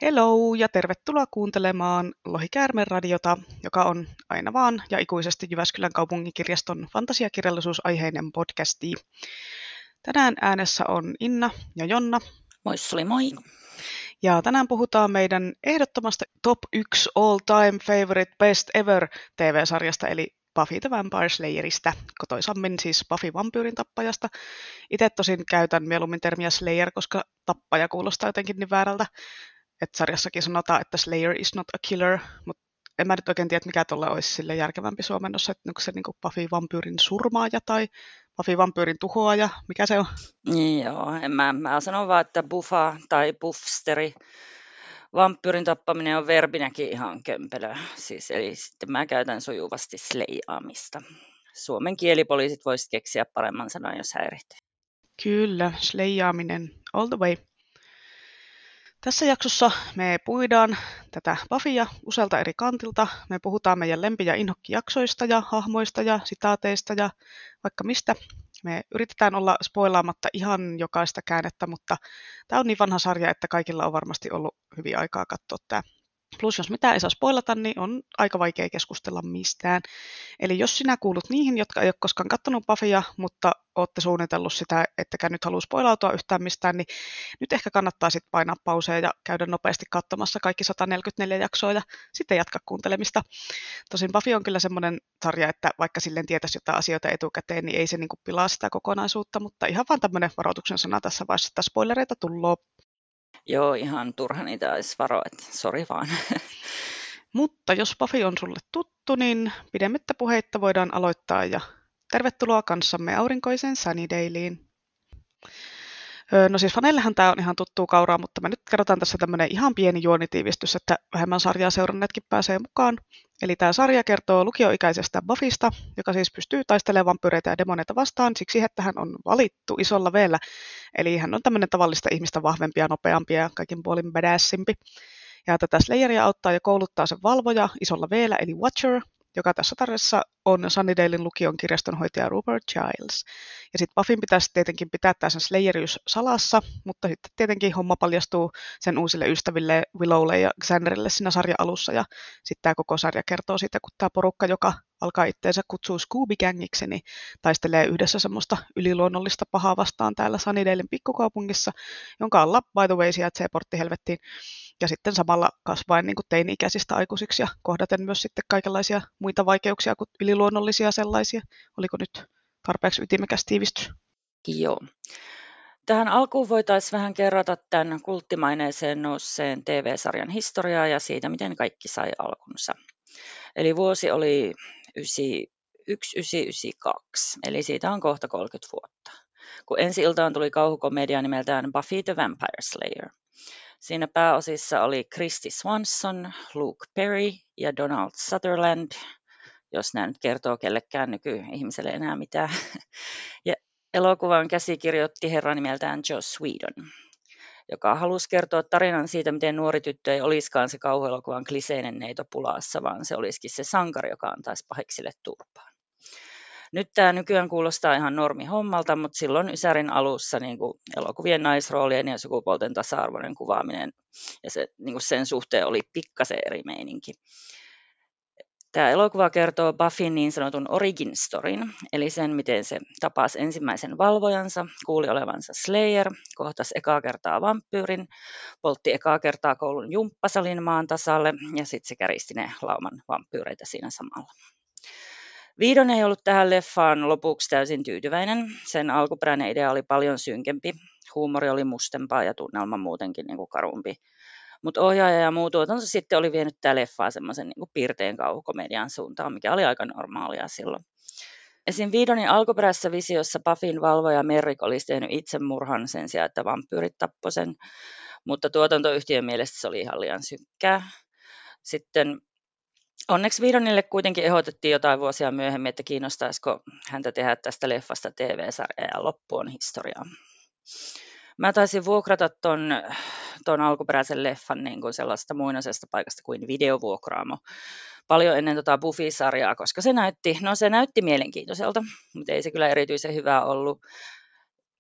Hello ja tervetuloa kuuntelemaan Lohikäärmen radiota, joka on aina vaan ja ikuisesti Jyväskylän kaupunginkirjaston fantasiakirjallisuusaiheinen podcasti. Tänään äänessä on Inna ja Jonna. Moissuli moi! Ja tänään puhutaan meidän ehdottomasta top 1 all time favorite best ever TV-sarjasta, eli Buffy the Vampire Slayerista, kotoisammin siis Buffy vampyyrin tappajasta. Itse tosin käytän mieluummin termiä Slayer, koska tappaja kuulostaa jotenkin niin väärältä. Että sarjassakin sanotaan, että Slayer is not a killer, mutta en mä nyt oikein tiedä, mikä tuolla olisi sille järkevämpi suomennossa, että onko se niin Buffy vampyyrin surmaaja tai Buffy vampyyrin tuhoaja, mikä se on? Joo, mä sanon vaan, että buffa tai buffsteri. Vampyyrin tappaminen on verbinäkin ihan kömpelöä. Siis, eli sitten mä käytän sujuvasti sleijaamista. Suomen kielipoliisit voisit keksiä paremman sanan, jos häirehtii. Kyllä, sleijaaminen all the way. Tässä jaksossa me puidaan tätä Buffya usealta eri kantilta. Me puhutaan meidän lempi- ja inhokkijaksoista ja hahmoista ja sitaateista ja vaikka mistä. Me yritetään olla spoilaamatta ihan jokaista käännettä, mutta tämä on niin vanha sarja, että kaikilla on varmasti ollut hyvin aikaa katsoa tämä. Plus jos mitään ei saa spoilata, niin on aika vaikea keskustella mistään. Eli jos sinä kuulut niihin, jotka ei ole koskaan katsonut Buffya, mutta olette suunnitellut sitä, ettekä nyt halua spoilautua yhtään mistään, niin nyt ehkä kannattaa sitten painaa pausea ja käydä nopeasti katsomassa kaikki 144 jaksoa ja sitten jatkaa kuuntelemista. Tosin Buffy on kyllä semmoinen sarja, että vaikka silleen tietäisi jotain asioita etukäteen, niin ei se niinku pilaa sitä kokonaisuutta, mutta ihan vaan tämmöinen varoituksen sana tässä vaiheessa, että spoilereita tulloo. Joo, ihan turha niitä olisi varoa, että sori vaan. Mutta jos Buffy on sulle tuttu, niin pidemmittä puheitta voidaan aloittaa ja tervetuloa kanssamme aurinkoiseen Sunnydaliin. No siis faneillehan tämä on ihan tuttua kauraa, mutta me nyt kerrotaan tässä tämmöinen ihan pieni juonitiivistys, että vähemmän sarjaa seuranneetkin pääsee mukaan. Eli tämä sarja kertoo lukioikäisestä Buffysta, joka siis pystyy taistelemaan vampyyreitä ja demoneita vastaan siksi, että hän on valittu isolla veellä. Eli hän on tämmöinen tavallista ihmistä vahvempi ja nopeampi ja kaikin puolin badassimpi. Ja tätä Slayeria auttaa ja kouluttaa sen valvoja isolla veellä, eli Watcher, joka tässä tarjassa on Sunnydalen lukion kirjastonhoitaja Rupert Giles. Ja sitten Buffyn pitäisi tietenkin pitää tämä sen Slayerius salassa, mutta sitten tietenkin homma paljastuu sen uusille ystäville Willowlle ja Xanderille siinä sarjan alussa. Ja sitten tämä koko sarja kertoo siitä, kun tämä porukka, joka alkaa itseensä kutsua Scooby-gängiksi, niin taistelee yhdessä semmoista yliluonnollista pahaa vastaan täällä Sunnydalen pikkukaupungissa, jonka alla, by the way, sijaitsee porttihelvettiin. Ja sitten samalla kasvaen niin kuin teini-ikäisistä aikuisiksi ja kohdaten myös sitten kaikenlaisia muita vaikeuksia kuin yliluonnollisia sellaisia. Oliko nyt tarpeeksi ytimekäs tiivistys? Joo. Tähän alkuun voitaisiin vähän kerrata tämän kulttimaineeseen nousseen TV-sarjan historiaa ja siitä, miten kaikki sai alkunsa. Eli vuosi oli 1992, eli siitä on kohta 30 vuotta. Kun ensi iltaan tuli kauhukomedia nimeltään Buffy the Vampire Slayer. Siinä pääosissa oli Kristy Swanson, Luke Perry ja Donald Sutherland, jos nämä nyt kertoo kellekään nykyihmiselle enää mitään. Ja elokuvan käsikirjoitti herra nimeltään Joss Whedon, joka halusi kertoa tarinan siitä, miten nuori tyttö ei olisikaan se kauhuelokuvan kliseinen neito pulassa, vaan se olisikin se sankari, joka antaisi pahiksille turpaan. Nyt tämä nykyään kuulostaa ihan normihommalta, mutta silloin Ysärin alussa niin kuin elokuvien naisroolien ja sukupuolten tasa-arvoinen kuvaaminen ja se, niin kuin sen suhteen oli pikkasen eri meininki. Tämä elokuva kertoo Buffyn niin sanotun origin storyn, eli sen, miten se tapasi ensimmäisen valvojansa, kuuli olevansa Slayer, kohtasi ekaa kertaa vampyyrin, poltti ekaa kertaa koulun jumppasalin maan tasalle ja sitten se käristi ne lauman vampyyreitä siinä samalla. Whedon ei ollut tähän leffaan lopuksi täysin tyytyväinen. Sen alkuperäinen idea oli paljon synkempi, huumori oli mustempaa ja tunnelma muutenkin niin kuin karumpi. Mutta ohjaaja ja muu tuotanto sitten oli vienyt tämä leffaa semmoisen niin piirteen kauhukomedian suuntaan, mikä oli aika normaalia silloin. Esim. Whedonin alkuperäisessä visiossa Buffyn valvoja Merrick olisi tehnyt itsemurhan sen sijaan, että vampyyrit tappoi sen, mutta tuotantoyhtiön mielestä se oli ihan liian synkkää. Sitten onneksi Whedonille kuitenkin ehdotettiin jotain vuosia myöhemmin, että kiinnostaisiko häntä tehdä tästä leffasta TV-sarjaa ja loppu on historiaa. Mä taisin vuokrata ton alkuperäisen leffan niin kuin sellaista muinaisesta paikasta kuin videovuokraamo paljon ennen Buffy-sarjaa, koska se näytti mielenkiintoiselta, mutta ei se kyllä erityisen hyvää ollut.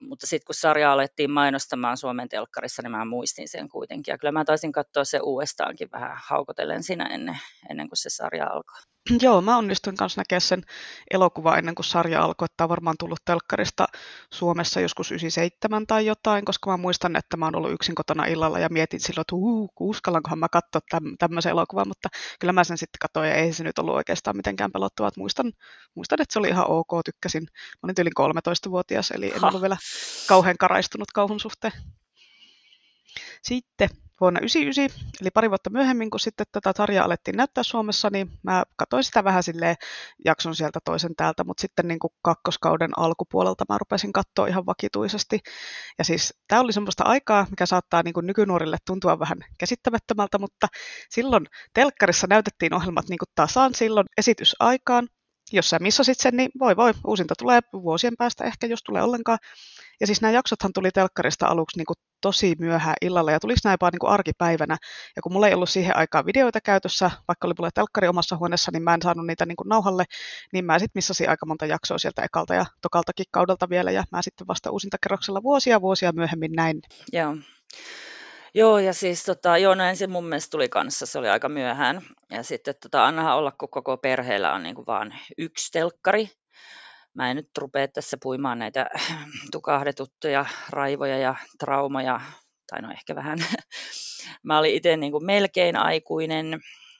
Mutta sitten kun sarja alettiin mainostamaan Suomen telkkarissa, niin mä muistin sen kuitenkin. Ja kyllä mä taisin katsoa se uudestaankin vähän haukotellen siinä ennen kuin se sarja alkoi. Joo, mä onnistuin kanssa näkemään sen elokuva ennen kuin sarja alkoi, että tämä on varmaan tullut telkkarista Suomessa joskus 97 tai jotain, koska mä muistan, että mä oon ollut yksin kotona illalla ja mietin silloin, että uskallankohan mä katsoa tämmöisen elokuvan, mutta kyllä mä sen sitten katsoin ja ei se nyt ollut oikeastaan mitenkään pelottavaa. Muistan, että se oli ihan ok, tykkäsin. Mä olin yli 13-vuotias, eli en ollut vielä kauhean karaistunut kauhun suhteen. Sitten vuonna 1999, eli pari vuotta myöhemmin, kun sitten tätä sarjaa alettiin näyttää Suomessa, niin mä katsoin sitä vähän silleen jakson sieltä toisen täältä, mutta sitten niin kuin kakkoskauden alkupuolelta mä rupesin katsoa ihan vakituisesti. Ja siis tämä oli semmoista aikaa, mikä saattaa niin kuin nykynuorille tuntua vähän käsittämättömältä, mutta silloin telkkarissa näytettiin ohjelmat niin kuin tasan silloin esitysaikaan. Jos sä missasit sen, niin voi, uusinta tulee vuosien päästä ehkä, jos tulee ollenkaan. Ja siis nämä jaksothan tuli telkkarista aluksi niin kuin tosi myöhään illalla ja tuliko nämä jopa niin kuin arkipäivänä. Ja kun mulla ei ollut siihen aikaan videoita käytössä, vaikka oli mulla telkkari omassa huoneessa, niin mä en saanut niitä niin kuin nauhalle, niin mä sitten missasin aika monta jaksoa sieltä ekalta ja tokaltakin kaudelta vielä ja mä sitten vasta uusintakerroksella vuosia myöhemmin näin. Joo, ja siis no ensin mun mielestä tuli kanssa, se oli aika myöhään. Ja sitten annahan olla, kun koko perheellä on niinku vaan yksi telkkari. Mä en nyt rupea tässä puimaan näitä tukahdetuttuja raivoja ja traumaja, tai no ehkä vähän. Mä olin itse niinku melkein aikuinen,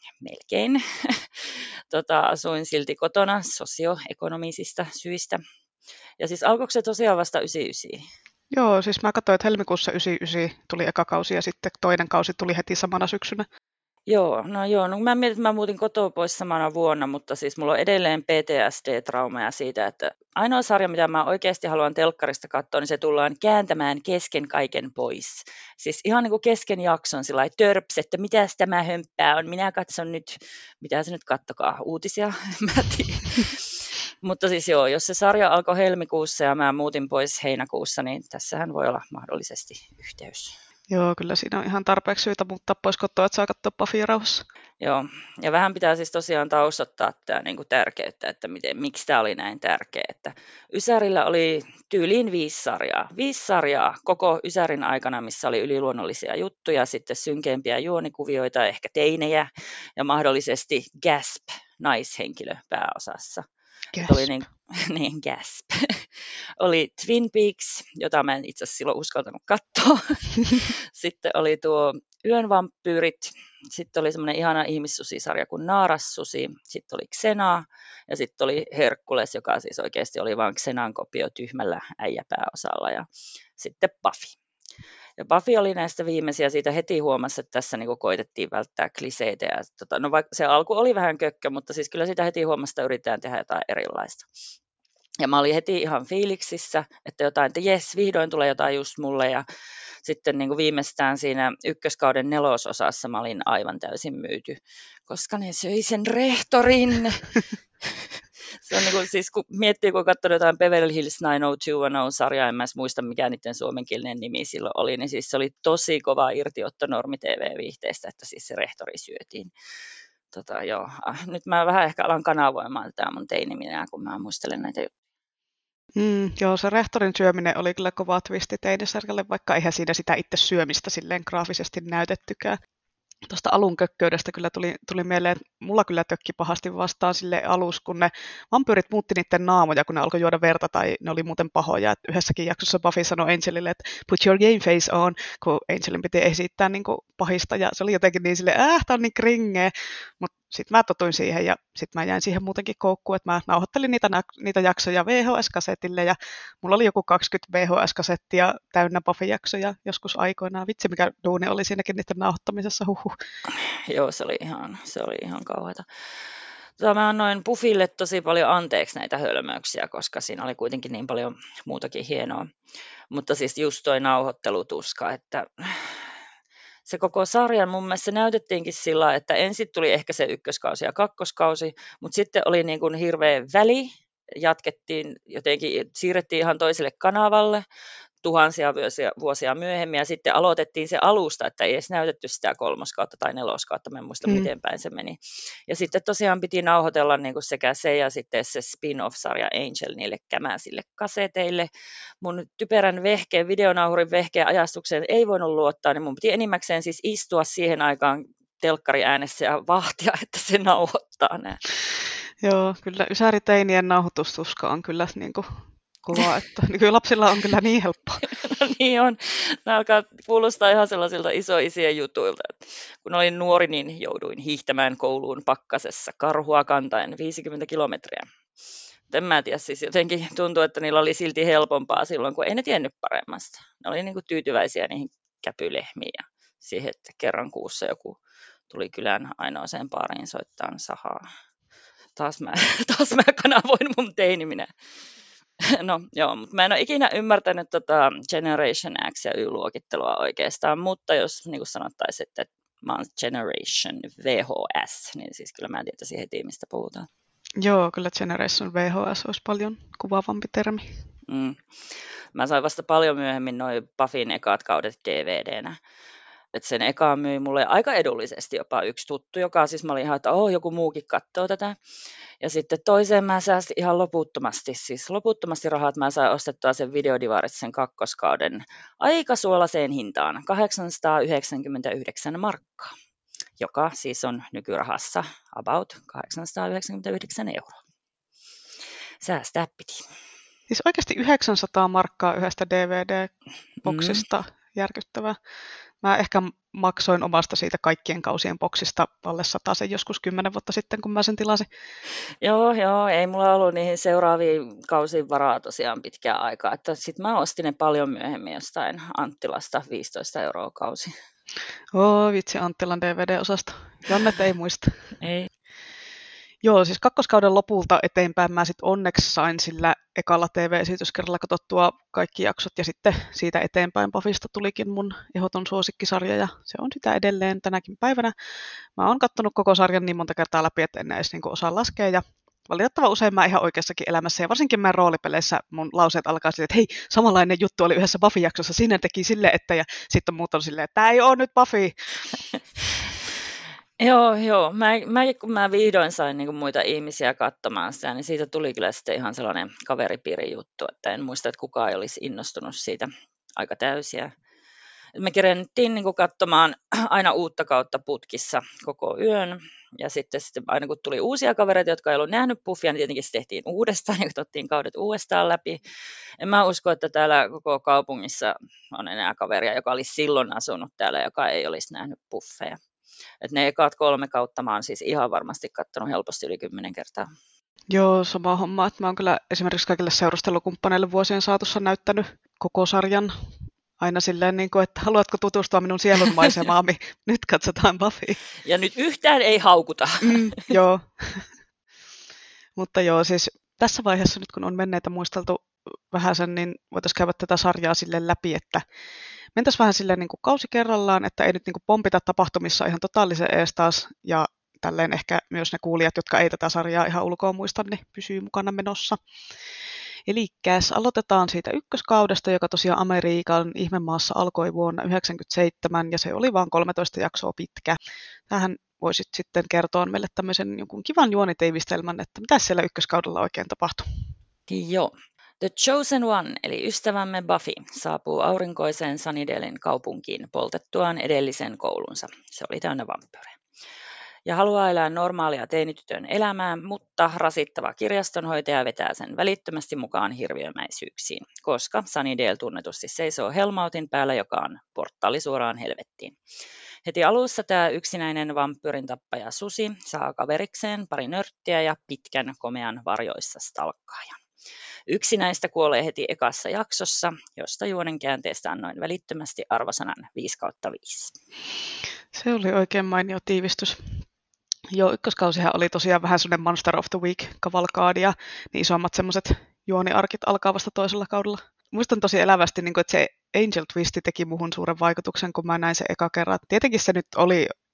asuin silti kotona sosioekonomisista syistä. Ja siis alkoiko se tosiaan vasta 99? Joo, siis mä katsoin, että helmikuussa 99 tuli eka kausi ja sitten toinen kausi tuli heti samana syksynä. Joo, no mä mietin, että mä muutin kotoa pois samana vuonna, mutta siis mulla on edelleen PTSD-traumaja siitä, että ainoa sarja, mitä mä oikeasti haluan telkkarista katsoa, niin se tullaan kääntämään kesken kaiken pois. Siis ihan niin kuin kesken jakson sillä lailla törps, että mitäs tämä hömppää on, minä katson nyt, mitä se nyt kattokaa, uutisia, mä tiedän. Mutta siis joo, jos se sarja alkoi helmikuussa ja mä muutin pois heinäkuussa, niin tässähän voi olla mahdollisesti yhteys. Joo, kyllä siinä on ihan tarpeeksi syytä muuttaa pois kotoa, että saa katsoa Buffy rauhassa. Joo, ja vähän pitää siis tosiaan taustottaa tämä niinku tärkeyttä, että miksi tämä oli näin tärkeä. Että Ysärillä oli tyyliin 5 sarjaa. 5 sarjaa koko Ysärin aikana, missä oli yliluonnollisia juttuja, sitten synkeimpiä juonikuvioita, ehkä teinejä ja mahdollisesti Gasp, naishenkilö pääosassa. Oli niin Gasp. Oli Twin Peaks, jota mä en itse asiassa silloin uskaltanut katsoa. Sitten oli tuo Yön vampyyrit. Sitten oli semmoinen ihana ihmissusisarja kuin Naarassusi. Sitten oli Xena ja sitten oli Herkules, joka siis oikeasti oli vain Xenan kopio tyhmällä äijäpääosalla. Ja sitten Buffy. Ja Buffy oli näistä viimeisiä, siitä heti huomasi, että tässä niinku koitettiin välttää kliseitä. Ja no vaikka se alku oli vähän kökkö, mutta siis kyllä sitä heti huomasi, että yritetään tehdä jotain erilaista. Ja mä olin heti ihan fiiliksissä, että jes, vihdoin tulee jotain just mulle. Ja sitten niin kuin viimeistään siinä ykköskauden 4. osassa mä olin aivan täysin myyty, koska ne söi sen rehtorin. Se on niin kuin, siis kun miettii, kun katsoi jotain Beverly Hills 90210-sarjaa, en mä muista mikä niiden suomenkielinen nimi silloin oli, niin siis se oli tosi kova irtiotto normi-tv-viihteestä, että siis se rehtori syötiin. Nyt mä vähän ehkä alan kanavoimaan tätä mun teiniminää, kun mä muistelen näitä juttuja. Joo, se rehtorin syöminen oli kyllä kova twisti teinisarjalle, vaikka eihän siinä sitä itse syömistä silleen graafisesti näytettykään. Tuosta alun kökköydestä kyllä tuli mieleen, että mulla kyllä tökki pahasti vastaan sille alus, kun ne vampyyrit muutti niiden naamoja, kun ne alkoi juoda verta tai ne oli muuten pahoja. Et yhdessäkin jaksossa Buffy sanoi Angelille, että put your game face on, kun Angelin piti esittää niin kuin pahista ja se oli jotenkin niin silleen, tää on niin kringeä. Mutta sitten mä totuin siihen ja sitten mä jäin siihen muutenkin koukkuun, että mä nauhoittelin niitä jaksoja VHS-kasetille ja mulla oli joku 20 VHS-kasettia täynnä Buffy-jaksoja joskus aikoinaan. Vitsi, mikä duuni oli siinäkin niiden nauhoittamisessa, huhuh. Joo, se oli ihan kauheata. Mä annoin Buffylle tosi paljon anteeksi näitä hölmöyksiä, koska siinä oli kuitenkin niin paljon muutakin hienoa. Mutta siis just toi nauhoittelutuska, että se koko sarjan mun mielestä näytettiinkin sillä, että ensin tuli ehkä se ykköskausi ja kakkoskausi, mutta sitten oli niin kuin hirveä väli, jatkettiin jotenkin, siirrettiin ihan toiselle kanavalle, tuhansia vuosia myöhemmin, ja sitten aloitettiin se alusta, että ei edes näytetty sitä 3. tai 4. mä en muista miten päin se meni. Ja sitten tosiaan piti nauhoitella niin kuin sekä se ja sitten se spin-off-sarja Angel niille kämäsille kaseteille. Mun typerän videonauhurin vehkeen ajastukseen ei voinut luottaa, niin mun piti enimmäkseen siis istua siihen aikaan telkkari äänessä ja vahtia, että se nauhoittaa nämä. Joo, kyllä ysäriteinien nauhoitustuska on kyllä niin kuin kova, että nykylapsilla on kyllä niin helppoa. No niin on. Nämä alkaa kuulostaa ihan sellaisilta isoisien jutuilta. Kun olin nuori, niin jouduin hiihtämään kouluun pakkasessa karhua kantaen 50 kilometriä. En mä tiedä, siis jotenkin tuntuu, että niillä oli silti helpompaa silloin, kun ei ne tiennyt paremmasta. Ne oli niin kuin tyytyväisiä niihin käpylehmiin ja siihen, että kerran kuussa joku tuli kylän ainoaseen baariin soittaa sahaa. Taas mä kanavoin mun teini-minä. No joo, mutta mä en ole ikinä ymmärtänyt Generation X ja Y-luokittelua oikeastaan, mutta jos niin kuin sanottaisiin, että mä oon Generation VHS, niin siis kyllä mä tietäisin heti, mistä puhutaan. Joo, kyllä Generation VHS olisi paljon kuvaavampi termi. Mä sain vasta paljon myöhemmin noin Buffyn ekat kaudet DVDnä. Et sen ekaan myi mulle aika edullisesti jopa yksi tuttu, joka siis mä olin ihan, että joku muukin katsoo tätä. Ja sitten toiseen mä säästin ihan loputtomasti rahat. Mä sain ostettua sen Videodivarit sen kakkoskauden aika suolaseen hintaan, 899 markkaa, joka siis on nykyrahassa about 899 euroa. Säästää piti. Siis oikeasti 900 markkaa yhdestä DVD-boksista, järkyttävää. Mä ehkä maksoin omasta siitä kaikkien kausien boksista alle 100 joskus 10 vuotta sitten, kun mä sen tilasin. Joo, ei mulla ollut niihin seuraaviin kausiin varaa tosiaan pitkään aikaa. Sitten mä ostin ne paljon myöhemmin jostain Anttilasta 15 euroa kausi. Vitsi Anttilan DVD-osasta. Jannet ei muista. Ei. Joo, siis kakkoskauden lopulta eteenpäin mä sitten onneksi sain sillä ekalla TV-esityskerralla katsottua kaikki jaksot, ja sitten siitä eteenpäin Buffysta tulikin mun ehdoton suosikkisarja, ja se on sitä edelleen tänäkin päivänä. Mä oon katsonut koko sarjan niin monta kertaa läpi, että en edes osaa laskea, ja valitettavan usein mä ihan oikeassakin elämässä, ja varsinkin mä roolipeleissä mun lauseet alkaa silleen, että hei, samanlainen juttu oli yhdessä Buffy-jaksossa, siinä teki silleen, että, ja sitten muut on silleen, että tää ei oo nyt Buffy. Joo. Kun mä vihdoin sain niin kuin muita ihmisiä katsomaan sitä, niin siitä tuli kyllä sitten ihan sellainen kaveripiirin juttu, että en muista, että kukaan ei olisi innostunut siitä aika täysiä. Me kerentiin niin kuin katsomaan aina uutta kautta putkissa koko yön, ja sitten aina kun tuli uusia kavereita, jotka ei ollut nähnyt Buffya, niin tietenkin se tehtiin uudestaan ja katsottiin kaudet uudestaan läpi. En mä usko, että täällä koko kaupungissa on enää kaveria, joka olisi silloin asunut täällä, joka ei olisi nähnyt Buffeja. Et ne ekat 3 kautta mä oon siis ihan varmasti katsonut helposti yli 10 kertaa. Joo, sama homma. Että mä oon kyllä esimerkiksi kaikille seurustelukumppaneille vuosien saatossa näyttänyt koko sarjan aina silleen, että haluatko tutustua minun sielunmaisemaami? Nyt katsotaan Buffy. Ja nyt yhtään ei haukuta. Joo. Mutta joo, siis tässä vaiheessa nyt kun on menneitä muisteltu vähän sen, niin voitaisiin käydä tätä sarjaa silleen läpi, että mentäisiin vähän silleen niin kuin kausi kerrallaan, että ei nyt niin kuin pompita tapahtumissa ihan totaalisen ees taas, ja tälleen ehkä myös ne kuulijat, jotka ei tätä sarjaa ihan ulkoa muista, niin pysyy mukana menossa. Elikkäs aloitetaan siitä ykköskaudesta, joka tosiaan Amerikan ihmemaassa alkoi vuonna 1997, ja se oli vain 13 jaksoa pitkä. Tähän voisit sitten kertoa meille tämmöisen jonkun kivan juonitiivistelmän, että mitä siellä ykköskaudella oikein tapahtui. Joo. The Chosen One, eli ystävämme Buffy, saapuu aurinkoiseen Sunnydalen kaupunkiin poltettuaan edellisen koulunsa. Se oli täynnä vampyyrejä. Ja haluaa elää normaalia teinitytön elämää, mutta rasittava kirjastonhoitaja vetää sen välittömästi mukaan hirviömäisyyksiin, koska Sunnydale tunnetusti seisoo Hellmouthin päällä, joka on portaali suoraan helvettiin. Heti alussa tämä yksinäinen vampyyrin tappaja Susi saa kaverikseen pari nörttiä ja pitkän komean varjoissa stalkkaajan. Yksi näistä kuolee heti ekassa jaksossa, josta juonen käänteestä annoin välittömästi arvosanan 5/5. Se oli oikein mainio tiivistys. Joo, ykköskausihan oli tosiaan vähän semmoinen Monster of the Week-kavalkaadi, ja niin isommat semmoiset juoniarkit alkaa vasta toisella kaudella. Muistan tosi elävästi, että se Angel Twisti teki muhun suuren vaikutuksen, kun mä näin se eka kerran. Tietenkin se nyt oli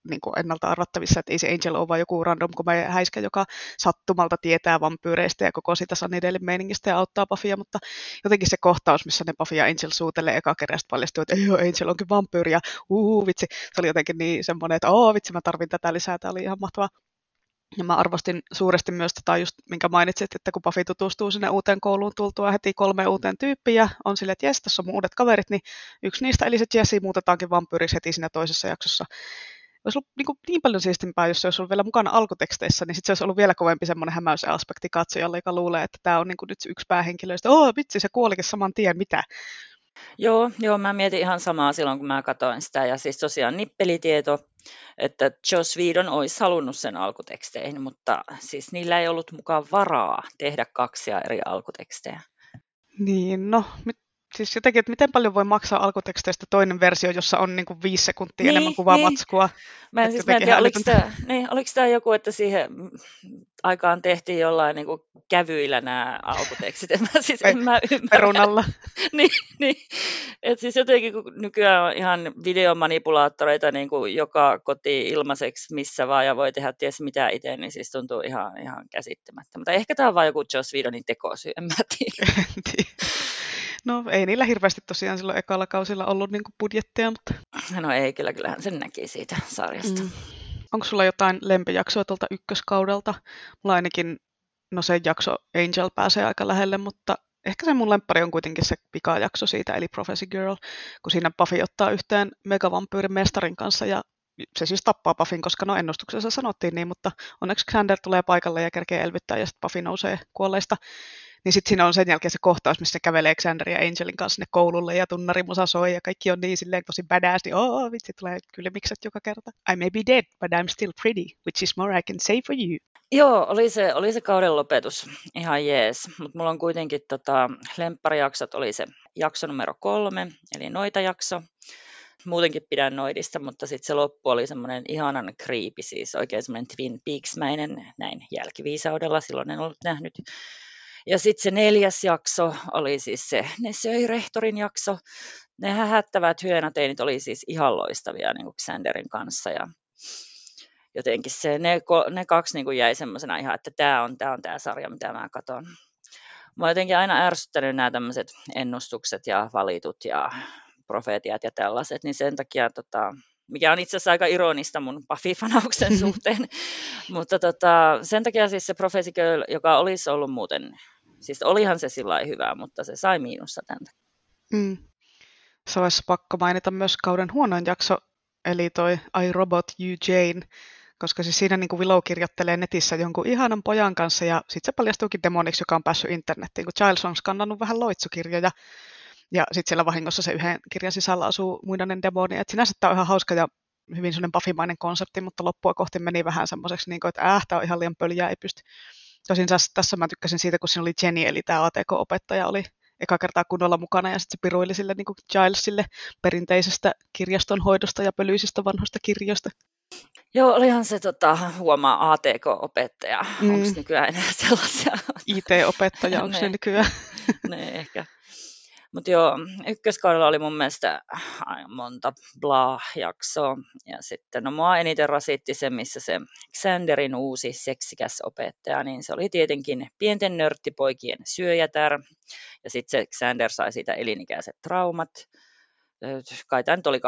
niin kuin ennalta arvattavissa, että ei se Angel ole vaan joku random komea häiskä, joka sattumalta tietää vampyyreistä ja koko sitä Sunnydalen meiningistä ja auttaa Buffya, mutta jotenkin se kohtaus, missä ne Buffy ja Angel suutelee eka kerrasta paljastuu, että ei ole, Angel onkin vampyyri ja vitsi, se oli jotenkin niin semmoinen, että vitsi, mä tarvin tätä lisää, tämä oli ihan mahtavaa. Ja mä arvostin suuresti myös tätä just, minkä mainitsit, että kun Buffy tutustuu sinne uuteen kouluun tultua heti 3 uuteen tyyppiin ja on silleen, että jes, tässä on mun uudet kaverit, niin yksi niistä, eli se Jesse, muutetaankin vampyyriksi heti siinä toisessa jaksossa. Olisi ollut niin paljon siistimpää, jos se olisi ollut vielä mukana alkuteksteissä, niin sitten se olisi ollut vielä kovempi semmoinen hämäysaspekti katsojalle, joka luulee, että tämä on niin kuin nyt yksi päähenkilöistä. Vitsi, se kuolikin saman tien, mitä? Joo, mä mietin ihan samaa silloin, kun mä katsoin sitä. Ja siis tosiaan nippelitieto, että Joss Whedon olisi halunnut sen alkuteksteihin, mutta siis niillä ei ollut mukaan varaa tehdä 2 eri alkutekstejä. Niin, no, siis jotenkin, että miten paljon voi maksaa alkuteksteistä toinen versio, jossa on niin kuin 5 sekuntia enemmän kuvamatskua. Mä en tiedä, oliko tämä joku, että siihen aikaan tehtiin jollain niin kuin kävyillä nämä alkutekstit. En mä ymmärrä. Perunalla. niin. Et siis jotenkin, kun nykyään on ihan videomanipulaattoreita niin kuin joka koti ilmaiseksi missä vaan ja voi tehdä ties mitä itse, niin siis tuntuu ihan käsittämättä. Mutta ehkä tämä on vain joku Joss Whedonin tekosyy, en mä tiedä. No ei niillä hirveästi tosiaan silloin ekalla kausilla ollut niin kuin budjettia, mutta... No ei, kyllähän sen näki siitä sarjasta. Onko sulla jotain lempijaksoa tuolta ykköskaudelta? Mulla ainakin, no se jakso Angel pääsee aika lähelle, mutta ehkä se mun lemppari on kuitenkin se pikajakso siitä, eli Prophecy Girl, kun siinä Buffy ottaa yhteen megavampyyrin mestarin kanssa ja se siis tappaa Buffyn, koska no ennustuksessa sanottiin niin, mutta onneksi Xander tulee paikalle ja kerkee elvyttää ja sitten Buffy nousee kuolleista. Niin sitten siinä on sen jälkeen se kohtaus, missä kävelee Xander ja Angelin kanssa sinne koululle ja tunnarimusa soi ja kaikki on niin silleen tosi badass, niin vitsi tulee kylmikset joka kerta. I may be dead, but I'm still pretty, which is more I can say for you. Joo, oli se kauden lopetus ihan jees, mutta mulla on kuitenkin lempparijaksot, oli se jakso numero 3, eli Noita-jakso. Muutenkin pidän Noidista, mutta sitten se loppu oli semmoinen ihanan creepy, siis oikein semmoinen Twin Peaks-mäinen, näin jälkiviisaudella, silloin en ollut nähnyt. Ja sitten se 4. jakso oli siis se Ne söi rehtorin jakso. Ne hähättävät hyönateinit oli siis ihan loistavia niin kuin Xanderin kanssa. Ja jotenkin ne 2 niin kuin jäi semmoisena ihan, että tämä on tämä sarja, mitä mä katson. Mä oon jotenkin aina ärsyttänyt nämä tämmöiset ennustukset ja valitut ja profeetiat ja tällaiset, niin sen takia, mikä on itse asiassa aika ironista mun Buffy-fanauksen suhteen, mutta sen takia siis se Prophecy Girl, joka olisi ollut muuten, siis olihan se sillä lailla hyvä, mutta se sai miinussa tänne. Se olisi pakko mainita myös kauden huonoin jakso, eli toi I Robot You Jane, koska siis siinä niin kuin Willow kirjoittelee netissä jonkun ihanan pojan kanssa ja sitten se paljastuukin demoniksi, joka on päässyt internettiin, kun Giles on skannannut vähän loitsukirjoja. Ja sitten siellä vahingossa se yhden kirjan sisällä asuu muinainen demoni. Et sinänsä tämä on ihan hauska ja hyvin sellainen Buffy-mainen konsepti, mutta loppua kohti meni vähän semmoiseksi, niin että tämä on ihan liian pöljää, ei pysty. Tosin tässä mä tykkäsin siitä, kun siinä oli Jenny, eli tämä ATK-opettaja oli eka kertaa kunnolla mukana, ja sitten se piruili sille niin kuin Gilesille perinteisestä kirjaston hoidosta ja pölyisistä vanhoista kirjoista. Joo, olihan se huomaa ATK-opettaja. Onko nykyään enää sellaisia? IT-opettaja, onko se nykyään? Ne ehkä. Mutta joo, ykköskaudella oli mun mielestä monta blah-jaksoa. Ja sitten mua eniten rasitti se, missä se Xanderin uusi seksikäs opettaja, niin se oli tietenkin pienten nörttipoikien syöjätär. Ja sitten se Xander sai siitä elinikäiset traumat. Kai tämä nyt oli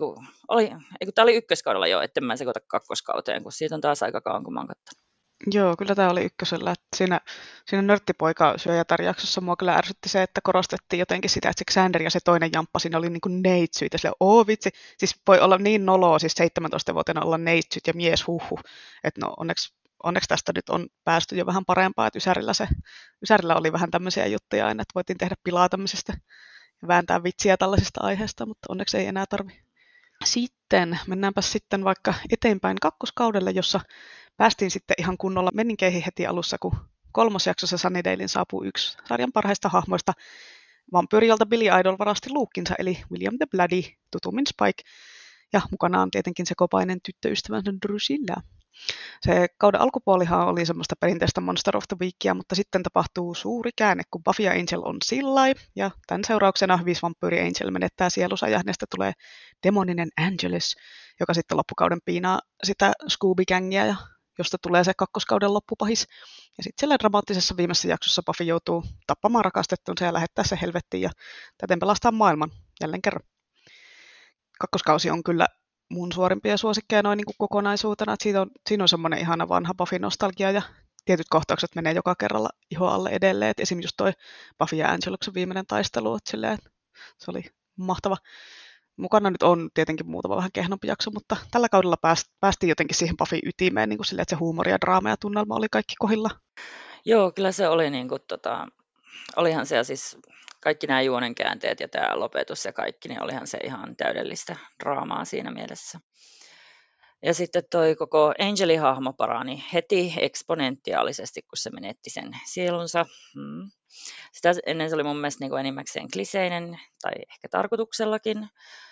tämä oli ykköskaudella jo, etten mä sekoita kakkoskauteen, kun siitä on taas aika kauan, kun mä oon katsonut. Joo, kyllä tämä oli ykkösellä. Siinä nörttipoika syöjätärjaksossa mua kyllä ärsytti se, että korostettiin jotenkin sitä, että se Xander ja se toinen jamppa siinä oli niin kuin neitsyitä. Silleen, vitsi, siis voi olla niin noloa, siis 17-vuotiaana olla neitsyt ja mies huhu. Että no onneksi tästä nyt on päästy jo vähän parempaa, että Ysärillä oli vähän tämmöisiä juttuja aina, että voitiin tehdä pilaa tämmöisistä ja vääntää vitsiä tällaisista aiheista, mutta onneksi ei enää tarvitse. Sitten mennäänpä sitten vaikka eteenpäin kakkoskaudelle, jossa päästiin sitten ihan kunnolla meninkeihin heti alussa, kun 3. jaksossa Sunnydalen saapuu yksi sarjan parhaista hahmoista, vampyyri, jolta Billy Idol varasti luukkinsa, eli William the Bloody, tutummin Spike, ja mukana on tietenkin se kopainen tyttöystävänsä Drusilla. Se kauden alkupuolihan oli semmoista perinteistä Monster of the Weekia, mutta sitten tapahtuu suuri käänne, kun Buffy ja Angel on sillai, ja tämän seurauksena viisvampyyri Angel menettää sielunsa, ja hänestä tulee demoninen Angelus, joka sitten loppukauden piinaa sitä Scooby-gängiä, ja josta tulee se kakkoskauden loppupahis. Ja sitten siellä dramaattisessa viimeisessä jaksossa Buffy joutuu tappamaan rakastettunsa ja lähettää se helvettiin ja täten pelastaa maailman jälleen kerran. Kakkoskausi on kyllä mun suorimpia suosikkeja noin niin kuin kokonaisuutena. Että siinä on semmoinen ihana vanha Buffy-nostalgia ja tietyt kohtaukset menee joka kerralla iho alle edelleen. Et esimerkiksi just toi Buffy ja Angeluksen viimeinen taistelu, että se oli mahtava. Mukana nyt on tietenkin muutama vähän kehnompi jakso, mutta tällä kaudella päästiin jotenkin siihen Buffy ytimeen, niin kuin silleen, että se huumori ja draama ja tunnelma oli kaikki kohilla. Joo, kyllä se oli olihan se siis kaikki nämä juonenkäänteet ja tämä lopetus ja kaikki, niin olihan se ihan täydellistä draamaa siinä mielessä. Ja sitten toi koko Angelin hahmo parani heti eksponentiaalisesti, kun se menetti sen sielunsa. Sitä ennen se oli mun mielestä niin kuin enimmäkseen kliseinen, tai ehkä tarkoituksellakin.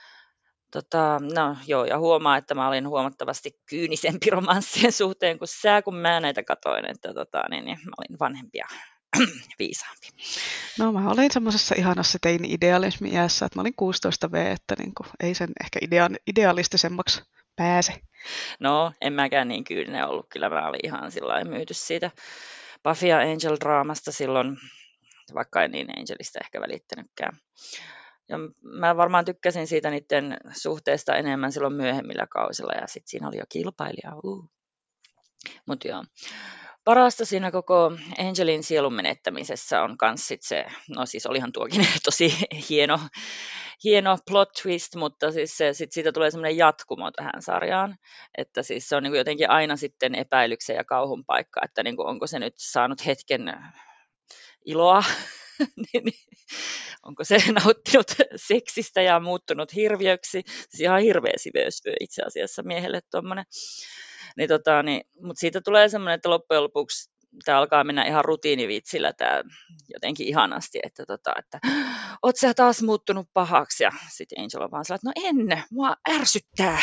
Ja huomaa, että mä olin huomattavasti kyynisempi romanssien suhteen kuin sä, kun mä näitä katoin, että niin mä olin vanhempi ja viisaampi. No mä olin semmoisessa ihanassa teini-idealismi-iässä, että mä olin 16V, että niin kuin, ei sen ehkä idealistisemmaksi pääse. No, en mäkään niin kyyninen ollut. Kyllä mä olin ihan sillä myyty siitä Buffy ja Angel-draamasta silloin, vaikka en niin Angelista ehkä välittänytkään. Ja mä varmaan tykkäsin siitä niiden suhteesta enemmän silloin myöhemmillä kausilla, ja sitten siinä oli jo kilpailija. Mutta joo. Parasta siinä koko Angelin sielun menettämisessä on kans sit se, no siis olihan tuokin tosi hieno plot twist, mutta siis siitä tulee semmoinen jatkumo tähän sarjaan, että siis se on niinku jotenkin aina sitten epäilyksen ja kauhun paikka, että niinku onko se nyt saanut hetken iloa, niin onko se nauttinut seksistä ja muuttunut hirviöksi, siis ihan hirveä siveysvyö itse asiassa miehelle tuommoinen. Mutta siitä tulee semmoinen, että loppujen lopuksi tämä alkaa mennä ihan rutiinivitsillä tämä jotenkin ihanasti, että oot sä taas muuttunut pahaksi, ja sitten Angel on vaan sellainen, että no en, mua ärsyttää.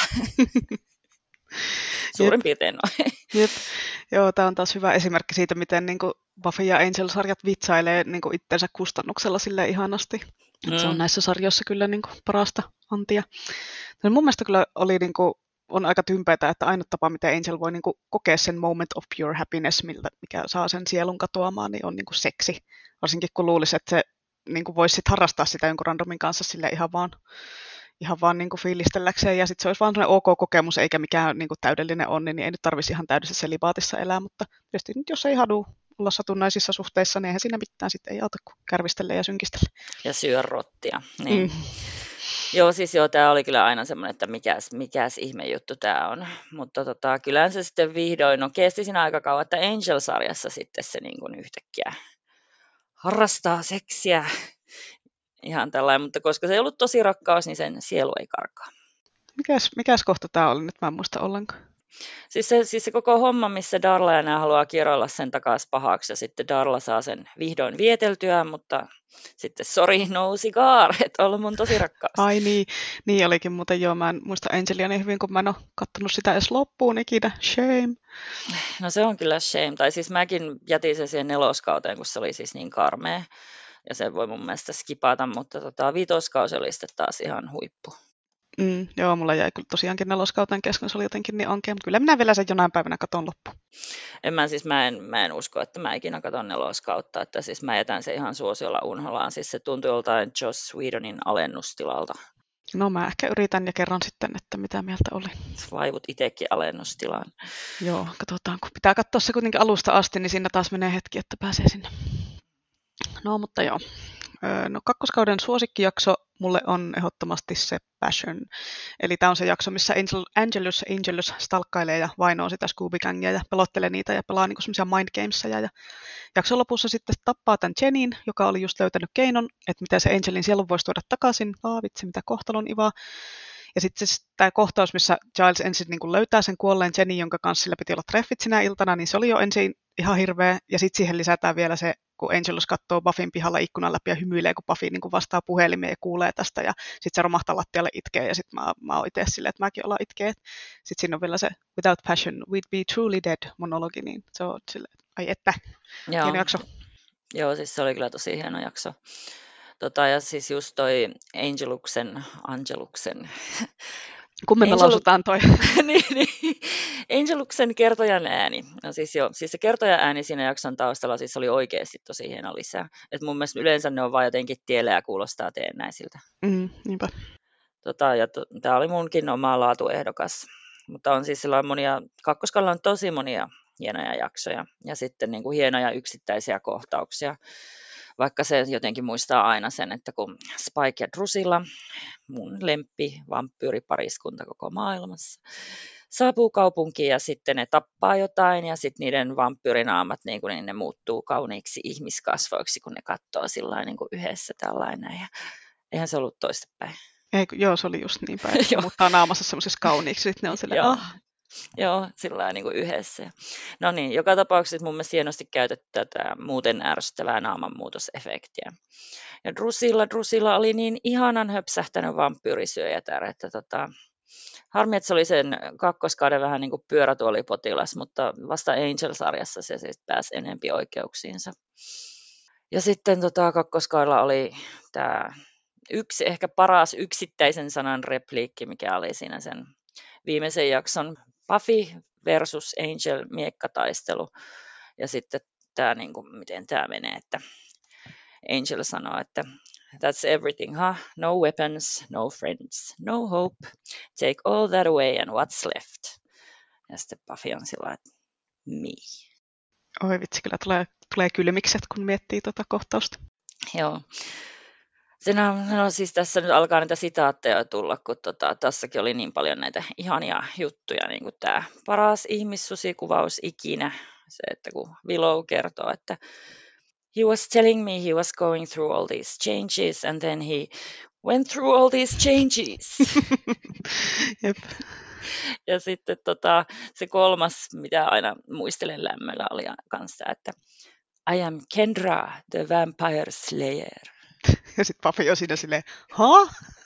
Suurin piirtein noin. Jep. Joo, tämä on taas hyvä esimerkki siitä, miten niin kuin Buffy ja Angel-sarjat vitsailee niin kuin itsensä kustannuksella sille ihanasti. Se on näissä sarjoissa kyllä niin kuin parasta antia. Mun mielestä kyllä oli niin kuin, on aika tympeätä, että ainut tapa, miten Angel voi niin kuin kokea sen moment of pure happiness, mikä saa sen sielun katoamaan, niin on niin kuin seksi. Varsinkin kun luulisi, että se niin kuin voisi sit harrastaa sitä jonkun randomin kanssa sille ihan vaan niin kuin fiilistelläkseen, ja sitten se olisi vaan sellainen ok kokemus, eikä mikään niin kuin täydellinen onni, niin ei nyt tarvitsisi ihan täydessä selibaatissa elää, mutta tietysti nyt jos ei halua olla satunnaisissa suhteissa, niin eihän siinä mitään sitten ei auta kuin kärvistellä ja synkistellä. Ja syö rottia. Niin. Joo, tämä oli kyllä aina semmoinen, että mikäs ihme juttu tämä on. Mutta kyllähän se sitten vihdoin, kesti siinä aika kauan, että Angel-sarjassa sitten se niin kuin yhtäkkiä harrastaa seksiä. Ihan tällainen, mutta koska se ei ollut tosi rakkaus, niin sen sielu ei karkaa. Mikäs kohta tämä oli? Nyt mä en muista ollenkaan. Siis se koko homma, missä Darla ja nämä haluaa kieroilla sen takaisin pahaksi, ja sitten Darla saa sen vihdoin vieteltyä, mutta sitten no cigar, että ollut mun tosi rakkaus. Ai niin olikin, mutta joo, mä en muista Angelia niin hyvin, kun mä en ole kattonut sitä edes loppuun ikinä. Shame. No se on kyllä shame, tai siis mäkin jätin sen siihen 4. kauteen, kun se oli siis niin karmea. Ja sen voi mun mielestä skipata, mutta 5. kausi oli sitten taas ihan huippu. Joo, mulla jäi kyllä tosiaankin 4. kauteen kesken, se oli jotenkin niin ankea, mutta kyllä minä vielä sen jonain päivänä katon loppuun. Mä en usko, että mä ikinä katon 4. kautta, että siis mä jätän se ihan suosiolla unholaan, siis se tuntui joltain Joss Whedonin alennustilalta. No mä ehkä yritän ja kerron sitten, että mitä mieltä oli. Vaivut itsekin alennustilaan. Joo, katsotaan, kun pitää katsoa se kuitenkin alusta asti, niin siinä taas menee hetki, että pääsee sinne. No, mutta joo. No, 2. kauden suosikkijakso mulle on ehdottomasti se Passion. Eli tämä on se jakso, missä Angelus stalkkailee ja vainoo sitä Scooby-gängiä ja pelottelee niitä ja pelaa niinku semmoisia mind gamesia. Ja jakson lopussa sitten tappaa tämän Jenin, joka oli just löytänyt keinon, että miten se Angelin sielu voisi tuoda takaisin. Vitsi, mitä kohtalon ivaa. Ja sitten tämä kohtaus, missä Giles ensin niin kuin löytää sen kuolleen Jenin, jonka kanssa sillä piti olla treffit sinä iltana, niin se oli jo ensin ihan hirveä. Ja sitten siihen lisätään vielä se, kun Angelus katsoo Buffyn pihalla ikkunan läpi ja hymyilee, kun Buffy niin kuin vastaa puhelimeen ja kuulee tästä. Ja sitten se romahtaa lattialle itkee ja sitten mä oon itse silleen, että mäkin ollaan itkee. Sitten siinä on vielä se Without passion, we'd be truly dead -monologi, niin se on silleen, ai että, hieno jakso. Joo, siis se oli kyllä tosi hieno jakso. Ja siis just toi Angeluksen Kun me lausutaan toi. niin. Angeluksen kertojan ääni. No siis se kertojan ääni siinä jakson taustalla siis oli oikeasti tosi hieno lisää. Et mun mielestä yleensä ne on vaan jotenkin tiellä ja kuulostaa teennäisiltä. Niinpä. Tämä oli munkin oma laatuehdokas. Mutta on siis kakkoskalla on tosi monia hienoja jaksoja ja sitten niin kuin hienoja yksittäisiä kohtauksia. Vaikka se jotenkin muistaa aina sen, että kun Spike ja Drusilla, mun lemppi vampyyripariskunta koko maailmassa, saapuu kaupunkiin ja sitten ne tappaa jotain ja sitten niiden vampyyrinaamat niin ne muuttuu kauniiksi ihmiskasvoiksi, kun ne katsoo sillain niin kuin yhdessä tällainen. Ja eihän se ollut toistepäin. Joo, se oli just niin päin. Ne muuttaa naamassa semmoisiksi kauniiksi, sitten ne on silleen, Joo, sillä niin kuin yhdessä. No niin, joka tapauksessa mun mielestä hienosti käytetty tätä muuten ärsyttävää naamanmuutosefektiä. Ja Drusilla oli niin ihanan höpsähtänyt vampyyrisyöjätär, että harmi, että se oli sen kakkoskauden vähän niin kuin pyörätuolipotilas, mutta vasta Angel-sarjassa se siis pääsi enempi oikeuksiinsa. Ja sitten kakkoskaudella oli tämä yksi ehkä paras yksittäisen sanan repliikki, mikä oli siinä sen viimeisen jakson Buffy versus Angel miekkataistelu. Ja sitten tämä, niin kuin, miten tämä menee, että Angel sanoo, että that's everything, huh? No weapons, no friends, no hope. Take all that away and what's left. Ja sitten Buffy on sillä että me. Oi vitsi, kyllä tulee kylmikset, kun miettii tuota kohtausta. Joo. No siis tässä nyt alkaa näitä sitaatteja tulla, kun tässäkin oli niin paljon näitä ihania juttuja, niin kuin tämä paras ihmissusikuvaus ikinä, se, että kun Willow kertoo, että he was telling me he was going through all these changes and then he went through all these changes. Jep. Ja sitten se kolmas, mitä aina muistelen lämmöllä, oli kanssa, että I am Kendra, the Vampire Slayer. Ja sitten Buffy on siinä silleen, ha?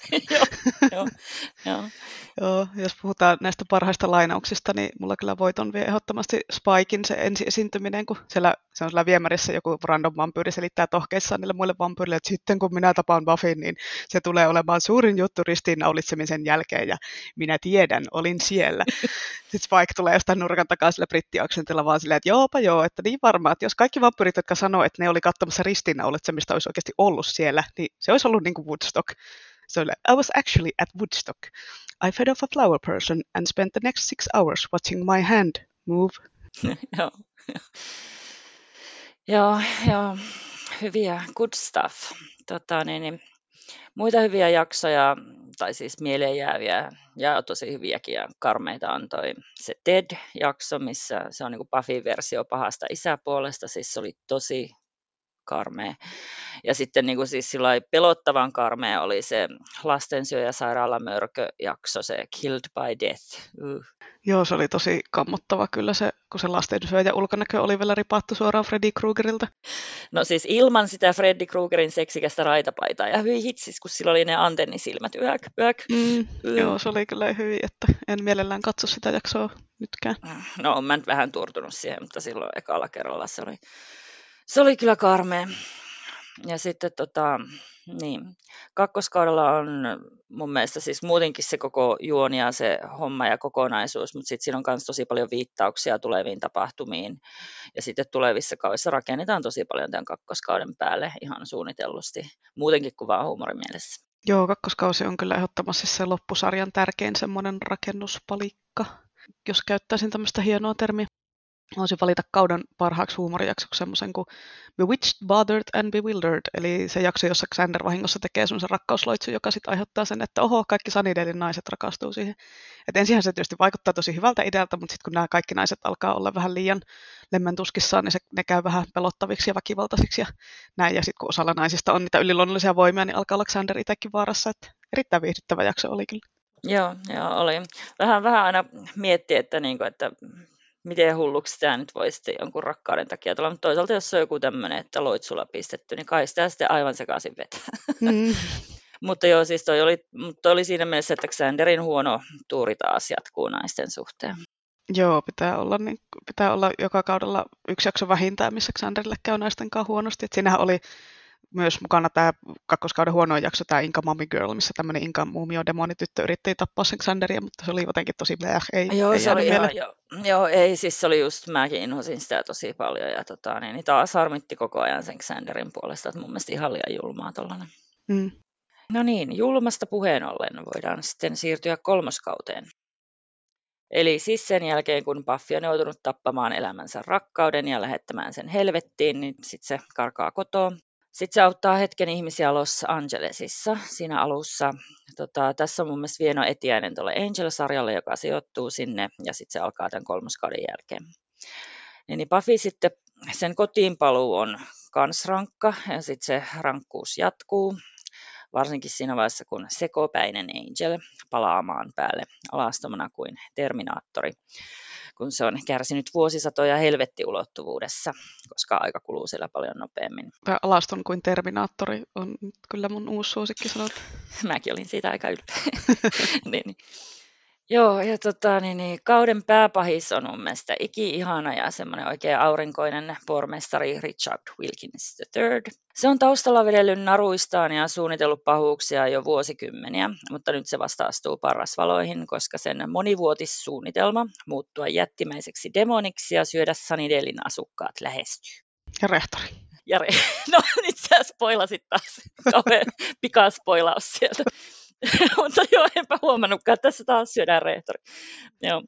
Joo. Jos puhutaan näistä parhaista lainauksista, niin mulla kyllä voiton vie ehdottomasti Spikein se ensi-esiintyminen, kun se on siellä viemärissä joku random vampyyri selittää tohkeissaan niille muille vampyyrille, että sitten kun minä tapaan Buffyn, niin se tulee olemaan suurin juttu ristiinnaulitsemisen jälkeen, ja minä tiedän, olin siellä. Sitten Spike tulee jostain nurkan takaa sillä brittiaksentilla vaan silleen, että joo, että niin varmaan, että jos kaikki vampyyrit, jotka sanoo, että ne oli katsomassa ristiinnaulitsemista, olisi oikeasti ollut siellä, niin se olisi ollut niin kuin Woodstock. So I was actually at Woodstock. I fed off a flower person and spent the next 6 hours watching my hand move. Joo, hyviä, good stuff. Muita hyviä jaksoja, tai siis mieleenjääviä ja tosi hyviäkin ja karmeita on se Ted-jakso, missä se on niin kuin Buffy-versio pahasta isäpuolesta, siis se oli tosi karmea. Ja sitten niin kuin siis pelottavan karmea oli se lastensyöjäsairaala mörköjakso, se Killed by Death. Joo, se oli tosi kammottava kyllä se, kun se lastensyöjä ulkonäkö oli vielä ripattu suoraan Freddy Kruegerilta. No siis ilman sitä Freddy Kruegerin seksikästä raitapaitaa. Ja hyi hitsis, kun sillä oli ne antennisilmät. Yök. Joo, se oli kyllä hyvin, että en mielellään katso sitä jaksoa nytkään. No, olen mä nyt vähän turtunut siihen, mutta silloin ekalla kerralla se oli kyllä karmea. Ja sitten niin, kakkoskaudella on mun mielestä siis muutenkin se koko juoni ja se homma ja kokonaisuus, mutta sitten siinä on myös tosi paljon viittauksia tuleviin tapahtumiin. Ja sitten tulevissa kaudissa rakennetaan tosi paljon tämän kakkoskauden päälle ihan suunnitellusti, muutenkin kuin vaan huumorimielessä. Joo, kakkoskausi on kyllä ehdottomasti se loppusarjan tärkein semmoinen rakennuspalikka, jos käyttäisin tämmöistä hienoa termiä. Voisin valita kauden parhaaksi huumorijaksoksi semmoisen kuin Bewitched, Bothered and Bewildered, eli se jakso, jossa Xander vahingossa tekee semmoisen rakkausloitsun, joka sitten aiheuttaa sen, että kaikki Sunnydalen naiset rakastuu siihen. Et ensinhän se tietysti vaikuttaa tosi hyvältä idealta, mutta sitten kun nämä kaikki naiset alkaa olla vähän liian lemmentuskissaan, niin ne käy vähän pelottaviksi ja väkivaltaisiksi ja näin. Ja sitten kun osalla naisista on niitä yliluonnollisia voimia, niin alkaa olla Xander itsekin vaarassa, että erittäin viihdyttävä jakso oli kyllä. Joo, oli. Vähän aina miettiä, että miten hulluksi tämä nyt voi sitten jonkun rakkauden takia tulla. Mutta toisaalta, jos on joku tämmöinen, että loitsulla pistetty, niin kai sitä sitten aivan sekaisin vetää. Mutta joo, siis toi oli siinä mielessä, että Xanderin huono tuuri taas jatkuu naisten suhteen. Joo, pitää olla joka kaudella yksi jakso vähintään, missä Xanderille käy naisten kanssa huonosti. Et siinähän oli myös mukana tämä kakkoskauden huonoin jakso, tämä Inka Mommy Girl, missä tämmöinen Inka muumio demonityttö yritti tappaa sen Xanderia, mutta se oli jotenkin tosi Joo, ei se jäänyt oli ihan, mieleen. joo, ei, siis se oli just, mäkin inhosin sitä tosi paljon ja niin taas harmitti koko ajan sen Xanderin puolesta, että mun mielestä ihan liian julmaa tollainen. Mm. No niin, julmasta puheen ollen voidaan sitten siirtyä kolmoskauteen. Eli siis sen jälkeen, kun Buffy on joutunut tappamaan elämänsä rakkauden ja lähettämään sen helvettiin, niin sitten se karkaa kotoa. Sitten se auttaa hetken ihmisiä Los Angelesissa siinä alussa. Tässä on mun mielestä vieno etiäinen tuolle Angel-sarjalle, joka sijoittuu sinne, ja sitten se alkaa tämän kolmoskauden jälkeen. Niin Buffy sitten, sen kotiinpaluu on kans rankka, ja sitten se rankkuus jatkuu. Varsinkin siinä vaiheessa, kun sekopäinen Angel palaa maan päälle alastomana kuin Terminaattori, kun se on kärsinyt vuosisatoja helvettiulottuvuudessa, koska aika kuluu siellä paljon nopeammin. Tämä alaston kuin Terminaattori on kyllä mun uusi suosikkisanonta. Mäkin olin siitä aika ylpeä. niin. Joo, ja kauden pääpahis on mun mielestä iki-ihana ja semmoinen oikein aurinkoinen pormestari Richard Wilkins III. Se on taustalla vedellyt naruistaan ja suunnitellut pahuuksia jo vuosikymmeniä, mutta nyt se vasta astuu parrasvaloihin, koska sen monivuotissuunnitelma muuttua jättimäiseksi demoniksi ja syödä Sunnydalen asukkaat lähestyy. Ja rehtori. No nyt sä spoilasit taas. Kauhean pikaspoilaus sieltä. Mutta joo, enpä huomannutkaan, että tässä taas syödään rehtori. Joo.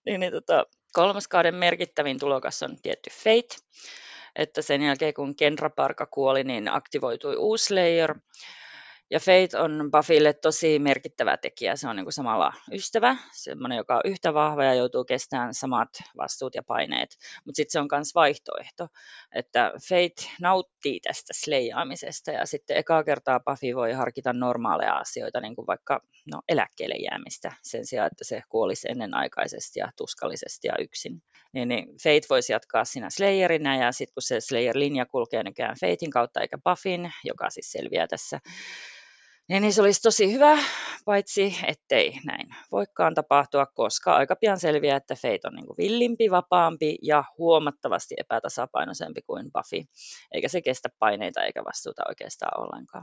Kolmoskauden merkittävin tulokas on tietty Fate, että sen jälkeen kun Kendra Parka kuoli, niin aktivoitui uusi Slayer. Ja Fate on Buffylle tosi merkittävä tekijä. Se on niin kuin samalla ystävä, semmoinen, joka on yhtä vahva ja joutuu kestämään samat vastuut ja paineet. Mutta sitten se on myös vaihtoehto, että Fate nauttii tästä sleijaamisesta ja sitten ekaa kertaa Buffy voi harkita normaaleja asioita, niin kuin vaikka eläkkeelle jäämistä sen sijaan, että se kuolisi ennenaikaisesti ja tuskallisesti ja yksin. Niin Fate voisi jatkaa siinä Slayerinä ja sitten kun se Slayer-linja kulkee nykyään Fatein kautta eikä Buffyn, joka siis selviää tässä, niin se olisi tosi hyvä, paitsi ettei näin voikaan tapahtua, koska aika pian selviää, että Fate on niin kuin villimpi, vapaampi ja huomattavasti epätasapainoisempi kuin Buffy, eikä se kestä paineita eikä vastuuta oikeastaan ollenkaan.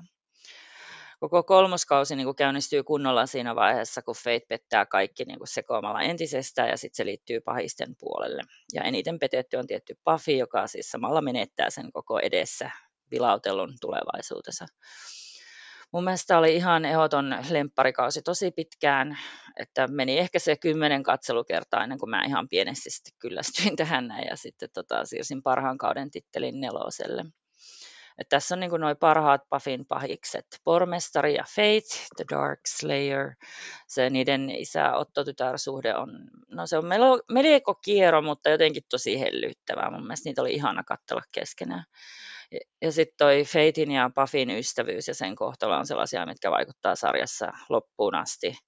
Koko kolmoskausi niin kuin käynnistyy kunnolla siinä vaiheessa, kun Fate pettää kaikki niin kuin sekoamalla entisestään ja sitten se liittyy pahisten puolelle. Ja eniten petetty on tietty Buffy, joka siis samalla menettää sen koko edessä vilautellun tulevaisuutensa. Mun mielestä oli ihan ehdoton lempparikausi tosi pitkään, että meni ehkä se 10 katselukertaa ennen kuin mä ihan pienesti sitten kyllästyin tähän näin ja sitten siirsin parhaan kauden tittelin 4. Et tässä on niin kuin noi parhaat Buffyn pahikset, Pormestari ja Fate, The Dark Slayer. Se niiden isä-Otto-tytär-suhde on, se on melko kiero, mutta jotenkin tosi hellyttävää. Mun mielestä niitä oli ihana katsella keskenään. Ja sitten toi Fatein ja Buffyn ystävyys ja sen kohtalo on sellaisia, mitkä vaikuttaa sarjassa loppuun asti.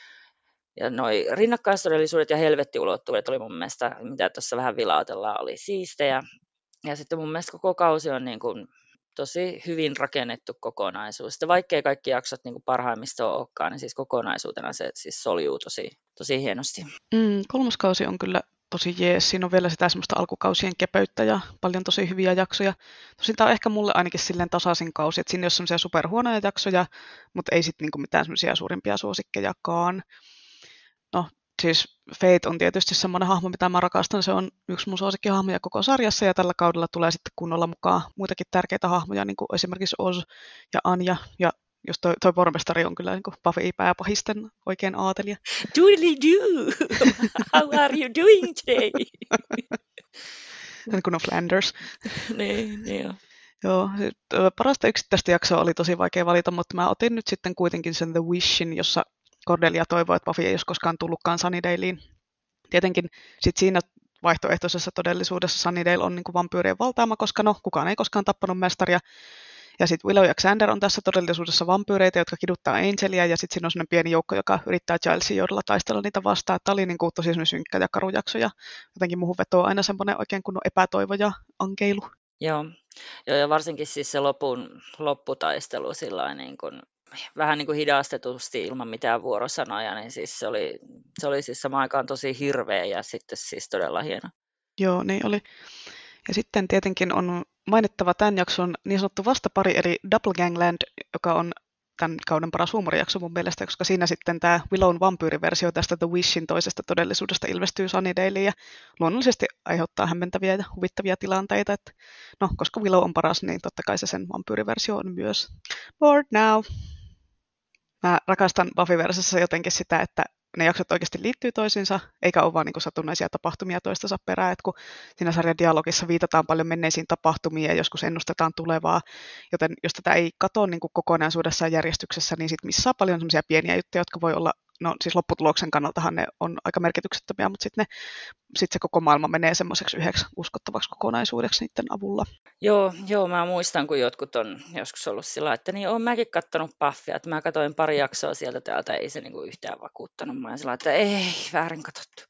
Ja noi rinnakkaistodellisuudet ja helvettiulottuvuudet oli mun mielestä, mitä tuossa vähän vilautellaan, oli siistejä. Ja sitten mun mielestä koko kausi on niin kuin tosi hyvin rakennettu kokonaisuus. Sitten vaikkei kaikki jaksot niin kuin parhaimmista olekaan, niin siis kokonaisuutena se siis soljuu tosi hienosti. Kolmoskausi on kyllä tosi jees. Siinä on vielä sitä semmoista alkukausien kepeyttä ja paljon tosi hyviä jaksoja. Tosin tämä on ehkä mulle ainakin silleen tasaisin kausi, että siinä ei ole semmoisia superhuonoja jaksoja, mutta ei sitten niinku mitään semmoisia suurimpia suosikkejakaan. No, siis Fate on tietysti semmoinen hahmo, mitä mä rakastan. Se on yksi mun suosikkihahmoja koko sarjassa ja tällä kaudella tulee sitten kunnolla mukaan muitakin tärkeitä hahmoja, niin kuin esimerkiksi Oz ja Anja ja jos toi pormestari on kyllä niin kuin Buffy-pääpahisten oikein aatelija. Doodly do! How are you doing today? Niin kuin Flanders. Niin. Joo, parasta yksittäistä jaksoa oli tosi vaikea valita, mutta mä otin nyt sitten kuitenkin sen The Wishin, jossa Cordelia toivoi, että Buffy ei olisi koskaan tullutkaan Sunnydaleen. Tietenkin sit siinä vaihtoehtoisessa todellisuudessa Sunnydale on niin kuin vampyyrien valtaama, koska kukaan ei koskaan tappanut mestaria. Ja sitten Willow ja Xander on tässä todellisuudessa vampyyreitä, jotka kiduttaa Angelia, ja sitten siinä on sellainen pieni joukko, joka yrittää Gilesin johdolla taistella niitä vastaan. Tämä oli niin kuin tosi synkkä ja karu jakso, ja jotenkin muuhun vetoo aina semmoinen oikein kunnon epätoivo ja ankeilu. Joo, ja varsinkin siis se lopputaistelu sillain niin kuin vähän niin kuin hidastetusti ilman mitään vuorosanoja, niin siis se oli siis samaan aikaan tosi hirveä ja sitten siis todella hieno. Joo, niin oli. Ja sitten tietenkin on mainittava tämän jakson niin sanottu vastapari, eli Double Gangland, joka on tämän kauden paras huumorijakso mun mielestä, koska siinä sitten tämä Willown vampyyriversio tästä The Wishin toisesta todellisuudesta ilmestyy Sunnydaleen ja luonnollisesti aiheuttaa hämmentäviä ja huvittavia tilanteita. Että, no, koska Willow on paras, niin totta kai se sen vampyyriversio on myös. Bored now. Mä rakastan Buffy-versiossa jotenkin sitä, että ne jaksot oikeasti liittyy toisiinsa, eikä ole vaan niin kuin satunnaisia tapahtumia toistensa perään, että kun siinä sarjan dialogissa viitataan paljon menneisiin tapahtumiin ja joskus ennustetaan tulevaa, joten jos tätä ei katso niin kuin kokonaisuudessaan järjestyksessä, niin sit missaa paljon semmoisia pieniä juttuja, jotka voi olla, no siis lopputuloksen kannaltahan ne on aika merkityksettömiä, mutta sitten se koko maailma menee semmoiseksi yhdeksi uskottavaksi kokonaisuudeksi niiden avulla. Joo, mä muistan, kun jotkut on joskus ollut sillä, että niin oon mäkin kattonut Buffya, että mä katsoin pari jaksoa sieltä täältä, ei se niinku yhtään vakuuttanut. Mä olin sillä, että ei, väärin katsottu.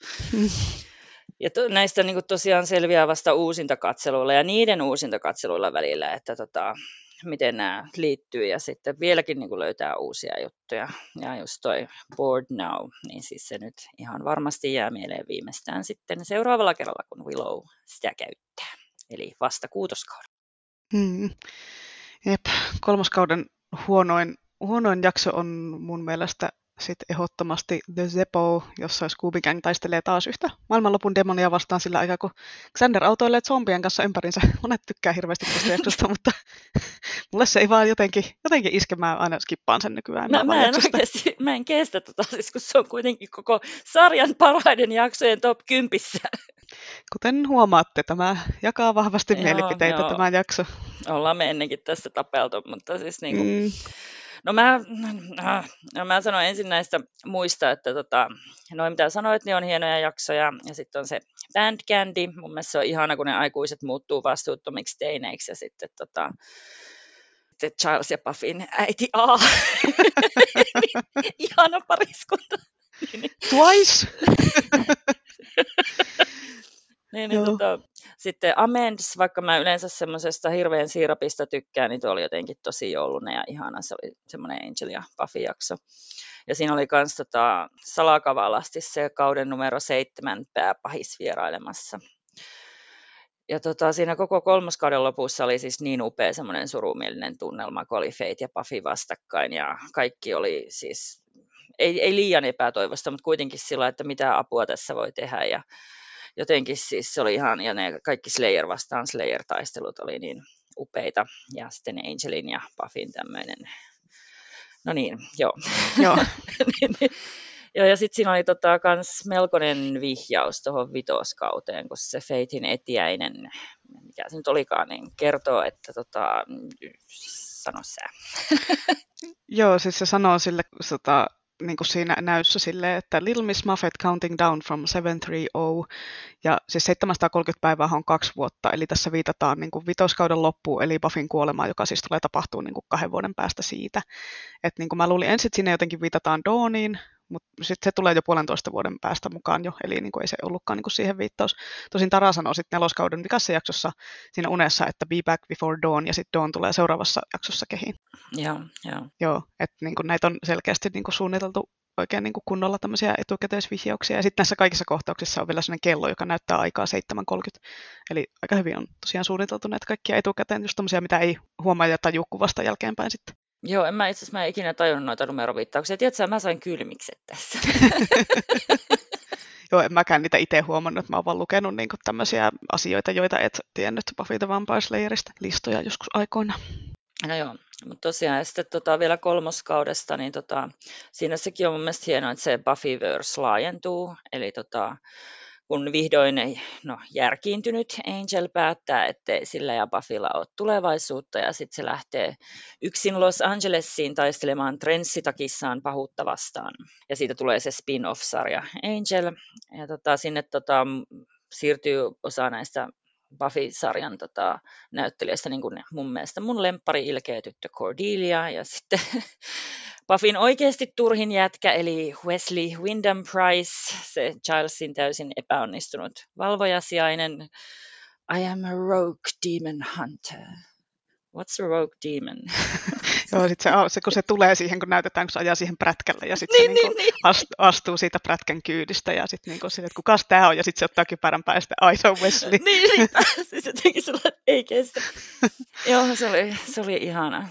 Ja näistä niinku tosiaan selviää vasta uusintakatseluilla ja niiden uusintakatseluilla välillä, että miten nämä liittyy ja sitten vieläkin niinku löytää uusia juttuja. Ja just toi Bored Now, niin siis se nyt ihan varmasti jää mieleen viimeistään sitten seuraavalla kerralla, kun Willow sitä käyttää. Eli vasta 6. kauden. Jep, 3. kauden huonoin jakso on mun mielestä sitten ehdottomasti The Zeppo, jossa Scooby Gang taistelee taas yhtä maailmanlopun demonia vastaan sillä aikaa, kun Xander autoilee zombien kanssa ympärinsä. Monet tykkää hirveästi tästä jaksosta, mutta mulle se ei vaan jotenkin iske, mä aina skippaan sen nykyään. Mä en kestä siis kun se on kuitenkin koko sarjan parhaiden jaksojen top 10. Kuten huomaatte, tämä jakaa vahvasti mielipiteitä tämä jakso. Ollaan me ennenkin tässä tapeltu, mutta siis niinku... No mä sanon ensin näistä muista, että noin mitä sanoit, niin on hienoja jaksoja. Ja sitten on se Band Candy. Mun mielestä se on ihana, kun ne aikuiset muuttuu vastuuttomiksi teineiksi. Ja sitten Charles ja Buffyn äiti A. Ihana pariskunta. Twice! Sitten Amends, vaikka mä yleensä semmoisesta hirveän siirapista tykkään, niin tuo oli jotenkin tosi joulunen ja ihana. Se oli semmoinen Angel ja Buffy-jakso. Ja siinä oli myös salakavalasti se kauden numero 7 pääpahis vierailemassa. Ja siinä koko 3. kauden lopussa oli siis niin upea semmoinen surumielinen tunnelma, kun oli Fate ja Buffy vastakkain. Ja kaikki oli siis, ei liian epätoivosta, mutta kuitenkin sillä, että mitä apua tässä voi tehdä. Ja jotenkin siis se oli ihan, ja ne kaikki Slayer vastaan Slayer-taistelut oli niin upeita. Ja sitten Angelin ja Buffyn tämmöinen, no niin, joo. Joo, ja sitten siinä oli kans melkoinen vihjaus tuohon 5. kauteen, kun se Fatein etiäinen, mikä se nyt olikaan, niin kertoo, että sano sä. Joo, siis se sanoo sille, niin kuin siinä näyssä silleen, että Little Miss Muffet counting down from 730, ja siis 730 päivää on 2 vuotta, eli tässä viitataan niin kuin 5. kauden loppuun, eli Buffyn kuolemaan, joka siis tulee tapahtumaan niin kuin 2 vuoden päästä siitä. Että niin kuin mä luulin ensin, että sinne jotenkin viitataan Dawniin, mutta sitten se tulee jo 1,5 vuoden päästä mukaan jo, eli niin kuin ei se ollutkaan niin kuin siihen viittaus. Tosin Tara sanoi sitten 4. kauden vikassa jaksossa siinä unessa, että be back before dawn, ja sitten dawn tulee seuraavassa jaksossa kehiin. Joo, että niin kuin näitä on selkeästi niin kuin suunniteltu oikein niin kuin kunnolla tämmöisiä etukäteisvihjauksia, ja sitten näissä kaikissa kohtauksissa on vielä sellainen kello, joka näyttää aikaa 7.30, eli aika hyvin on tosiaan suunniteltu näitä kaikkia etukäteen, just tämmöisiä, mitä ei huomaa ja taju kuvasta jälkeenpäin sitten. Joo, itse asiassa mä en ikinä tajunnut noita numeroviittauksia. Tiedätkö, mä sain kylmikset tässä. Joo, en mäkään niitä itse huomannut. Mä oon vaan lukenut niin tämmöisiä asioita, joita et tiennyt Buffy the Vampire Slayerista listoja joskus aikoina. No joo, mutta tosiaan ja sitten vielä 3. kaudesta, niin siinä sekin on mun mielestä hienoa, että se Buffyverse laajentuu. Eli kun vihdoin järkiintynyt Angel päättää, ettei sillä ja Buffylla ole tulevaisuutta, ja sitten se lähtee yksin Los Angelesiin taistelemaan trenssitakissaan pahuutta vastaan. Ja siitä tulee se spin-off-sarja Angel, ja sinne siirtyy osa näistä Buffy-sarjan näyttelijöistä, niin kuin mun mielestä mun lemppari ilkeä tyttö Cordelia, ja sitten Buffyn oikeasti turhin jätkä, eli Wesley Wyndham-Pryce, se Gilesin täysin epäonnistunut valvojasiainen. I am a rogue demon hunter. What's a rogue demon? Joo, sit se, kun se tulee siihen, kun näytetään, kun se ajaa siihen prätkälle ja sitten se niin. astuu siitä prätkän kyydistä ja sitten niinku sille, että kukas tää on ja sitten se ottaa kypärän päästä, I know Wesley. Niin, siis jotenkin sulla ei kestä. Joo, se oli ihana.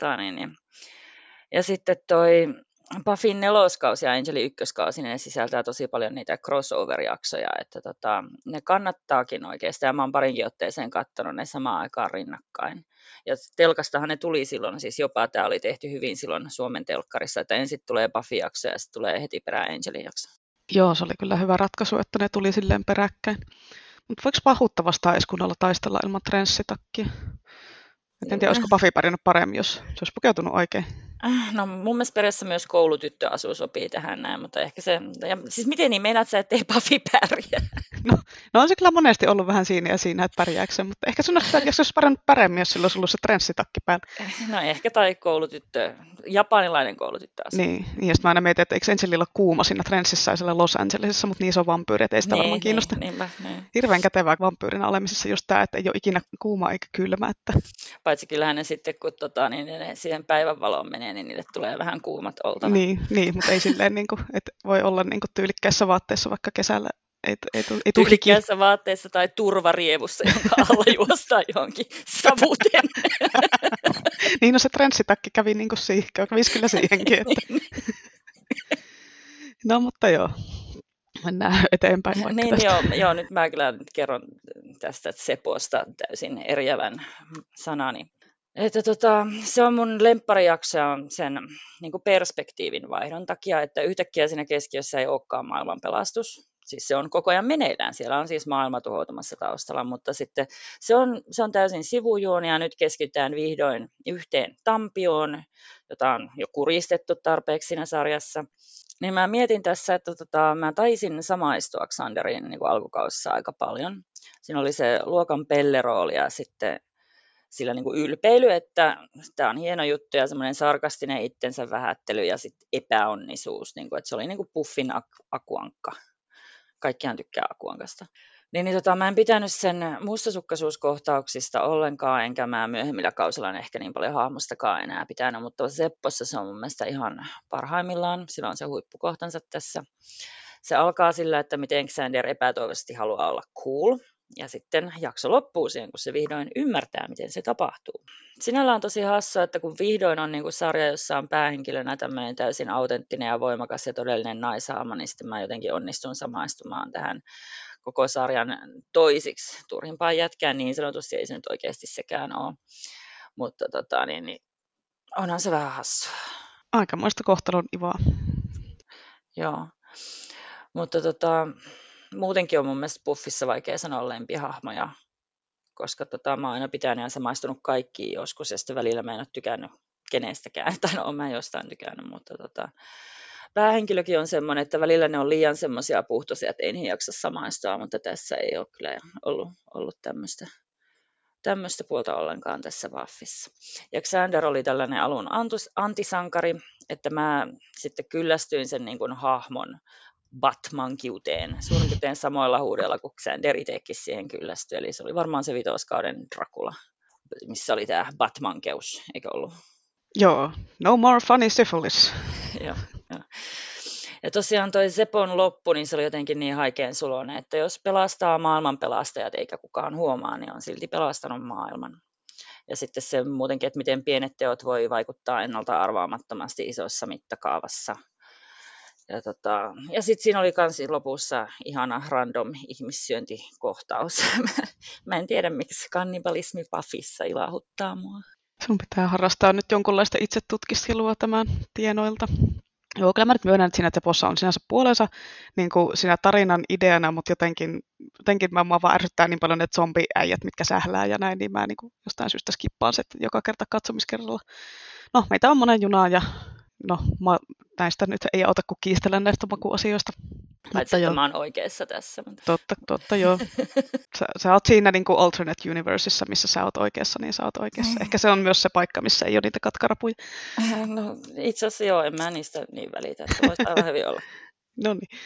Ja sitten toi Buffyn 4. kausi ja Angelin 1. kausi, ne sisältää tosi paljon niitä crossover-jaksoja, että ne kannattaakin oikeastaan. Ja mä oon parinkin otteeseen katsonut ne samaan aikaan rinnakkain. Ja telkastahan ne tuli silloin, siis jopa tämä oli tehty hyvin silloin Suomen telkkarissa, että ensin tulee Buffy-jakso ja sitten tulee heti perään Angelin jakso. Joo, se oli kyllä hyvä ratkaisu, että ne tuli silleen peräkkäin. Mutta voiko pahuutta vastaan edes kunnolla taistella ilman trenssitakkia? En tiedä, olisiko Buffy pärjännyt paremmin, jos se olisi pukeutunut oikein. No mun mielestä perässä myös koulutyttöasu sopii tähän näin, mutta ehkä se, ja siis miten niin meinaat sä, ettei Buffy pärjää? No on se kyllä monesti ollut vähän siinä ja siinä, että pärjääkö se, mutta ehkä sun olisi pärjännyt paremmin, jos sillä olisi ollut se trenssitakki päällä. No ehkä tai japanilainen koulutyttöasu. Niin, ja sitten mä aina mietin, että eikö Angelilla ole kuuma siinä trenssissä ja siellä Los Angelesissa, mutta niin se on vampyyri, että ei sitä varmaan kiinnosta. Niin. Hirveän kätevää vampyyrinä olemisessa just tämä, että ei ole ikinä kuuma eikä kylmä. Että... Paitsi kyllähän ne sitten, kun ne siihen päivänvaloon menee, niin niille tulee vähän kuumat oltavat. Niin, mutta ei silleen, niin kuin, että voi olla niin kuin tyylikkäissä vaatteissa vaikka kesällä. Ei tyylikkäissä vaatteissa tai turvarievussa, jonka alla juostaan johonkin savuteen. Niin, no se trenssitakki kävi niin kuin kävisi kyllä siihenkin. Että... No, mutta joo. Mennään eteenpäin vaikka niin, tästä. joo, nyt mä kyllä kerron tästä Seposta täysin eriävän sanani. Että se on mun lempparijakso sen niin kuin perspektiivin vaihdon takia, että yhtäkkiä siinä keskiössä ei olekaan maailman pelastus. Siis se on koko ajan meneillään, siellä on siis maailma tuhoutumassa taustalla, mutta sitten se on täysin sivujuoni ja nyt keskitytään vihdoin yhteen Tampioon, jota on jo kuristettu tarpeeksi siinä sarjassa. Niin mä mietin tässä, että mä taisin samaistua Xanderiin niin kuin alkukausissa aika paljon. Siinä oli se luokan pellerooli ja sitten sillä niin kuin ylpeily, että tämä on hieno juttu ja semmoinen sarkastinen itsensä vähättely ja sitten epäonnisuus, niin kuin, että se oli niin kuin Buffyn akuankka. Kaikkihan tykkää akuankasta. Niin, mä en pitänyt sen mustasukkaisuuskohtauksista ollenkaan, enkä mä myöhemmillä kausilla en ehkä niin paljon hahmostakaan enää pitänyt, mutta Seppossa se on mun mielestä ihan parhaimmillaan, sillä on se huippukohtansa tässä. Se alkaa sillä, että miten Xander epätoivoisesti haluaa olla cool, ja sitten jakso loppuu siihen, kun se vihdoin ymmärtää, miten se tapahtuu. Sinällään on tosi hassua, että kun vihdoin on niin kuin sarja, jossa on päähenkilönä tämmöinen täysin autenttinen ja voimakas ja todellinen naishaama, niin sitten mä jotenkin onnistun samaistumaan tähän koko sarjan toisiksi turhimpaan jätkään, niin sanotusti ei se nyt oikeasti sekään ole. Mutta niin onhan se vähän hassua. Aikamoista kohtalon ivaa. Joo, mutta muutenkin on mun mielestä Buffyssa vaikea sanoa lempihahmoja, koska mä oon aina pitänyt ja samaistunut kaikkiin joskus, ja sitten välillä mä en ole tykännyt kenestäkään, tai no oon mä jostain tykännyt, mutta päähenkilökin on semmoinen, että välillä ne on liian semmoisia puhtoisia, että ei niihin jaksa samaistua, mutta tässä ei ole kyllä ollut tämmöistä puolta ollenkaan tässä Buffyssa. Ja Xander oli tällainen alun antisankari, että mä sitten kyllästyin sen niin kuin hahmon Batmankiuteen suurin piirtein samoilla huudella, kun Xander itsekin siihen kyllästyi. Eli se oli varmaan se 5. kauden Dracula, missä oli tämä Batmankeus, eikö ollut? Joo, no more funny syphilis. Joo. Ja tosiaan toi Sepon loppu, niin se oli jotenkin niin haikean suloinen, että jos pelastaa maailman pelastajat eikä kukaan huomaa, niin on silti pelastanut maailman. Ja sitten se muutenkin, että miten pienet teot voi vaikuttaa ennalta arvaamattomasti isossa mittakaavassa. Ja sitten siinä oli kans lopussa ihana random ihmissyöntikohtaus. Mä en tiedä, miksi kannibalismi Buffyssa ilahuttaa mua. Sun pitää harrastaa nyt jonkunlaista itsetutkiskelua tämän tienoilta. Joo, kyllä mä nyt myönnän, että siinä Sepossa on sinänsä puolensa niin kuin siinä tarinan ideana, mutta jotenkin mua vaan ärsyttää niin paljon ne zombiäijät, mitkä sählää ja näin, niin mä niin kuin jostain syystä skippaan se joka kerta katsomiskerralla. No, meitä on monen junaa ja no, näistä nyt ei auta kuin kiistellä näistä makuasioista. Paitsi että mä oon oikeassa tässä. Totta joo. Sä oot siinä niin kuin alternate universeissa, missä sä oot oikeassa, niin sä oot oikeassa. Ehkä se on myös se paikka, missä ei ole niitä katkarapuja. No itse asiassa joo, en mä niistä niin välitä, että voisi aivan hyvin olla. No niin.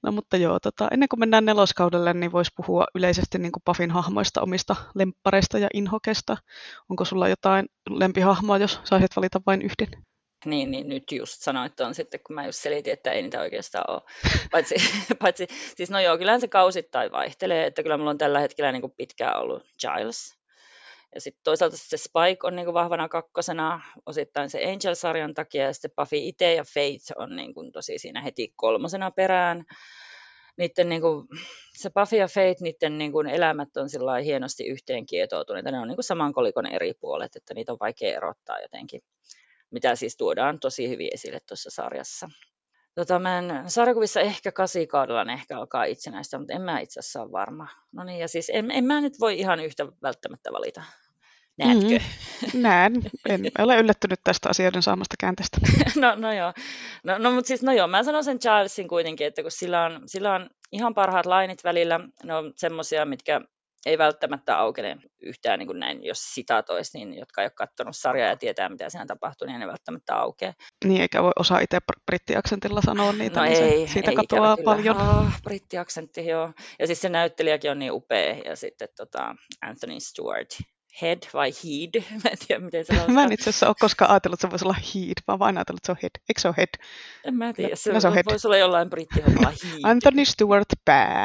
No mutta joo, ennen kuin mennään neloskaudelle, niin voisi puhua yleisesti niin kuin Buffyn hahmoista, omista lemppareista ja inhokesta. Onko sulla jotain lempihahmoa, jos saisit valita vain yhden? Niin nyt just sanoit tuon sitten, kun mä just selitin, että ei niitä oikeastaan ole. Paitsi, siis no joo, kyllähän se kausittain vaihtelee, että kyllä mulla on tällä hetkellä niin kuin pitkään ollut Giles. Ja sitten toisaalta se Spike on niin kuin vahvana kakkosena, osittain se Angel-sarjan takia, ja sitten Buffy itse ja Faith on niin kuin tosi siinä heti kolmosena perään. Niiden niin kuin, se Buffy ja Faith, niiden niin kuin elämät on sillä lailla hienosti yhteen kietoutuneita. Ne on niin kuin saman kolikon eri puolet, että niitä on vaikea erottaa jotenkin, mitä siis tuodaan tosi hyvin esille tuossa sarjassa. Mä en, sarjakuvissa ehkä 8 kaudella ne ehkä alkaa itsenäistä, mutta en mä itse asiassa ole varma. No niin, ja siis en mä nyt voi ihan yhtä välttämättä valita. Näetkö? Näen. En ole yllättynyt tästä asioiden saamasta käänteestä. No joo. No mutta siis no joo, mä sanon sen Gilesin kuitenkin, että kun sillä on ihan parhaat lainit välillä, ne on semmosia, mitkä ei välttämättä aukene yhtään niin kuin näin, jos sitatoisi, niin jotka ei ole katsonut sarjaa ja tietää, mitä siinä tapahtuu, niin ne välttämättä aukee. Niin, eikä voi osaa itse brittiaksentilla sanoa niitä, No niin siitä ei katoaa paljon. Brittiaksentti, joo. Ja siis se näyttelijäkin on niin upea, ja sitten Anthony Stewart. Head vai Heed? Mä en tiedä, miten se laustaa. Mä en itse asiassa ole koskaan ajatellut, että se voisi olla Heed, vaan vain ajatellut, että se on Head. Eikö se ole Head? En mä tiedä, se Head. voisi olla jollain brittihommalla Heed. Anthony Stewart pää.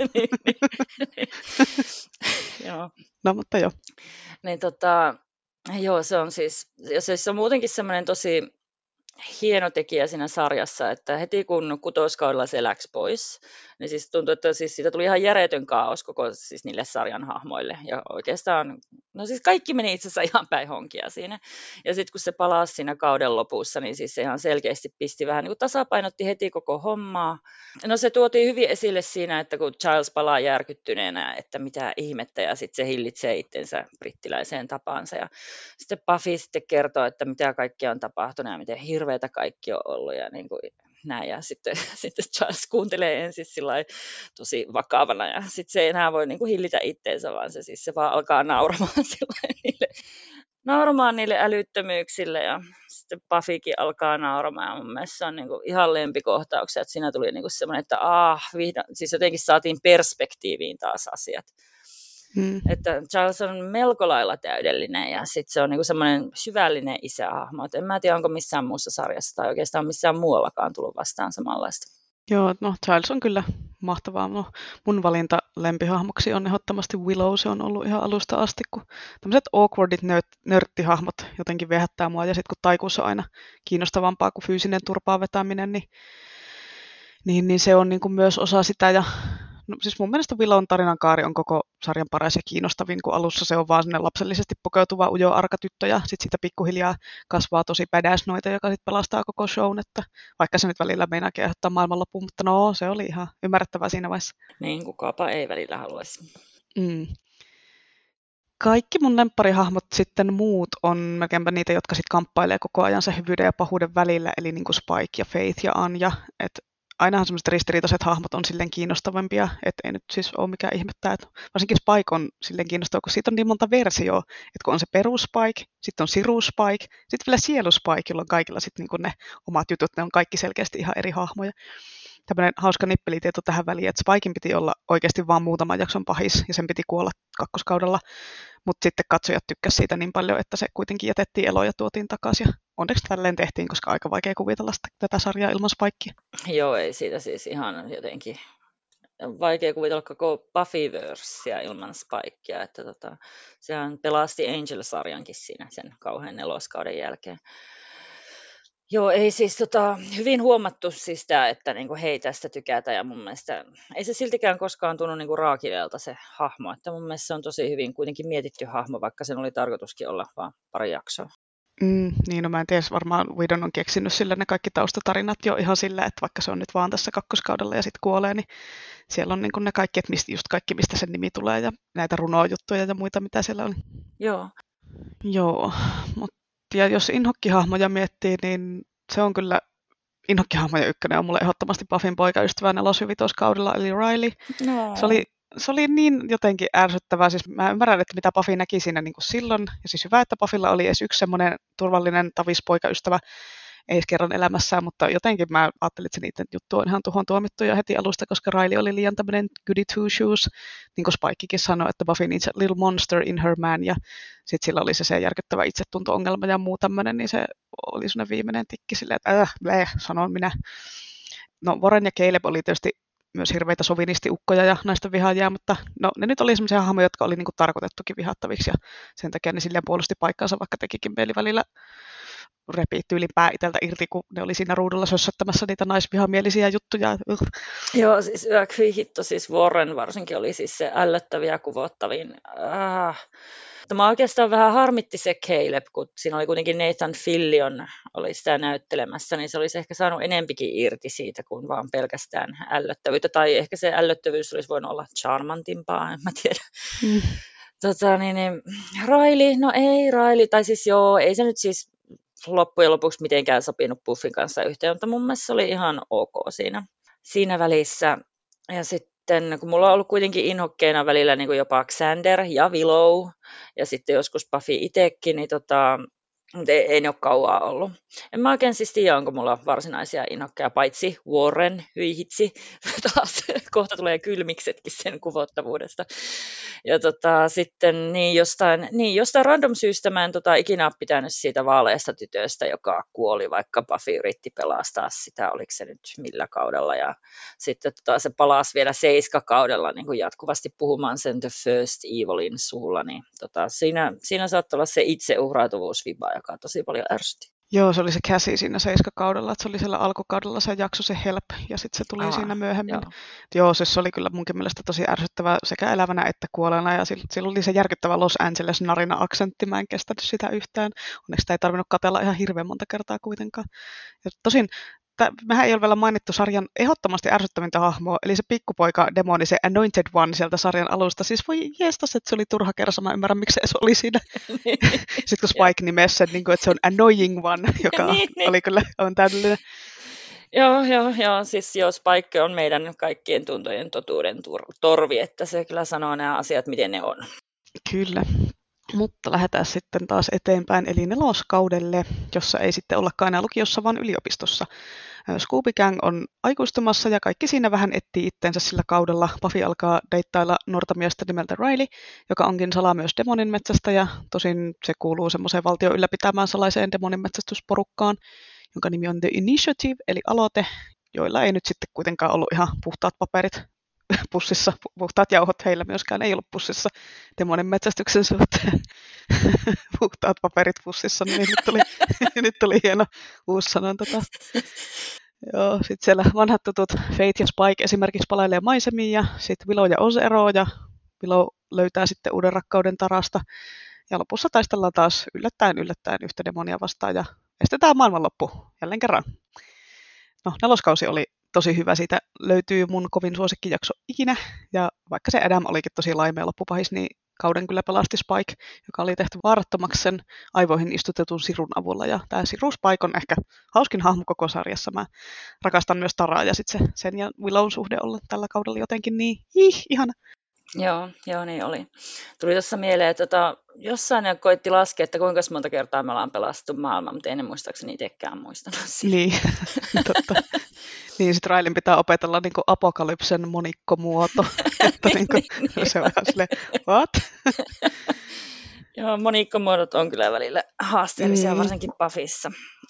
Joo. No, mutta joo. Niin joo, se on siis, ja se on muutenkin semmoinen tosi hieno tekijä siinä sarjassa, että heti kun kutoskaudella se läksi pois, niin siis tuntui, että siis siitä tuli ihan järjetön kaos koko siis niille sarjan hahmoille. Ja oikeastaan, no siis kaikki meni itse asiassa ihan päin honkia siinä. Ja sitten kun se palasi siinä kauden lopussa, niin siis se ihan selkeästi pisti vähän niin kuin tasapainotti heti koko hommaa. No se tuotiin hyvin esille siinä, että kun Giles palaa järkyttyneenä, että mitä ihmettä, ja sitten se hillitsee itsensä brittiläiseen tapaansa. Ja sitten Buffy sitten kertoo, että mitä kaikkea on tapahtunut ja miten hirveätä kaikki on ollut ja niin kuin näin. Ja sitten Giles kuuntelee ensin sillai tosi vakavana ja sitten se ei enää voi niin kuin hillitä itteensä, vaan se vaan alkaa nauramaan niille älyttömyyksille ja sitten Buffykin alkaa nauramaan. Mun mielestä se on niin kuin ihan lempikohtauksia, että siinä tuli niin kuin semmoinen, että vihdoin, siis jotenkin saatiin perspektiiviin taas asiat. Että Giles on melko lailla täydellinen ja sitten se on niinku semmoinen syvällinen isähahmo. En mä tiedä, onko missään muussa sarjassa tai oikeastaan missään muuallakaan tullut vastaan samanlaista. Joo, no Giles on kyllä mahtavaa. No, mun valinta lempihahmoksi on ehdottomasti Willow. Se on ollut ihan alusta asti, kun tämmöiset awkwardit nörttihahmot jotenkin viehättää mua. Ja sitten kun taikuus on aina kiinnostavampaa kuin fyysinen turpaan vetäminen, niin se on niinku myös osa sitä. Ja no, siis mun mielestä Willown tarinan kaari on koko sarjan paras ja kiinnostavin, kun alussa se on vaan sinne lapsellisesti pukeutuva ujo arkatyttö ja sitten sitä pikkuhiljaa kasvaa tosi badass noita, joka sitten pelastaa koko shown, että vaikka se nyt välillä meinaakin aiheuttaa maailmanloppuun, mutta no se oli ihan ymmärrettävää siinä vaiheessa. Niin, kukaapa ei välillä haluaisi. Kaikki mun lempparihahmot sitten muut on melkeinpä niitä, jotka sitten kamppailee koko ajan se hyvyyden ja pahuuden välillä, eli niin kuin Spike ja Faith ja Anja, että ainahan semmoiset ristiriitaiset hahmot on silleen kiinnostavampia, että ei nyt siis ole mikään ihmettää, että varsinkin Spike on silleen kiinnostava, kun siitä on niin monta versioa, että kun on se perus Spike, sitten on siru Spike, sitten vielä sielu Spike, jolla on kaikilla sitten niin kuin ne omat jutut, ne on kaikki selkeästi ihan eri hahmoja. Tämmöinen hauska nippelitieto tähän väliin, että Spikein piti olla oikeasti vaan muutaman jakson pahis, ja sen piti kuolla kakkoskaudella, mutta sitten katsojat tykkäsivät siitä niin paljon, että se kuitenkin jätettiin eloon ja tuotiin takaisin. Onneksi tälleen tehtiin, koska aika vaikea kuvitella tätä sarjaa ilman Spikea. Joo, ei siitä siis ihan jotenkin vaikea kuvitella koko Buffyversia ilman Spikea, että sehän pelasti Angel-sarjankin siinä sen kauhean neloskauden jälkeen. Joo, ei siis hyvin huomattu siis tämä, että niinku, hei tästä tykätään ja mun mielestä ei se siltikään koskaan tunnu niinku raakileelta se hahmo, että mun mielestä se on tosi hyvin kuitenkin mietitty hahmo, vaikka sen oli tarkoituskin olla vaan pari jaksoa. Niin, no mä en tiedä, varmaan Whedon on keksinyt sille ne kaikki taustatarinat jo ihan sillä, että vaikka se on nyt vaan tässä kakkoskaudella ja sitten kuolee, niin siellä on niin kuin ne kaikki, että just kaikki, mistä sen nimi tulee ja näitä runojuttuja ja muita, mitä siellä oli. Joo, mutta ja jos inhokkihahmoja miettii, niin se on kyllä inhokkihahmoja ykkönen on mulle ehdottomasti Buffyn poikaystävä 4-5 kaudella, eli Riley. No. Se oli niin jotenkin ärsyttävää. Siis mä ymmärrän, että mitä Buffy näki siinä niin kuin silloin. Ja siis hyvä, että Buffylla oli edes yksi semmoinen turvallinen tavis poikaystävä. edes kerran elämässään, mutta jotenkin mä ajattelin, että se niiden juttu on ihan tuhon tuomittuja heti alusta, koska Riley oli liian tämmöinen goody two shoes, niin kuin Spikekin sanoi, että Buffy needs a little monster in her man, ja sitten sillä oli se järkyttävä itsetunto-ongelma ja muu tämmöinen, niin se oli semmoinen viimeinen tikki silleen, että sanon minä. No Warren ja Caleb oli tietysti myös hirveitä sovinistiukkoja ja naisten vihaajia, mutta no, ne nyt oli semmoisia hahmoja, jotka oli niinku tarkoitettukin vihattaviksi ja sen takia ne silleen puolusti paikkaansa, vaikka tekikin mieli välillä repii tyylin pää itseltä irti, kun ne oli siinä ruudulla sössöttämässä niitä naisvihamielisiä juttuja. Joo, siis kyllä hitto, siis Warren varsinkin oli siis se ällöttäviä ja kuvottavin. Mä oikeastaan vähän harmitti se Caleb, kun siinä oli kuitenkin Nathan Fillion oli sitä näyttelemässä, niin se olisi ehkä saanut enempikin irti siitä kuin vaan pelkästään ällöttävyyttä. Tai ehkä se ällöttävyys olisi voinut olla charmantimpaa, en mä tiedä. Riley, no ei Riley, tai siis joo, ei se nyt siis loppujen lopuksi mitenkään sopinut Buffyn kanssa yhteen, mutta mun mielestä se oli ihan ok siinä välissä. Ja sitten kun mulla on ollut kuitenkin inhokkeina välillä niin kuin jopa Xander ja Willow, ja sitten joskus Buffy itsekin, niin mutta ei ne ole kauaa ollut. En mä oikein siis tiedä, onko mulla varsinaisia inhokkeja, paitsi Warren, hyi hitsi, taas kohta tulee kylmiksetkin sen kuvottavuudesta. Ja sitten jostain random syystä mä en ikinä ole pitänyt siitä vaaleasta tytöstä, joka kuoli, vaikka Buffy yritti pelastaa sitä, oliko se nyt millä kaudella. Ja sitten se palasi vielä 7-kaudella niin kuin jatkuvasti puhumaan sen The First Evilin suulla, niin siinä saattaa olla se itseuhrautuvuusviba, joka tosi paljon ärsytti. Joo, se oli se Cassie siinä 7-kaudella, että se oli siellä alkukaudella se jakso, se Help, ja sitten se tuli siinä myöhemmin. Joo, siis se oli kyllä munkin mielestä tosi ärsyttävä sekä elävänä että kuolleena, ja sillä oli se järkyttävä Los Angeles-narina-aksentti, mä en kestänyt sitä yhtään. Onneksi sitä ei tarvinnut katsella ihan hirveän monta kertaa kuitenkaan. Ja tosin, mehän ei ole vielä mainittu sarjan ehdottomasti ärsyttävintä hahmoa, eli se pikkupoika demoni, se Anointed One sieltä sarjan alusta. Siis voi jeestas, että se oli turha kersa, mä ymmärrän, miksi se oli siinä. Sitten kun Spike nimesi sen, niin kuin, että se on Annoying One, joka oli kyllä on täydellinen. Joo, siis Spike on meidän kaikkien tuntojen totuuden torvi, että se kyllä sanoo nämä asiat, miten ne on. Kyllä. Mutta lähdetään sitten taas eteenpäin, eli 4. kaudelle, jossa ei sitten ollakaan enää lukiossa, vaan yliopistossa. Scooby Gang on aikuistumassa ja kaikki siinä vähän etsii itteensä sillä kaudella. Buffy alkaa deittailla nuorta miestä nimeltä Riley, joka onkin salaa myös demonin metsästäjä. Tosin se kuuluu semmoiseen valtion ylläpitämään salaiseen demonin metsästysporukkaan, jonka nimi on The Initiative, eli aloite, joilla ei nyt sitten kuitenkaan ollut ihan puhtaat paperit pussissa, puhtaat jauhot heillä myöskään ei ollut pussissa demonin metsästyksen suhteen. Puhtaat paperit pussissa, niin nyt tuli hieno uusi sanonta. Joo, sitten siellä vanhat tutut Faith ja Spike esimerkiksi palailee maisemiin ja sitten Willow ja Oz eroaa ja Willow löytää sitten uuden rakkauden tarasta. Ja lopussa taistellaan taas yllättäen yhtä demonia vastaan ja estetään maailmanloppu jälleen kerran. No, 4. kausi oli tosi hyvä, siitä löytyy mun kovin suosikkijakso ikinä, ja vaikka se Adam olikin tosi laimea loppupahis, niin kauden kyllä pelasti Spike, joka oli tehty vaarattomaksi sen aivoihin istutetun sirun avulla, ja tämä siru Spike on ehkä hauskin hahmo koko sarjassa. Mä rakastan myös Taraa, ja sitten sen ja Willown suhde olla tällä kaudella jotenkin niin ihana. Joo, niin oli. Tuli tuossa mieleen, että jossain koitti laskea, että kuinka monta kertaa me ollaan pelastettu maailma, mutta en muistaakseni itsekään muistanut siitä. Niin, totta. Niin, sitten Rileyn pitää opetella niin kuin apokalypsen monikkomuoto. Että niin kuin, se on ihan silleen, what? Joo, monikkomuodot on kyllä välillä haasteellisia, varsinkin Buffyssa.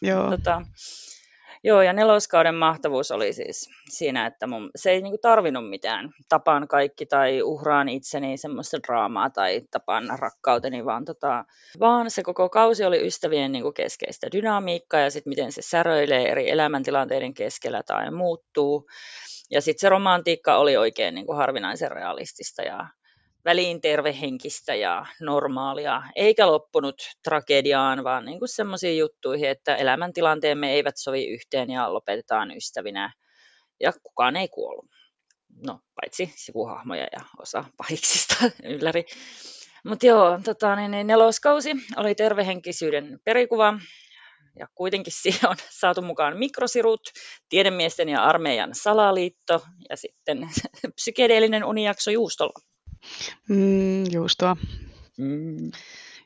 Joo, ja 4. kauden mahtavuus oli siis siinä, että se ei niinku tarvinnut mitään tapaan kaikki tai uhraan itseni semmoista draamaa tai tapaan rakkauteni, vaan se koko kausi oli ystävien niinku keskeistä dynamiikkaa ja sitten miten se säröilee eri elämäntilanteiden keskellä tai muuttuu. Ja sitten se romantiikka oli oikein niinku harvinaisen realistista ja väliin tervehenkistä ja normaalia, eikä loppunut tragediaan, vaan niin kuin semmoisiin juttuihin, että elämäntilanteemme eivät sovi yhteen ja lopetetaan ystävinä ja kukaan ei kuollut. No, paitsi sivuhahmoja ja osa pahiksista ylläri. Mutta joo, 4. kausi oli tervehenkisyyden perikuva ja kuitenkin siihen on saatu mukaan mikrosirut, tiedemiesten ja armeijan salaliitto ja sitten psykedeellinen unijakso juustolla. Juustoa.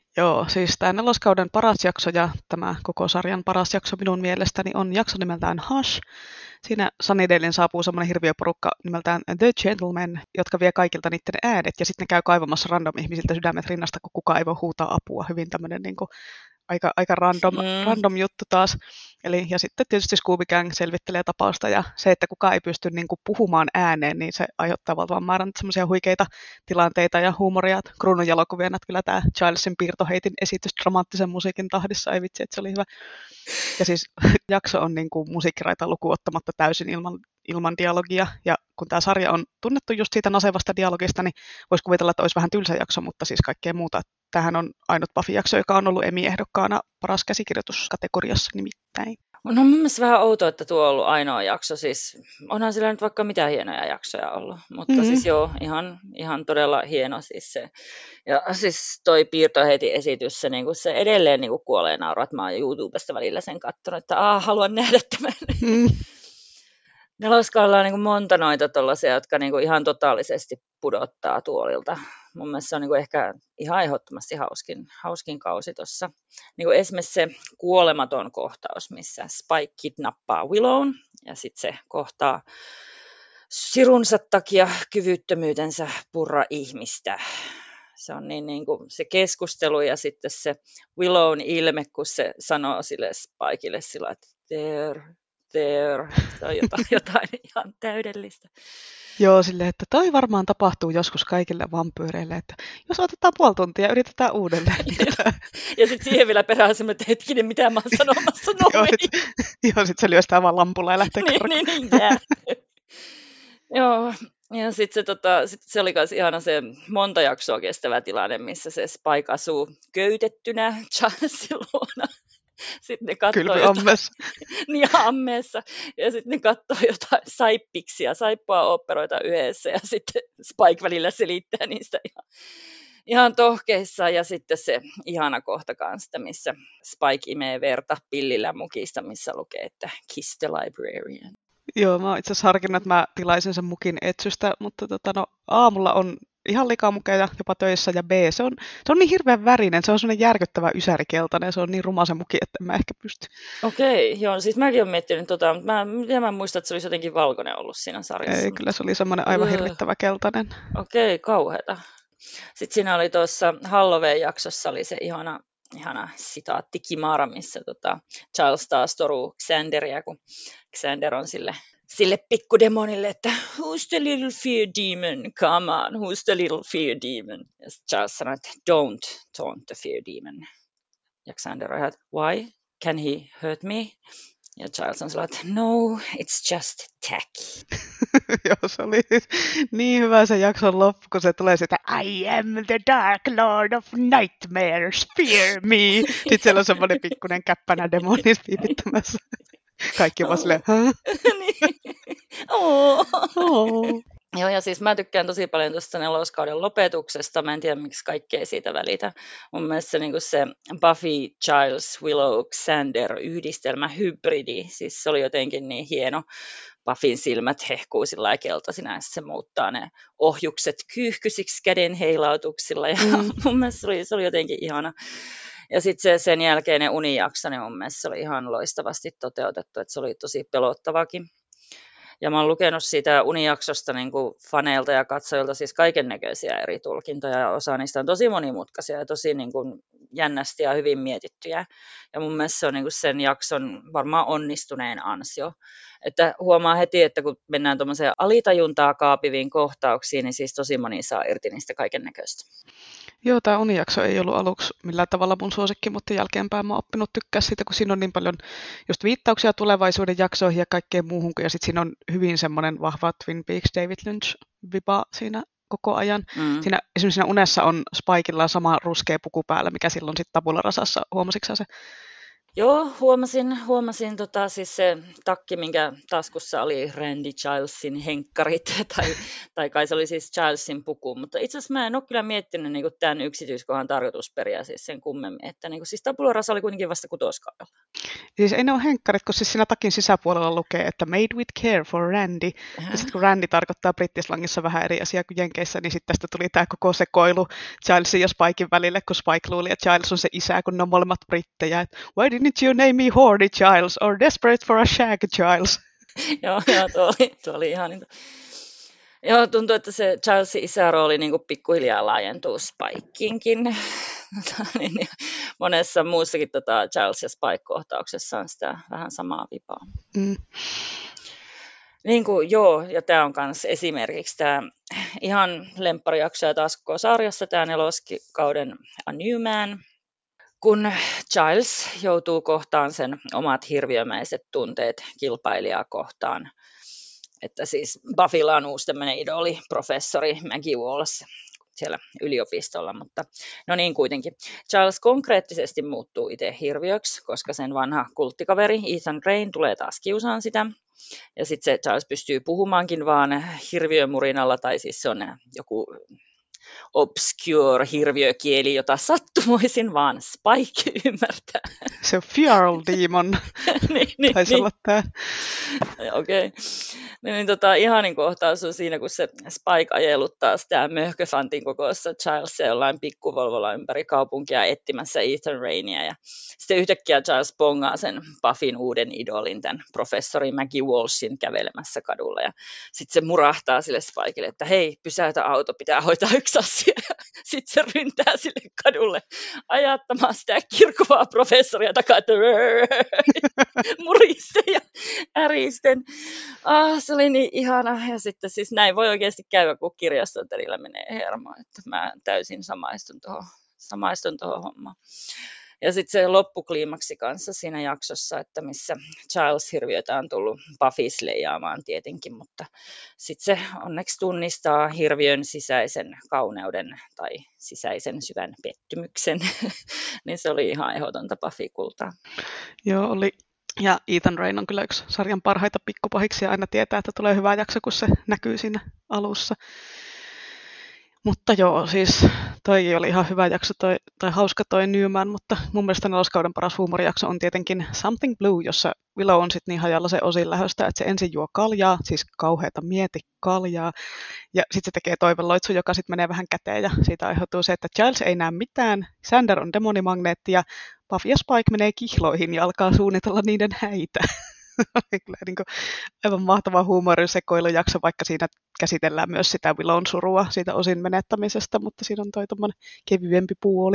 Joo, siis tämä neloskauden paras jakso ja tämä koko sarjan paras jakso minun mielestäni on jakso nimeltään Hush. Siinä Sunnydalen saapuu semmoinen hirviöporukka nimeltään The Gentlemen, jotka vie kaikilta niiden äänet ja sitten ne käy kaivamassa random ihmisiltä sydämet rinnasta, kun kukaan ei voi huutaa apua. Hyvin tämmöinen niin kuin aika random juttu taas. Eli, ja sitten tietysti Scooby Gang selvittelee tapausta ja se, että kukaan ei pysty niin kuin puhumaan ääneen, niin se aiheuttaa valtavan määrän semmoisia huikeita tilanteita ja huumoria. Kruununjalokuvia kyllä tämä Gilesin piirtoheitin esitys dramaattisen musiikin tahdissa, ei vitsi, että se oli hyvä. Ja siis jakso on niin kuin musiikkiraita lukuun ottamatta täysin ilman dialogia. Ja kun tämä sarja on tunnettu just siitä nasevasta dialogista, niin voisi kuvitella, että olisi vähän tylsä jakso, mutta siis kaikkea muuta. Tämähän on ainut Buffy-jakso, joka on ollut Emmy-ehdokkaana paras käsikirjoituskategoriassa nimittäin. No mun mielestä vähän outoa, että tuo on ollut ainoa jakso. Siis onhan sillä nyt vaikka mitä hienoja jaksoja ollut. Mutta siis joo, ihan todella hieno siis se. Ja siis toi piirtoheitin esitys, se, niinku, se edelleen niinku kuolee nauraa, että mä oon YouTubesta välillä sen katsonut, että haluan nähdä tämän. Neloskaudella on niinku monta noita tollaisia, jotka niinku ihan totaalisesti pudottaa tuolilta. Mun mielestä se on niinku ehkä ihan ehdottomasti hauskin kausi tuossa. Niinku esimerkiksi se kuolematon kohtaus, missä Spike kidnappaa Willown ja sitten se kohtaa sirunsa takia kyvyttömyytensä purra ihmistä. Se on niin kuin se keskustelu ja sitten se Willown ilme, kun se sanoo sille Spikeille sillä, että there. Se on jotain ihan täydellistä. Joo, silleen, että toi varmaan tapahtuu joskus kaikille vampyyreille, että jos otetaan puoli tuntia ja yritetään uudelleen. Ja sitten siihen vielä perään semmoinen, että hetkinen, mitä mä oon sanomassa noin. Joo, sit se lyöstää vaan lampulla ja lähtee karkuun. Niin, Joo, ja sitten se oli myös ihana se monta jaksoa kestävä tilanne, missä se Spike asuu köytettynä Charlesin luona. Sitten ne katsoo ammeessa. Ja sitten ne katsoo jotain saippiksia, saippua-oopperoita yhdessä. Ja sitten Spike välillä selittää niistä ihan tohkeissaan. Ja sitten se ihana kohta kanssa, missä Spike imee verta pillillä mukista, missä lukee, että Kiss the Librarian. Joo, mä oon itse asiassa harkinnut, että mä tilaisin sen mukin etsystä, mutta aamulla on ihan likamukeja jopa töissä, ja B, se on niin hirveän värinen, se on sellainen järkyttävä ysärikeltainen, se on niin ruma se muki, että en mä ehkä pysty. Okei, joo, siis mäkin olen miettinyt mutta mä muistan, että se olisi jotenkin valkoinen ollut siinä sarjassa. Ei, kyllä se oli semmoinen aivan hirvittävä keltainen. Okei, kauheata. Sitten siinä oli tuossa Halloween-jaksossa oli se ihana sitaatti Kimara, missä Charles taas toruu Xanderia, kun Xander on sille pikkudemonille, että who's the little fear demon, come on, who's the little fear demon. Ja Charles sanoi, että don't taunt the fear demon. Ja Xander on, että why, can he hurt me? Ja Charles on sellainen, että no, it's just tacky. Joo, se oli niin hyvä se jakson loppu, kun se tulee sitä I am the Dark Lord of Nightmares, fear me. Sitten siellä on semmoinen pikkuinen käppänä demonis piipittämässä. Kaikki vaan silleen, Joo, ja siis mä tykkään tosi paljon tuosta neloskauden lopetuksesta. Mä en tiedä, miksi kaikki ei siitä välitä. Mun mielestä se Buffy, Giles, Willow, Xander yhdistelmä hybridi, siis se oli jotenkin niin hieno. Buffyn silmät hehkuu sillä keltaisina, ja se muuttaa ne ohjukset kyyhkysiksi käden heilautuksilla. Ja mun mielestä se oli jotenkin ihana. Ja sitten sen jälkeen ne unijakso, niin mun mielestä se oli ihan loistavasti toteutettu, että se oli tosi pelottavakin. Ja mä oon lukenut siitä unijaksosta niin kuin faneilta ja katsojilta siis kaikennäköisiä eri tulkintoja, ja osa niistä on tosi monimutkaisia ja tosi niin kuin jännästi ja hyvin mietittyjä. Ja mun mielestä se on niin kuin sen jakson varmaan onnistuneen ansio. Että huomaa heti, että kun mennään tuommoiseen alitajuntaa kaapiviin kohtauksiin, niin siis tosi moni saa irti niistä kaikennäköistä. Joo, tämä unijakso ei ollut aluksi millään tavalla mun suosikki, mutta jälkeenpäin mä oon oppinut tykkää siitä, kun siinä on niin paljon just viittauksia tulevaisuuden jaksoihin ja kaikkeen muuhun, ja sitten siinä on hyvin semmoinen vahva Twin Peaks David Lynch-viba siinä koko ajan. Esimerkiksi siinä unessa on Spikella sama ruskea puku päällä, mikä silloin sitten Tabula Rasassa, huomasitko se? Joo, huomasin siis se takki, minkä taskussa oli Randy Gilesin henkkarit, tai kai se oli siis Gilesin puku, mutta itse asiassa mä en ole kyllä miettinyt niin tämän yksityiskohan tarkoitusperiä siis sen kummemmin, että niin siis tabula rasa oli kuitenkin vasta kutoskaudella. Siis ei ne ole henkkarit, kun siis siinä takin sisäpuolella lukee, että made with care for Randy. Ja sitten kun Randy tarkoittaa brittislangissa vähän eri asiaa kuin jenkeissä, niin sitten tästä tuli tämä koko sekoilu Gilesin ja Spikein välille, kun Spike luuli, että Giles on se isä, kun ne on molemmat brittejä. Why didn't you name me Horny Giles or Desperate for a Shag Giles? Joo, tuo oli ihan niin. Joo, tuntuu, että se Gilesin isärooli niin kuin pikkuhiljaa laajentuu Spikeinkin. Monessa muussakin Giles ja Spike-kohtauksessa on sitä vähän samaa vipaa. Mm. Niin kuin, joo, ja tämä on myös esimerkiksi tämä ihan lempparijaksoja taas koko sarjassa, tämä neloskauden A New Man, kun Giles joutuu kohtaan sen omat hirviömäiset tunteet kilpailijaa kohtaan. Että siis Buffylla on uusi tämmöinen idoli, professori Maggie Walls siellä yliopistolla, mutta no niin kuitenkin. Giles konkreettisesti muuttuu itse hirviöksi, koska sen vanha kulttikaveri Ethan Rayne tulee taas kiusaan sitä. Ja sitten se Giles pystyy puhumaankin vaan hirviömurinalla, tai siis se on joku obscure hirviökieli, jota sattumoisin vaan Spike ymmärtää. Se on Feral Demon. Taisi olla tämä. Okei. Ihanin kohtaus on siinä, kun se Spike ajeluttaa sitä möhköfantin kokoissa Gilesia jollain pikkuvolvolla ympäri kaupunkia etsimässä Ethan Raynia. Ja sitten yhtäkkiä Giles bongaa sen Buffyn uuden idolin, tämän professori Maggie Walshin kävelemässä kadulla. Ja sitten se murahtaa sille Spikelle, että hei, pysäytä auto, pitää hoitaa yksi asia. Sitten se ryntää sille kadulle ajattamaan sitä kirkuvaa professoria takaa, että muriste ja äristen. Se oli niin ihana. Ja sitten siis näin voi oikeasti käydä, kun kirjastonterillä menee hermo. Että mä täysin samaistun tuohon hommaan. Ja sitten se loppukliimaksi kanssa siinä jaksossa, että missä Giles-hirviötä on tullut Buffy sleijaamaan tietenkin, mutta sitten se onneksi tunnistaa hirviön sisäisen kauneuden tai sisäisen syvän pettymyksen, niin se oli ihan ehdotonta Buffy-kultaa. Joo, oli. Ja Ethan Rayne on kyllä yksi sarjan parhaita pikkupahiksi ja aina tietää, että tulee hyvä jakso, kun se näkyy siinä alussa. Mutta joo, siis toi oli ihan hyvä jakso, tai hauska toi Newman, mutta mun mielestä neloskauden paras huumorijakso on tietenkin Something Blue, jossa Willow on sitten niin hajalla se osin lähöstä, että se ensin juo kaljaa, siis kauheata mietikaljaa, ja sitten se tekee toiveloitsu, joka sitten menee vähän käteen, ja siitä aiheutuu se, että Giles ei näe mitään, Xander on demonimagneetti, ja Buffy ja Spike menee kihloihin ja alkaa suunnitella niiden häitä. Kyllä niin kuin aivan mahtava huumorisekoilujakso, vaikka siinä käsitellään myös sitä Willown surua siitä osin menettämisestä, mutta siinä on toi tommoinen kevyempi puoli.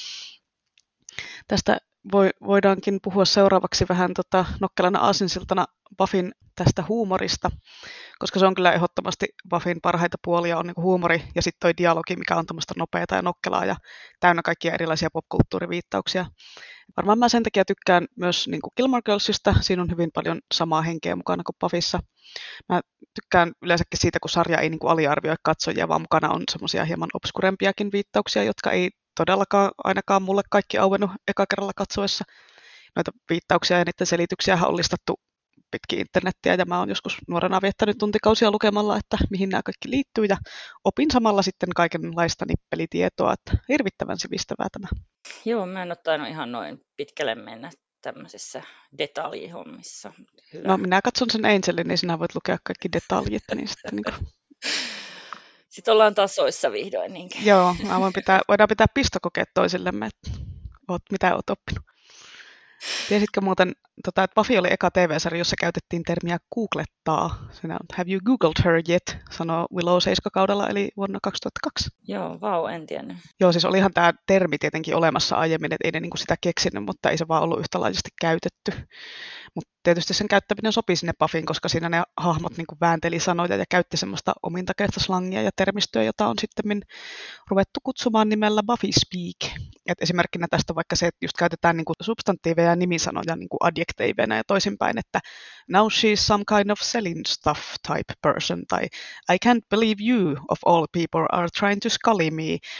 Tästä voidaankin puhua seuraavaksi vähän nokkelana aasinsiltana Buffyn tästä huumorista, koska se on kyllä ehdottomasti Buffyn parhaita puolia on niinku huumori ja sitten toi dialogi, mikä on tämmöistä nopeata ja nokkelaa ja täynnä kaikkia erilaisia popkulttuuriviittauksia. Varmaan mä sen takia tykkään myös niin kuin Gilmore Girlsista, siinä on hyvin paljon samaa henkeä mukana kuin Buffyssa. Mä tykkään yleensäkin siitä, kun sarja ei niin kuin aliarvioi katsojia, vaan mukana on semmoisia hieman obskurempiakin viittauksia, jotka ei todellakaan ainakaan mulle kaikki auennut eka kerralla katsoessa. Noita viittauksia ja niiden selityksiä on listattu pitkin internettiä ja mä oon joskus nuorena viettänyt tuntikausia lukemalla, että mihin nämä kaikki liittyy ja opin samalla sitten kaikenlaista nippelitietoa, että hirvittävän sivistävää tämä. Joo, mä en ole tainnut ihan noin pitkälle mennä tämmöisissä detaljihommissa. Hyvä. No minä katson sen Angelin, niin sinä voit lukea kaikki detaljit. Niin sitten, niin kuin... sitten ollaan tasoissa vihdoin. Niinkin. Joo, voidaan pitää pistokokeet toisillemme, että mitä olet oppinut. Tiesitkö muuten, että Buffy oli eka TV-sarja, jossa käytettiin termiä googlettaa. Siinä on Have you googled her yet, sanoo Willow 7-kaudella, eli vuonna 2002. Joo, en tiennyt. Joo, siis olihan tämä termi tietenkin olemassa aiemmin, että ei ne niinku sitä keksinyt, mutta ei se vaan ollut yhtälaisesti käytetty. Mutta tietysti sen käyttäminen sopii sinne Buffyin, koska siinä ne hahmot niinku väänteli sanoja ja käytti semmoista omintakeista slangia ja termistöä, jota on sitten ruvettu kutsumaan nimellä Buffy Speak. Et esimerkkinä tästä vaikka se, että just käytetään niinku substantiiveja ja nimisanoja niinku adjektiiveina ja toisinpäin, että now she's some kind of selling stuff type person, tai I can't believe you of all people are trying to scully me.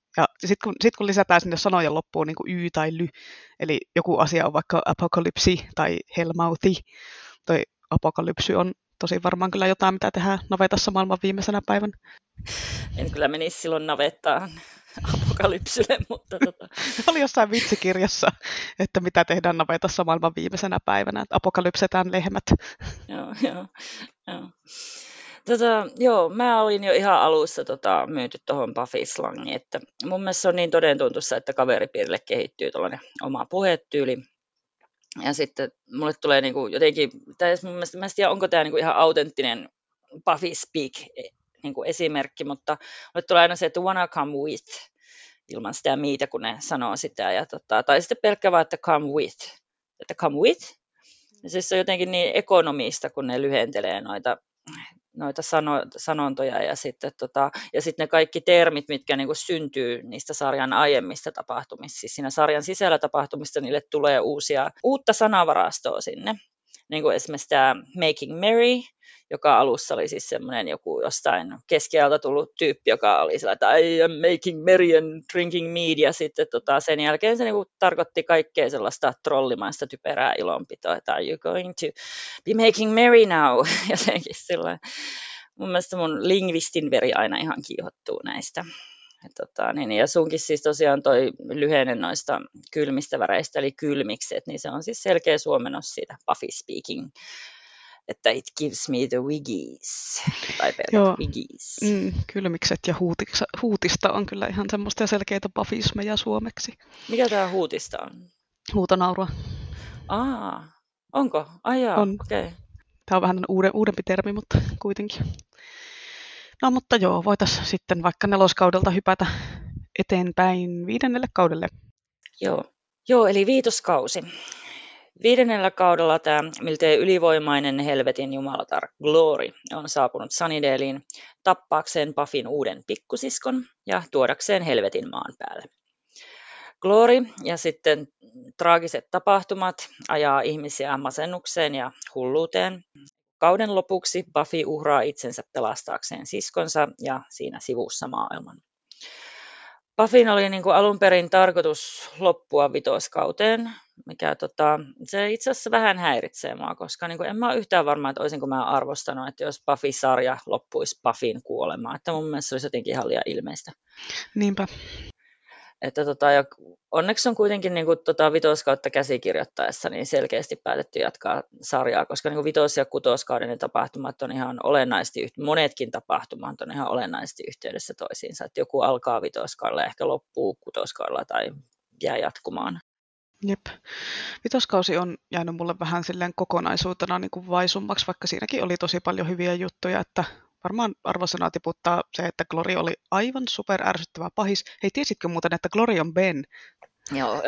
Ja sit kun lisätään sinne sanojen loppuun niin kuin y tai ly, eli joku asia on vaikka apokalypsi tai hellmouthi, toi apokalypsy on tosi varmaan kyllä jotain, mitä tehdään navetassa maailman viimeisenä päivänä. En kyllä menisi silloin navettaan apokalypsylle, mutta Oli jossain vitsikirjassa, että mitä tehdään navetassa maailman viimeisenä päivänä, että apokalypsetään lehmät. Joo. Mä olin jo ihan alussa myyty tuohon Buffy-slangiin, että mun mielestä se on niin todentuntussa, että kaveripiirille kehittyy tuollainen oma puhetyyli. Ja sitten mulle tulee niinku jotenkin, mun mielestä, mä en tiedä, onko tämä niinku ihan autenttinen Buffy speak niinku esimerkki, mutta mulle tulee aina se, että wanna come with, ilman sitä miitä, kun ne sanoo sitä. Ja tai sitten pelkkä vaan, että come with. Että come with. Ja siis se on jotenkin niin ekonomista, kun ne lyhentelee noita sanontoja ja sitten ne kaikki termit, mitkä niinku syntyy niistä sarjan aiemmista tapahtumista. Siis siinä sarjan sisällä tapahtumista niille tulee uutta sanavarastoa sinne. Niin kuin esimerkiksi tämä Making Merry, joka alussa oli siis semmoinen joku jostain keskiajalta tullut tyyppi, joka oli sellainen, että I am making merry and drinking mead, ja sitten sen jälkeen se niinku tarkoitti kaikkea sellaista trollimaista typerää ilonpitoa, että are you going to be making merry now? Jotenkin sillä mun mielestä mun lingvistin veri aina ihan kiihottuu näistä. Ja sunkin siis tosiaan toi lyhenne noista kylmistä väreistä, eli kylmikset, niin se on siis selkeä suomennos siitä Buffy speaking, että it gives me the wiggies, tai pelkät wiggies. Kylmikset ja huutista on kyllä ihan semmoista selkeitä buffismeja suomeksi. Mikä tää huutista on? Huutonaurua. Onko? On. Okay. Tämä on vähän uudempi termi, mutta kuitenkin. No mutta joo, voitaisiin sitten vaikka 4. kaudelta hypätä eteenpäin 5. kaudelle. Joo, eli 5. kausi. 5. kaudella tämä miltei ylivoimainen helvetin jumalatar Glory on saapunut Sunnydaleen tappaakseen Buffyn uuden pikkusiskon ja tuodakseen helvetin maan päälle. Glory ja sitten traagiset tapahtumat ajaa ihmisiä masennukseen ja hulluuteen. Kauden lopuksi Buffy uhraa itsensä pelastaakseen siskonsa ja siinä sivussa maailman. Buffyn oli niin kuin alun perin tarkoitus loppua 5. kauteen, mikä se itse asiassa vähän häiritsee mua, koska niin kuin en mä ole yhtään varma, että olisinko mä arvostanut, että jos Buffy-sarja loppuisi Buffyn kuolemaan. Että mun mielestä se olisi jotenkin ihan liian ilmeistä. Niinpä. Että ja onneksi on kuitenkin niin kuin 5. kautta käsikirjoittaessa niin selkeästi päätetty jatkaa sarjaa, koska niin kuin 5. ja 6. kauden tapahtumat on ihan olennaisesti, monetkin tapahtumat on ihan olennaisesti yhteydessä toisiinsa, että joku alkaa 5. kaudella ja ehkä loppuu 6. kaudella tai jää jatkumaan. Jep. 5. kausi on jäänyt mulle vähän silleen kokonaisuutena niin kuin vaisummaksi, vaikka siinäkin oli tosi paljon hyviä juttuja, että varmaan arvosanaa tiputtaa se, että Glory oli aivan super ärsyttävä pahis. Hei, tiesitkö muuten, että Glory on Ben? Joo,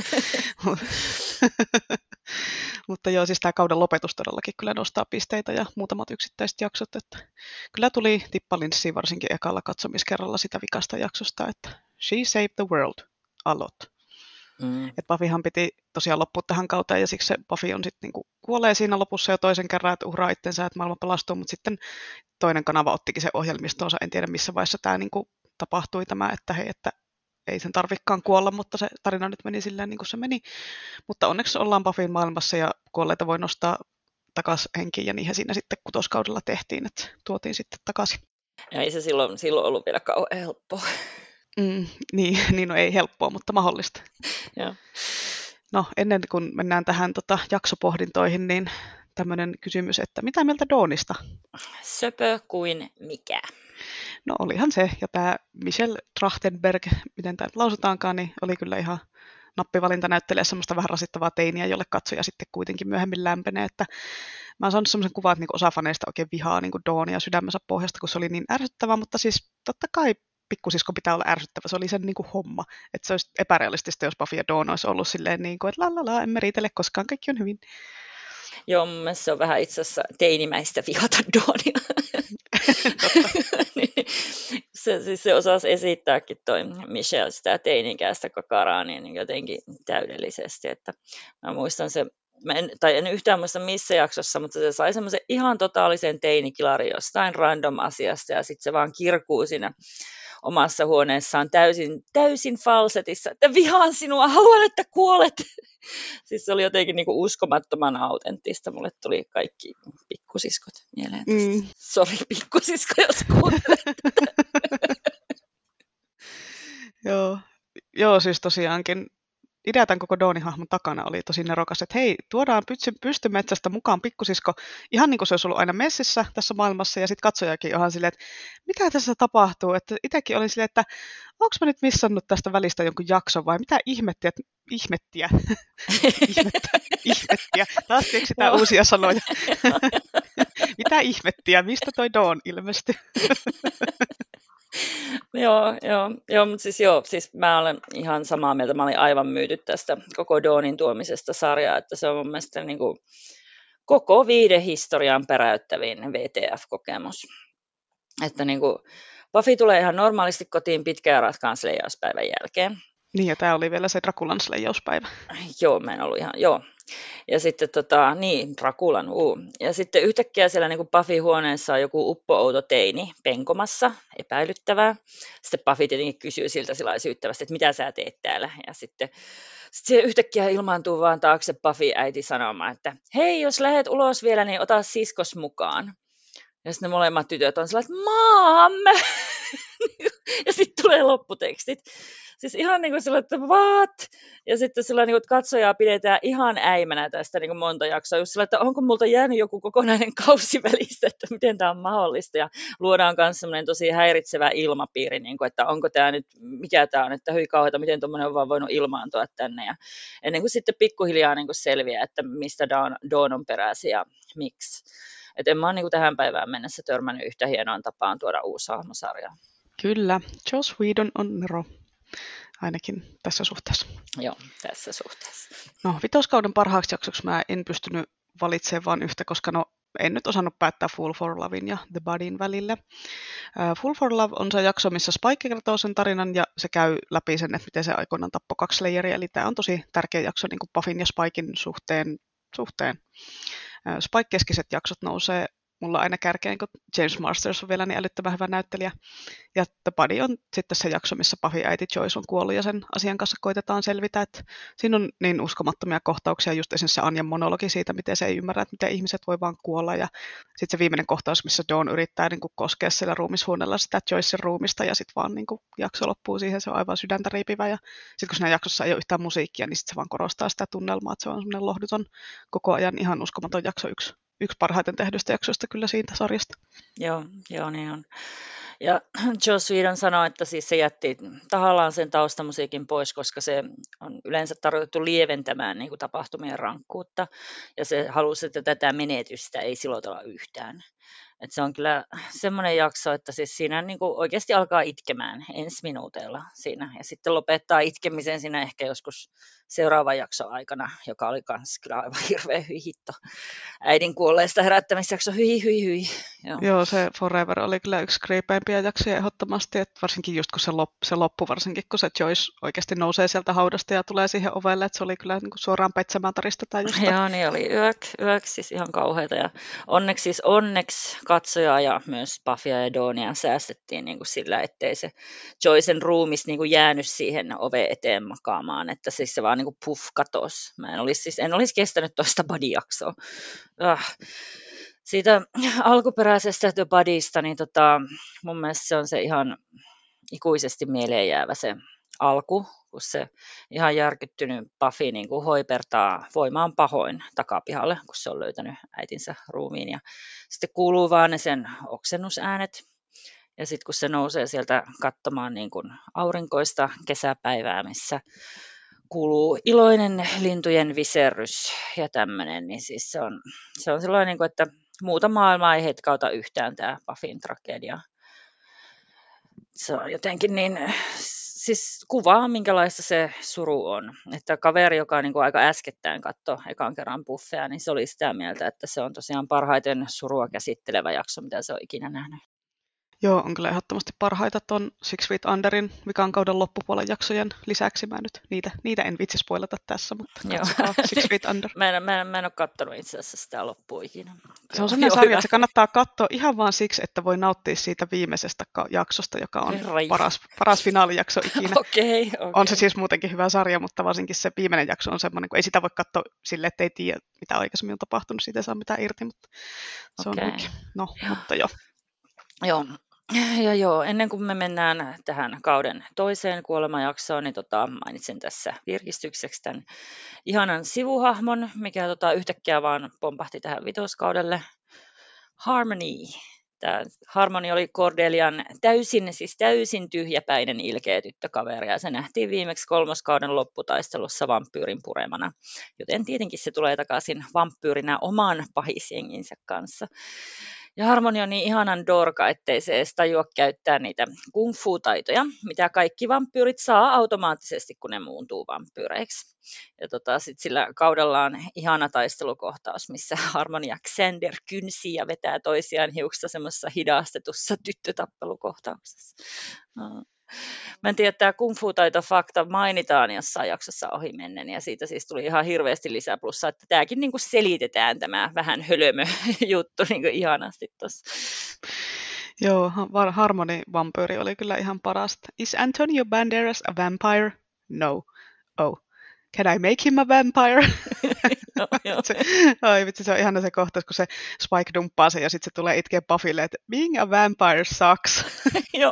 Mutta joo, siis tämä kauden lopetus todellakin kyllä nostaa pisteitä ja muutamat yksittäiset jaksot. Että kyllä tuli tippalinssiin varsinkin ekalla katsomiskerralla sitä vikasta jaksosta, että she saved the world a lot. Että Buffyhan piti tosiaan loppua tähän kauteen ja siksi se Buffy on sitten niinku kuolee siinä lopussa jo toisen kerran, että uhraa itsensä, että maailma pelastuu, mutta sitten toinen kanava ottikin se ohjelmistonsa. En tiedä missä vaiheessa tämä niinku tapahtui tämä, että hei, että ei sen tarvikaan kuolla, mutta se tarina nyt meni silleen niin kuin se meni. Mutta onneksi ollaan Buffyn maailmassa ja kuolleita voi nostaa takaisin henkiin ja niinhän siinä sitten 6. kaudella tehtiin, että tuotiin sitten takaisin. Ja ei se silloin ollut vielä kauhean helppoa. Niin, ei helppoa, mutta mahdollista. Joo. No, ennen kuin mennään tähän jaksopohdintoihin, niin tämmöinen kysymys, että mitä mieltä Dawnista? Söpö kuin mikä. No olihan se, ja tämä Michelle Trachtenberg, miten tämä lausutaankaan, niin oli kyllä ihan nappivalinta näyttelee semmoista vähän rasittavaa teiniä, jolle katsoja sitten kuitenkin myöhemmin lämpenee, että mä oon saanut semmoisen kuvan, että osa faneista oikein vihaa Dawnia sydämensä pohjasta, kun se oli niin ärsyttävää, mutta siis totta kai pikkusisko pitää olla ärsyttävä, se oli sen niin kuin homma, että se olisi epärealistista, jos Buffy ja Dawn olisi ollut silleen niin kuin, että emme riitele koskaan, kaikki on hyvin. Joo, mun mielestä se on vähän itse asiassa teinimäistä vihata Dawnia. se osasi esittääkin toi Michelle sitä teinikäistä kakaraa niin jotenkin täydellisesti, että mä muistan se, en yhtään muista missä jaksossa, mutta se sai semmoisen ihan totaalisen teinikilari jostain random asiasta ja sitten se vaan kirkuu siinä omassa huoneessaan täysin falsetissa, että vihaan sinua, haluan, että kuolet. Siis se oli jotenkin niin kuin uskomattoman autenttista. Mulle tuli kaikki pikkusiskot mieleen tästä. Sori pikkusisko, jos kuuntelet. Joo, siis tosiaankin idea tämän koko Dawnin-hahmon takana oli tosi nerokas, että hei, tuodaan pystymetsästä mukaan pikkusisko, ihan niin kuin se olisi ollut aina messissä tässä maailmassa, ja sitten katsojakin ihan silleen, että mitä tässä tapahtuu, että itsekin olin silleen, että onko mä nyt missannut tästä välistä jonkun jakson, vai mitä ihmettiä, taas keksitään uusia sanoja, mitä ihmettiä, mistä toi Dawn ilmestyi? Joo, mutta siis mä olen ihan samaa mieltä. Mä olin aivan myyty tästä koko Dawnin tuomisesta sarjaa, että se on mun mielestä niin kuin koko viihdehistorian peräyttävin VTF-kokemus. Että niin kuin Buffy tulee ihan normaalisti kotiin pitkän ja raskaan sleijauspäivän jälkeen. Niin, ja tämä oli vielä se Draculan sleijauspäivä. Joo, mä en ollut ihan, joo. Ja sitten Draculan, Ja sitten yhtäkkiä siellä niin Buffy huoneessa on joku uppo-outo teini penkomassa, epäilyttävää. Sitten Buffy tietenkin kysyy siltä syyttävästi, että mitä sä teet täällä. Ja sitten yhtäkkiä ilmaantuu vaan taakse Buffy äiti sanomaan, että hei, jos lähdet ulos vielä, niin ota siskos mukaan. Ja sitten ne molemmat tytöt on sellainen, että Mom! Ja sitten tulee lopputekstit. Siis ihan niin kuin sillä, että what? Ja sitten sillä niin kuin katsojaa pidetään ihan äimänä tästä niin kuin monta jaksoa. Just sillä, että onko multa jäänyt joku kokonainen kausi välistä, että miten tämä on mahdollista. Ja luodaan myös semmoinen tosi häiritsevä ilmapiiri, niin kuin, että onko tämä nyt, mikä tämä on, että hyi kauheita, miten tuommoinen on vaan voinut ilmaantua tänne. Ja ennen kuin sitten pikkuhiljaa niin kuin selviää, että mistä Dawn on peräisin ja miksi. Että en mä ole niin kuin tähän päivään mennessä törmännyt yhtä hienoon tapaan tuoda uusi hahmosarja. Kyllä, Joss Whedon on nero, ainakin tässä suhteessa. Joo, tässä suhteessa. No, vitoskauden parhaaksi jaksoksi mä en pystynyt valitsemaan vaan yhtä, koska en nyt osannut päättää Fool for Lovein ja The Bodyn välillä. Fool for Love on se jakso, missä Spike kertoo sen tarinan ja se käy läpi sen, että miten se aikoinaan tappoi 2 Slayeria. Eli tämä on tosi tärkeä jakso niin kuin Buffyn ja Spiken suhteen. Spike-keskiset jaksot nousee mulla aina kärkeen, kun James Marsters on vielä niin älyttömän hyvä näyttelijä. Ja The Body on sitten se jakso, missä Buffy äiti Joyce on kuollut ja sen asian kanssa koitetaan selvitä. Että siinä on niin uskomattomia kohtauksia, just esimerkiksi se Anjan monologi siitä, miten se ei ymmärrä, että miten ihmiset voi vaan kuolla. Ja sitten se viimeinen kohtaus, missä Dawn yrittää niin kuin koskea siellä ruumishuoneella sitä Joycen ruumista ja sitten vaan niin kuin jakso loppuu siihen, se on aivan sydäntä riipivä. Ja sitten kun siinä jaksossa ei ole yhtään musiikkia, niin sitten se vaan korostaa sitä tunnelmaa, että se on semmoinen lohduton koko ajan ihan uskomaton jakso yksi parhaiten tehdyistä jaksoista kyllä siitä sarjasta. Joo, niin on. Ja Joss Whedon sanoi, että siis se jätti tahallaan sen taustamusiikin pois, koska se on yleensä tarkoitettu lieventämään niin kuin tapahtumien rankkuutta. Ja se halusi, että tätä menetystä ei silotella yhtään. Et se on kyllä semmoinen jakso, että siis siinä niin kuin oikeasti alkaa itkemään ensi minuuteilla siinä. Ja sitten lopettaa itkemisen siinä ehkä joskus seuraavan jakson aikana, joka oli myös kyllä aivan hirveä hitto. Äidin kuolleesta herättämisjakso, hyi. Joo, se Forever oli kyllä yksi kriipeimpiä jaksoja ehdottomasti, että varsinkin just kun se loppu, varsinkin kun se Joyce oikeasti nousee sieltä haudasta ja tulee siihen ovelle, että se oli kyllä niin kuin suoraan Petsämään taristetaan just. Joo, niin oli yöksi siis ihan kauheita ja onneksi katsojaa ja myös Buffya ja Dawnia säästettiin niin kuin sillä, ettei se Joycen ruumis niin kuin jäänyt siihen oveen eteen makaamaan, että siis se vaan niin kuin puff katosi. Mä en olisi kestänyt toista Buddy-jaksoa. Siitä alkuperäisestä The Bodysta, niin mun mielestä se on se ihan ikuisesti mieleen jäävä se alku, kun se ihan järkyttynyt Buffy niin kuin hoipertaa voimaan pahoin takapihalle, kun se on löytänyt äitinsä ruumiin. Ja sitten kuuluu vaan ne sen oksennusäänet. Ja sitten kun se nousee sieltä katsomaan niin kuin aurinkoista kesäpäivää, missä kuuluu iloinen lintujen viserrys ja tämmöinen, niin siis se on sellainen, että muuta maailmaa ei hetkauta yhtään tämä Buffyn tragedia. Se on jotenkin niin, siis kuvaa minkälaista se suru on. Että kaveri, joka niin kuin aika äskettäin katsoi ekan kerran Buffea, niin se oli sitä mieltä, että se on tosiaan parhaiten surua käsittelevä jakso, mitä se on ikinä nähnyt. Joo, on kyllä ehdottomasti parhaita ton Six Feet Underin vikan kauden loppupuolen jaksojen lisäksi. Mä nyt niitä en vitsi spoilata tässä, mutta Joo. katsokaa Six Feet Under. Mä en ole kattonut itse asiassa sitä loppuun ikinä. Se on sellainen sarja, että se kannattaa katsoa ihan vaan siksi, että voi nauttia siitä viimeisestä jaksosta, joka on paras finaalijakso ikinä. Okay. On se siis muutenkin hyvä sarja, mutta varsinkin se viimeinen jakso on semmoinen, kun ei sitä voi katsoa silleen, että ei tiedä, mitä aikaisemmin on tapahtunut, siitä ei saa mitään irti, mutta se on huikea. No, mutta joo. Joo, ennen kuin me mennään tähän kauden toiseen kuolemajaksoon, niin mainitsin tässä virkistykseksi tämän ihanan sivuhahmon, mikä yhtäkkiä vaan pompahti tähän vitoskaudelle. Harmony. Tämä Harmony oli Cordelian täysin tyhjäpäinen ilkeä tyttökaveri, ja se nähtiin viimeksi kolmoskauden lopputaistelussa vampyyrin puremana, joten tietenkin se tulee takaisin vampyyrinä oman pahisjenginsä kanssa. Ja Harmony on niin ihanan dorka, ettei se edes tajua käyttää niitä kung fu-taitoja, mitä kaikki vampyyrit saa automaattisesti, kun ne muuntuu vampyyreiksi. Ja sitten sillä kaudella on ihana taistelukohtaus, missä Harmony ja Xander kynsii ja vetää toisiaan hiuksista semmoisessa hidastetussa tyttötappelukohtauksessa. Mä en tiedä, että tämä kung fu-taito-fakta mainitaan jossain jaksossa ohi mennen, ja siitä siis tuli ihan hirveästi lisäplussaa, että tämäkin niin kuin selitetään tämä vähän hölmö juttu niin kuin ihanasti tuossa. Joo, Harmony-vampyyri oli kyllä ihan parasta. Is Antonio Banderas a vampire? No. Oh. Can I make him a vampire? Ai vitsi, se on ihana se kohtaus, kun se Spike dumppaa sen ja sitten se tulee itkeä Buffylle, että being a vampire sucks. Joo.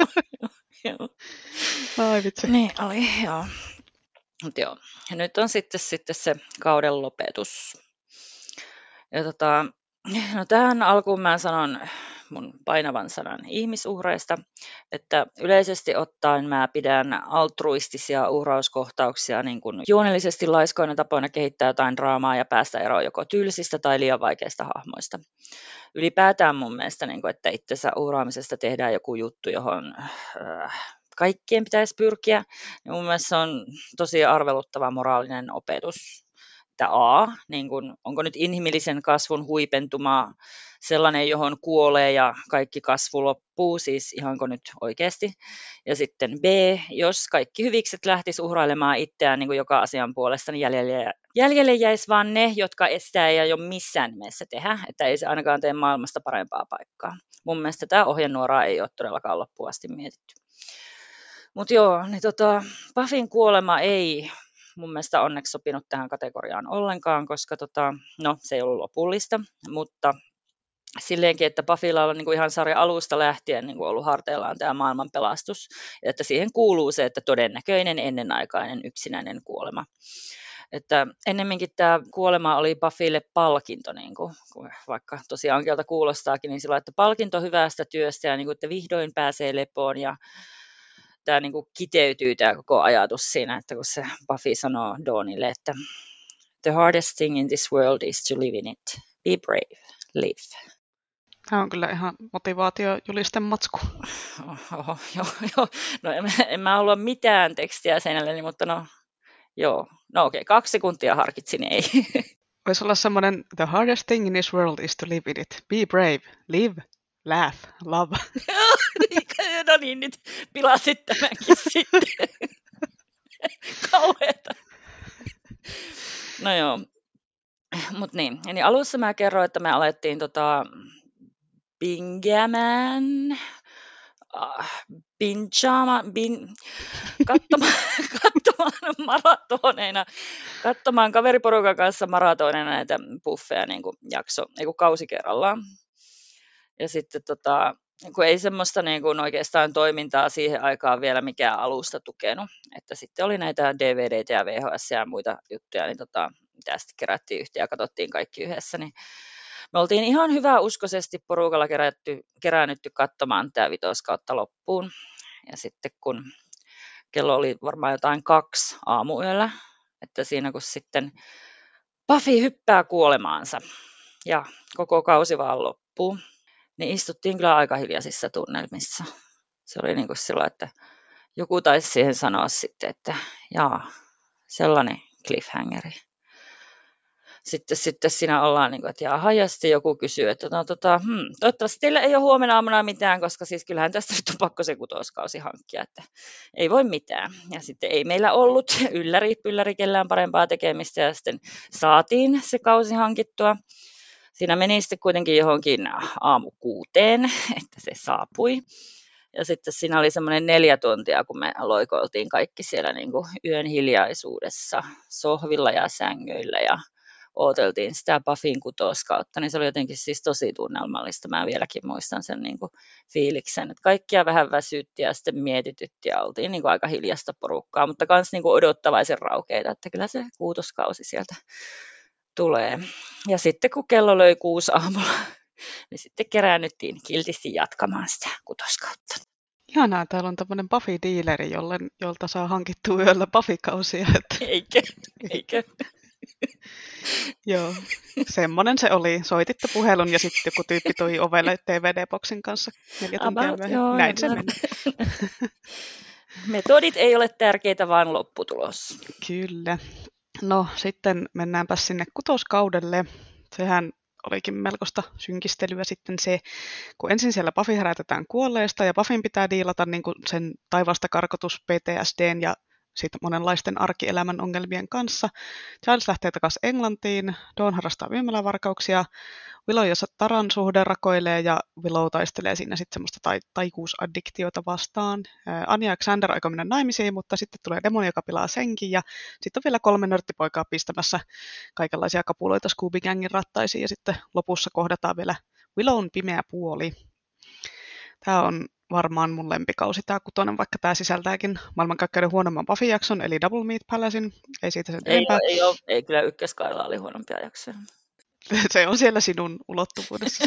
Ai vitsi. Niin oli, joo. Mut joo. Ja nyt on sitten se kauden lopetus. Ja no tähän alkuun mä sanon mun painavan sanan ihmisuhreista, että yleisesti ottaen mä pidän altruistisia uhrauskohtauksia niin kuin juonellisesti laiskoina tapoina kehittää jotain draamaa ja päästä eroon joko tylsistä tai liian vaikeista hahmoista. Ylipäätään mun mielestä, niin kuin, että itsensä uhraamisesta tehdään joku juttu, johon kaikkien pitäisi pyrkiä, niin mun mielestä se on tosi arveluttava moraalinen opetus. Että niin kun, onko nyt inhimillisen kasvun huipentuma sellainen, johon kuolee ja kaikki kasvu loppuu, siis ihanko nyt oikeasti. Ja sitten B, jos kaikki hyvikset lähtis uhrailemaan itseään niin kuin joka asian puolesta, niin jäljelle jäisi vaan ne, jotka estää ei ole missään nimessä tehdä, että ei se ainakaan tee maailmasta parempaa paikkaa. Mun mielestä tämä ohjenuoraa ei ole todellakaan loppuun asti mietitty. Mutta joo, niin Buffyn kuolema ei mun mielestä onneksi sopinut tähän kategoriaan ollenkaan, koska se ei ollut lopullista, mutta silleenkin, että Buffylla on niin kuin ihan sarjan alusta lähtien niin kuin ollut harteillaan tämä maailman pelastus, ja että siihen kuuluu se, että todennäköinen ennenaikainen yksinäinen kuolema. Että ennemminkin tämä kuolema oli Buffylle palkinto, niin kuin, vaikka tosi ankealta kuulostaakin, niin silloin, että palkinto hyvästä työstä ja niin kuin, että vihdoin pääsee lepoon ja tämä niin kuin kiteytyy tämä koko ajatus siinä, että kun se Buffy sanoo Dawnille, että the hardest thing in this world is to live in it. Be brave. Live. Tämä on kyllä ihan motivaatiojulisten matsku. Joo. No en mä halua mitään tekstiä seinälleni, mutta No okei, 2 sekuntia harkitsin, ei. Voisi olla semmoinen, the hardest thing in this world is to live in it. Be brave. Live. Laugh. Love. No niin, nyt pilasit tämänkin sitten. Kauheeta. No joo. Mut niin. Eli alussa mä kerroin, että me alettiin katsomaan kaveriporukan kanssa maratoneina näitä buffeja niin kuin kausi kerrallaan. Ja sitten kun ei semmoista niin kuin oikeastaan toimintaa siihen aikaan vielä mikään alusta tukenut, että sitten oli näitä DVDtä ja VHS ja muita juttuja, niin mitä sitten kerättiin yhteen ja katsottiin kaikki yhdessä, niin me oltiin ihan hyväuskoisesti porukalla keräännytty katsomaan tämä 5. kautta loppuun. Ja sitten kun kello oli varmaan jotain 2 aamuyöllä, että siinä kun sitten Buffy hyppää kuolemaansa ja koko kausi vaan loppuu, niin istuttiin kyllä aika hiljaisissa tunnelmissa. Se oli niin kuin sillä, että joku taisi siihen sanoa sitten, että sellainen cliffhangeri. sitten siinä ollaan, niin kuin, että jaha, ja sitten joku kysyy, että toivottavasti teillä ei ole huomenna aamuna mitään, koska siis kyllähän tästä nyt on pakko se kutoskausi hankkia, että ei voi mitään. Ja sitten ei meillä ollut ylläri kellään parempaa tekemistä, ja sitten saatiin se kausi hankittua. Siinä meni sitten kuitenkin johonkin aamu 6, että se saapui. Ja sitten siinä oli semmoinen 4 tuntia, kun me loikoiltiin kaikki siellä niin kuin yön hiljaisuudessa, sohvilla ja sängyillä ja odoteltiin sitä Buffyn kutoskautta, niin se oli jotenkin siis tosi tunnelmallista. Mä vieläkin muistan sen niin kuin fiiliksen, että kaikkia vähän väsytti ja sitten mietitytti ja oltiin niin kuin aika hiljasta porukkaa, mutta myös niin kuin odottavaisen raukeita, että kyllä se kuutoskausi sieltä tulee. Ja sitten kun kello löi 6 aamulla, niin sitten keräännyttiin kiltisti jatkamaan sitä kutoskautta. Ihanaa, täällä on tämmöinen Buffy-diileri, jolta saa hankittua yöllä Buffy-kausia. Eikö? Joo, semmoinen se oli. Soititte puhelun ja sitten joku tyyppi tuli ovelle DVD-boksin kanssa 4 tuntia myöhemmin. Joo, Näin se meni. Metodit ei ole tärkeitä, vaan lopputulos. Kyllä. No sitten mennäänpä sinne kutoskaudelle. Sehän olikin melkoista synkistelyä sitten se, kun ensin siellä Buffy herätetään kuolleesta ja Buffyn pitää diilata niin kuin sen taivaasta karkotus PTSDn ja siitä monenlaisten arkielämän ongelmien kanssa. Giles lähtee takaisin Englantiin, Dawn harrastaa myymälävarkauksia, Willow ja Taran suhde rakoilee ja Willow taistelee siinä sitten semmoista taikuusaddiktiota vastaan. Anya ja Xander aikoo mennä naimisiin, mutta sitten tulee demoni, joka pilaa senkin ja sitten on vielä 3 nörttipoikaa pistämässä kaikenlaisia kapuloita Scooby-gangin rattaisiin ja sitten lopussa kohdataan vielä Willown pimeä puoli. Tämä on varmaan mun lempikausi tämä 6, vaikka tämä sisältääkin maailmankaikkeuden huonomman Buffy-jakson, eli Double Meat Palacin. Ei siitä sen enempää. Ei kyllä ykköskaudella oli huonompia jaksoja. Se on siellä sinun ulottuvuudessa.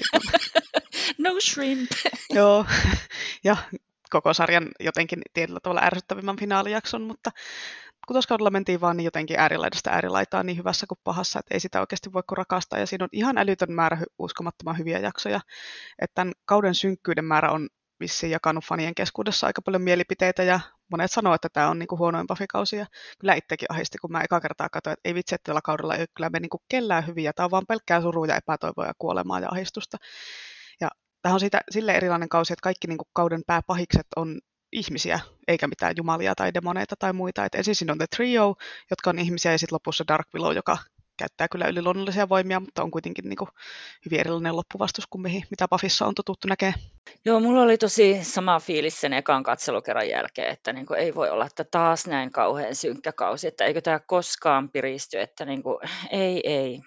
No shrimp. Joo, ja koko sarjan jotenkin tietyllä tavalla ärsyttävimmän finaalijakson, mutta kutoskaudella mentiin vaan niin jotenkin äärilaidasta äärilaitaan niin hyvässä kuin pahassa, että ei sitä oikeasti voi kuin rakastaa, ja siinä on ihan älytön määrä uskomattoman hyviä jaksoja, että tämän kauden synkkyyden määrä on vissiin jakanut fanien keskuudessa aika paljon mielipiteitä, ja monet sanoo, että tämä on niinku huonoin Buffy-kausi, ja kyllä itsekin ahisti, kun mä eka kertaa katsoin, että ei vitsi, että tällä kaudella ei ole kyllä me niinku kellään hyviä, tämä on vaan pelkkää surua ja epätoivoa ja kuolemaa ja ahistusta. Ja tämä on sille erilainen kausi, että kaikki niinku kauden pääpahikset on ihmisiä, eikä mitään jumalia tai demoneita tai muita. Et ensin siinä on The Trio, jotka on ihmisiä, ja sitten lopussa Dark Willow, joka käyttää kyllä yliluonnollisia voimia, mutta on kuitenkin niinku hyvin erilainen loppuvastus kuin mitä Buffyssa on totuttu näkee. Joo, mulla oli tosi sama fiilis sen ekan katselukerran jälkeen, että niinku ei voi olla, että taas näin kauhean synkkä kausi, että eikö tämä koskaan piristy, että niinku, ei.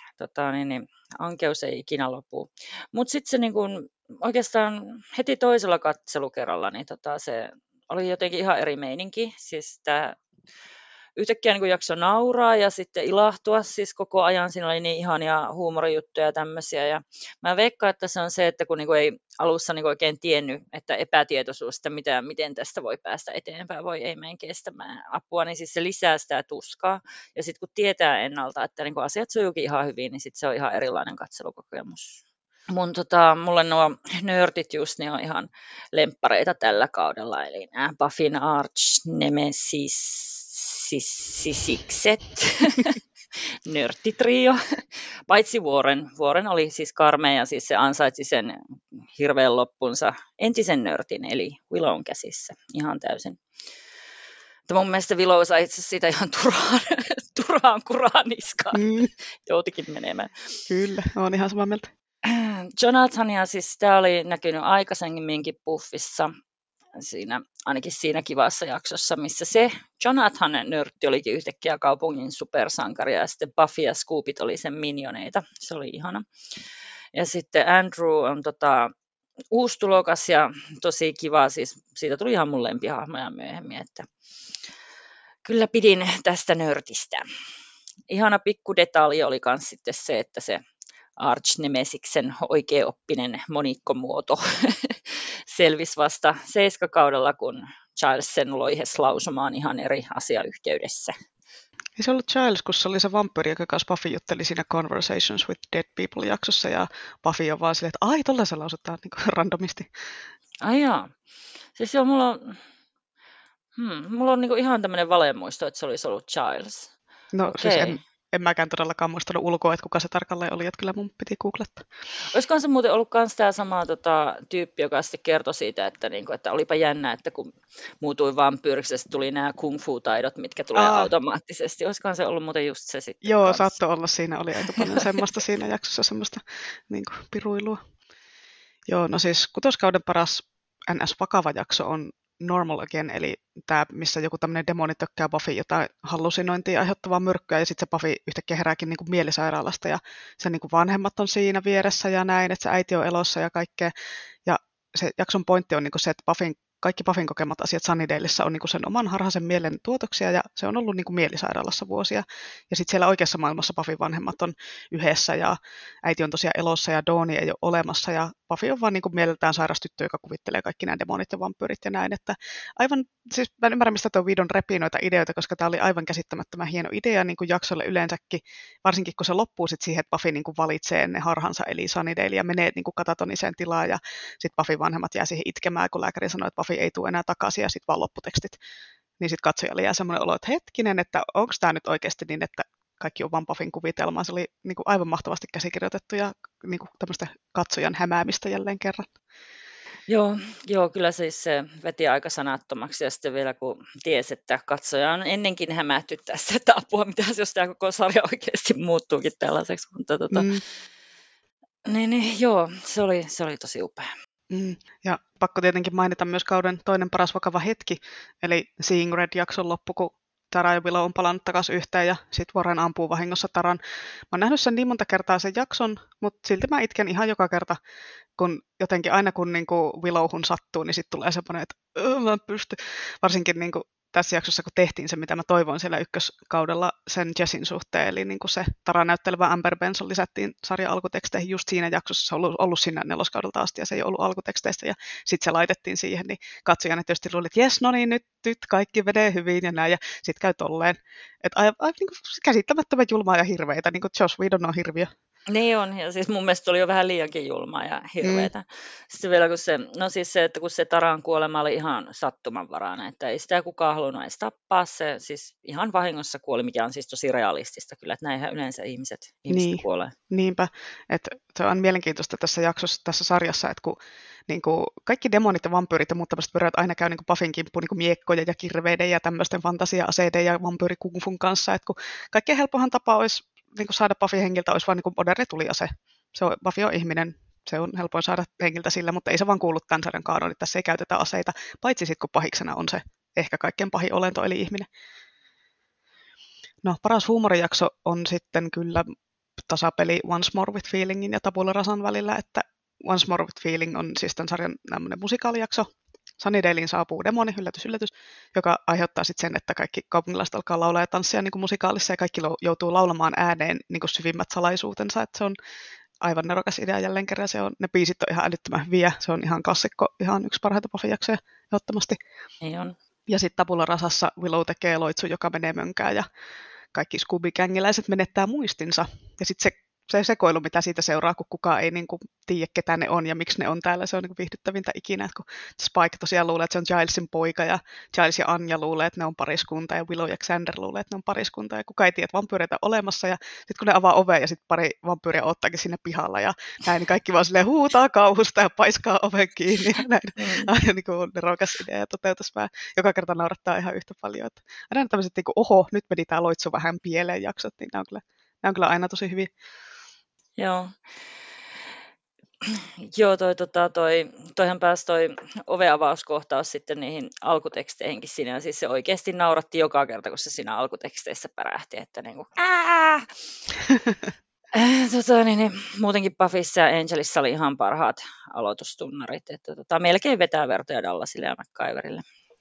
Ankeus ei ikinä lopu. Mutta sitten se niinku, oikeastaan heti toisella katselukerralla niin se oli jotenkin ihan eri meininki. Siis tää yhtäkkiä niin jakso nauraa ja sitten ilahtua siis koko ajan. Siinä oli niin ihania huumorijuttuja ja tämmöisiä. Ja mä veikkaan, että se on se, että kun niinku ei alussa niinku oikein tiennyt, että epätietoisuus, että miten tästä voi päästä eteenpäin, voi ei mene kestämään apua, niin siis se lisää sitä tuskaa. Ja sitten kun tietää ennalta, että niinku asiat sujuukin ihan hyvin, niin sitten se on ihan erilainen katselukokemus. Mulle nuo nörtit just niin on ihan lemppareita tällä kaudella, eli nämä Buffyn arch nemesis-sikset, nörttitrio, paitsi Warren. Warren oli siis karmea ja siis se ansaitsi sen hirveän loppunsa entisen nörtin, eli Willown käsissä ihan täysin. Mutta mun mielestä Willow sai itse siitä ihan turhaan kuraan niskaan. Joutikin menemään. Kyllä, olen ihan samaa mieltä. Jonathania, siis tämä oli näkynyt aikaisemminkin Buffyssa, ainakin siinä kivassa jaksossa, missä se Jonathan-nörtti olikin yhtäkkiä kaupungin supersankaria, ja sitten Buffy ja Scoopit oli sen minioneita. Se oli ihana. Ja sitten Andrew on uusi tulokas ja tosi kiva, siis siitä tuli ihan mun lempihahmoja myöhemmin, että kyllä pidin tästä nörtistä. Ihana pikku detalji oli myös sitten se, että se Arch Nemesiksen oikeaoppinen monikkomuoto selvisi vasta 7 kaudella, kun Giles sen loihes lausumaan ihan eri asiayhteydessä. Ei se ollut Giles, kun se oli se vampyyri, joka kanssa Buffy jutteli siinä Conversations with Dead People-jaksossa, ja Buffy on vaan silleen, että ai, tolla se lausutaan niin kuin randomisti. Ai jaa. Siis joo, mulla on niin kuin ihan tämmöinen valemuisto, että se olisi ollut Giles. No okay. siis en mäkään todellakaan muistanut ulkoa, että kuka se tarkalleen oli, että kyllä mun piti googlettaa. Olisikohan se muuten ollut myös tämä sama tyyppi, joka sitten kertoi siitä, että olipa jännä, että kun muutui vampyyriksi, tuli nämä kung fu-taidot, mitkä tulee automaattisesti. Olisikohan se ollut muuten just se sitten Joo, kanssa? saattoi olla. Siinä oli aika paljon semmoista siinä jaksossa, semmoista niin kuin piruilua. Joo, no siis kutoskauden paras NS-vakava jakso on Normal Again, eli tämä, missä joku tämmöinen demoni tökkää Buffy jotain hallusinointia aiheuttavaa myrkkyä, ja sitten se Buffy yhtäkkiä herääkin niin kuin mielisairaalasta, ja sen niin kuin vanhemmat on siinä vieressä ja näin, että se äiti on elossa ja kaikkea. Ja se jakson pointti on niin kuin se, että kaikki Buffyn kokemat asiat Sunnydaleissa on niin kuin sen oman harhaisen mielen tuotoksia, ja se on ollut niin kuin mielisairaalassa vuosia. Ja sitten siellä oikeassa maailmassa Buffyn vanhemmat on yhdessä, ja äiti on tosiaan elossa, ja Dawni ei ole olemassa, ja Buffy on vaan niin kuin mieleltään sairas tyttö, joka kuvittelee kaikki nämä demonit ja vampyyrit ja näin. Että aivan, siis mä en ymmärrä, mistä tuo Whedon repii noita ideoita, koska tämä oli aivan käsittämättömän hieno idea niin kuin jaksolle yleensäkin, varsinkin kun se loppuu sit siihen, että Buffy niin kuin valitsee ne harhansa, eli Sunnydale, ja menee niin kuin katatoniseen tilaan, ja sitten Buffyn vanhemmat jää siihen itkemään, kun lääkäri sanoo, että Buffy ei tule enää takaisin, ja sitten vaan lopputekstit. Niin sitten katsojalle jää semmoinen olo, että hetkinen, että onko tämä nyt oikeasti niin, että kaikki on vaan Buffyn kuvitelmaa. Se oli niin kuin aivan mahtavasti käsikirjoitettu ja niin kuin tämmöistä katsojan hämäämistä jälleen kerran. Joo, kyllä siis se veti aika sanattomaksi, ja sitten vielä kun tiesi, että katsoja on ennenkin hämätty tässä, että apua, mitä jos tämä koko sarja oikeasti muuttuukin tällaiseksi, mutta joo, se oli tosi upea. Ja pakko tietenkin mainita myös kauden toinen paras vakava hetki, eli Seeing Red-jakson loppu, kun Tara ja Willow on palannut takaisin yhteen ja sitten Warren ampuu vahingossa Taran. Mä oon nähnyt sen niin monta kertaa sen jakson, mutta silti mä itken ihan joka kerta, kun jotenkin aina kun niinku Willowhun sattuu, niin sitten tulee semmoinen, että mä en pysty. Varsinkin niinku tässä jaksossa, kun tehtiin se, mitä mä toivoin siellä ykköskaudella sen Jessin suhteen, eli niinku se Tara näyttelevä Amber Benson lisättiin sarjan alkuteksteihin just siinä jaksossa, se on ollut siinä neloskaudelta asti ja se ei ollut alkuteksteistä ja sitten se laitettiin siihen, niin katsojana tietysti luuli, että jes, no niin, nyt kaikki menee hyvin ja näin ja sitten käy tolleen. Että aivan niin käsittämättömän julmaa ja hirveitä, niin kuin Joss Whedon on hirviö. Niin on, ja siis mun mielestä oli jo vähän liiankin julmaa ja hirveetä. Sitten vielä että kun se Taran kuolema oli ihan sattumanvarainen, että ei sitä kukaan halunnut edes tappaa, se siis ihan vahingossa kuoli, mikä on siis tosi realistista kyllä, että näinhän yleensä ihmiset kuolee. Niinpä, että se on mielenkiintoista tässä sarjassa, että kun niin kuin kaikki demonit ja vampyyrit ja muut tämmöiset pyörät aina käy niin kuin Buffyn kimppuun niin miekkoja ja kirveiden ja tämmöisten fantasia-aseiden ja vampyyrikungfun kanssa, että kun kaikkein helpohan tapa olisi niin kuin saada Buffy hengiltä olisi vain niin moderni tuliase. Buffy on ihminen, se on helpoin saada hengiltä sillä, mutta ei se vaan kuulu tämän sarjan kaanoon, tässä ei käytetä aseita, paitsi sitten kun pahiksena on se ehkä kaikkein pahin olento, eli ihminen. No, paras huumorijakso on sitten kyllä tasapeli Once More with Feelingin ja Tabula Rasan välillä, että Once More with Feeling on siis tämän sarjan musikaalijakso. Sunnydalein saapuu demoni, yllätys, joka aiheuttaa sitten sen, että kaikki kaupunkilaiset alkaa laulaa ja tanssia niin kuin musikaalissa ja kaikki joutuu laulamaan ääneen niin kuin syvimmät salaisuutensa. Että se on aivan nerokas idea jälleen kerran. Ne biisit on ihan älyttömän hyviä. Se on ihan klassikko, ihan yksi parhaita Buffy-jaksoja ehdottomasti. Ei on. Ja sitten Tabula Rasassa Willow tekee loitsu, joka menee mönkään ja kaikki Scooby-gängiläiset menettää muistinsa. Ja sitten se sekoilu, mitä siitä seuraa, kun kukaan ei niin kuin tiedä, ketä ne on ja miksi ne on täällä. Se on niin kuin viihdyttävintä ikinä, että kun Spike tosiaan luulee, että se on Gilesin poika ja Giles ja Anja luulee, että ne on pariskunta ja Willow ja Xander luulee, että ne on pariskunta ja kukaan ei tiedä, että vampyyreitä on olemassa ja sitten kun ne avaa ovea ja sitten pari vampyyriä ottaakin sinne pihalla ja näin, niin kaikki vaan silleen huutaa kauhusta ja paiskaa oven kiinni ja näin. Aina niin kuin nerokas idea ja toteutus vähän. Joka kerta naurattaa ihan yhtä paljon. Että aina tämmöiset niin kuin, oho, nyt meni tämä loitsu vähän pieleen jaksot, niin nämä on kyllä aina tosi hyviä. Joo, toihan pääsi toi oveavauskohtaus sitten niihin alkuteksteihinkin siinä, ja siis se oikeasti nauratti joka kerta, kun se siinä alkuteksteissä pärähti, että niinku muutenkin Buffyssa ja Angelissa oli ihan parhaat aloitustunnarit, että melkein vetää vertoja Dallasille ja MacGyverille.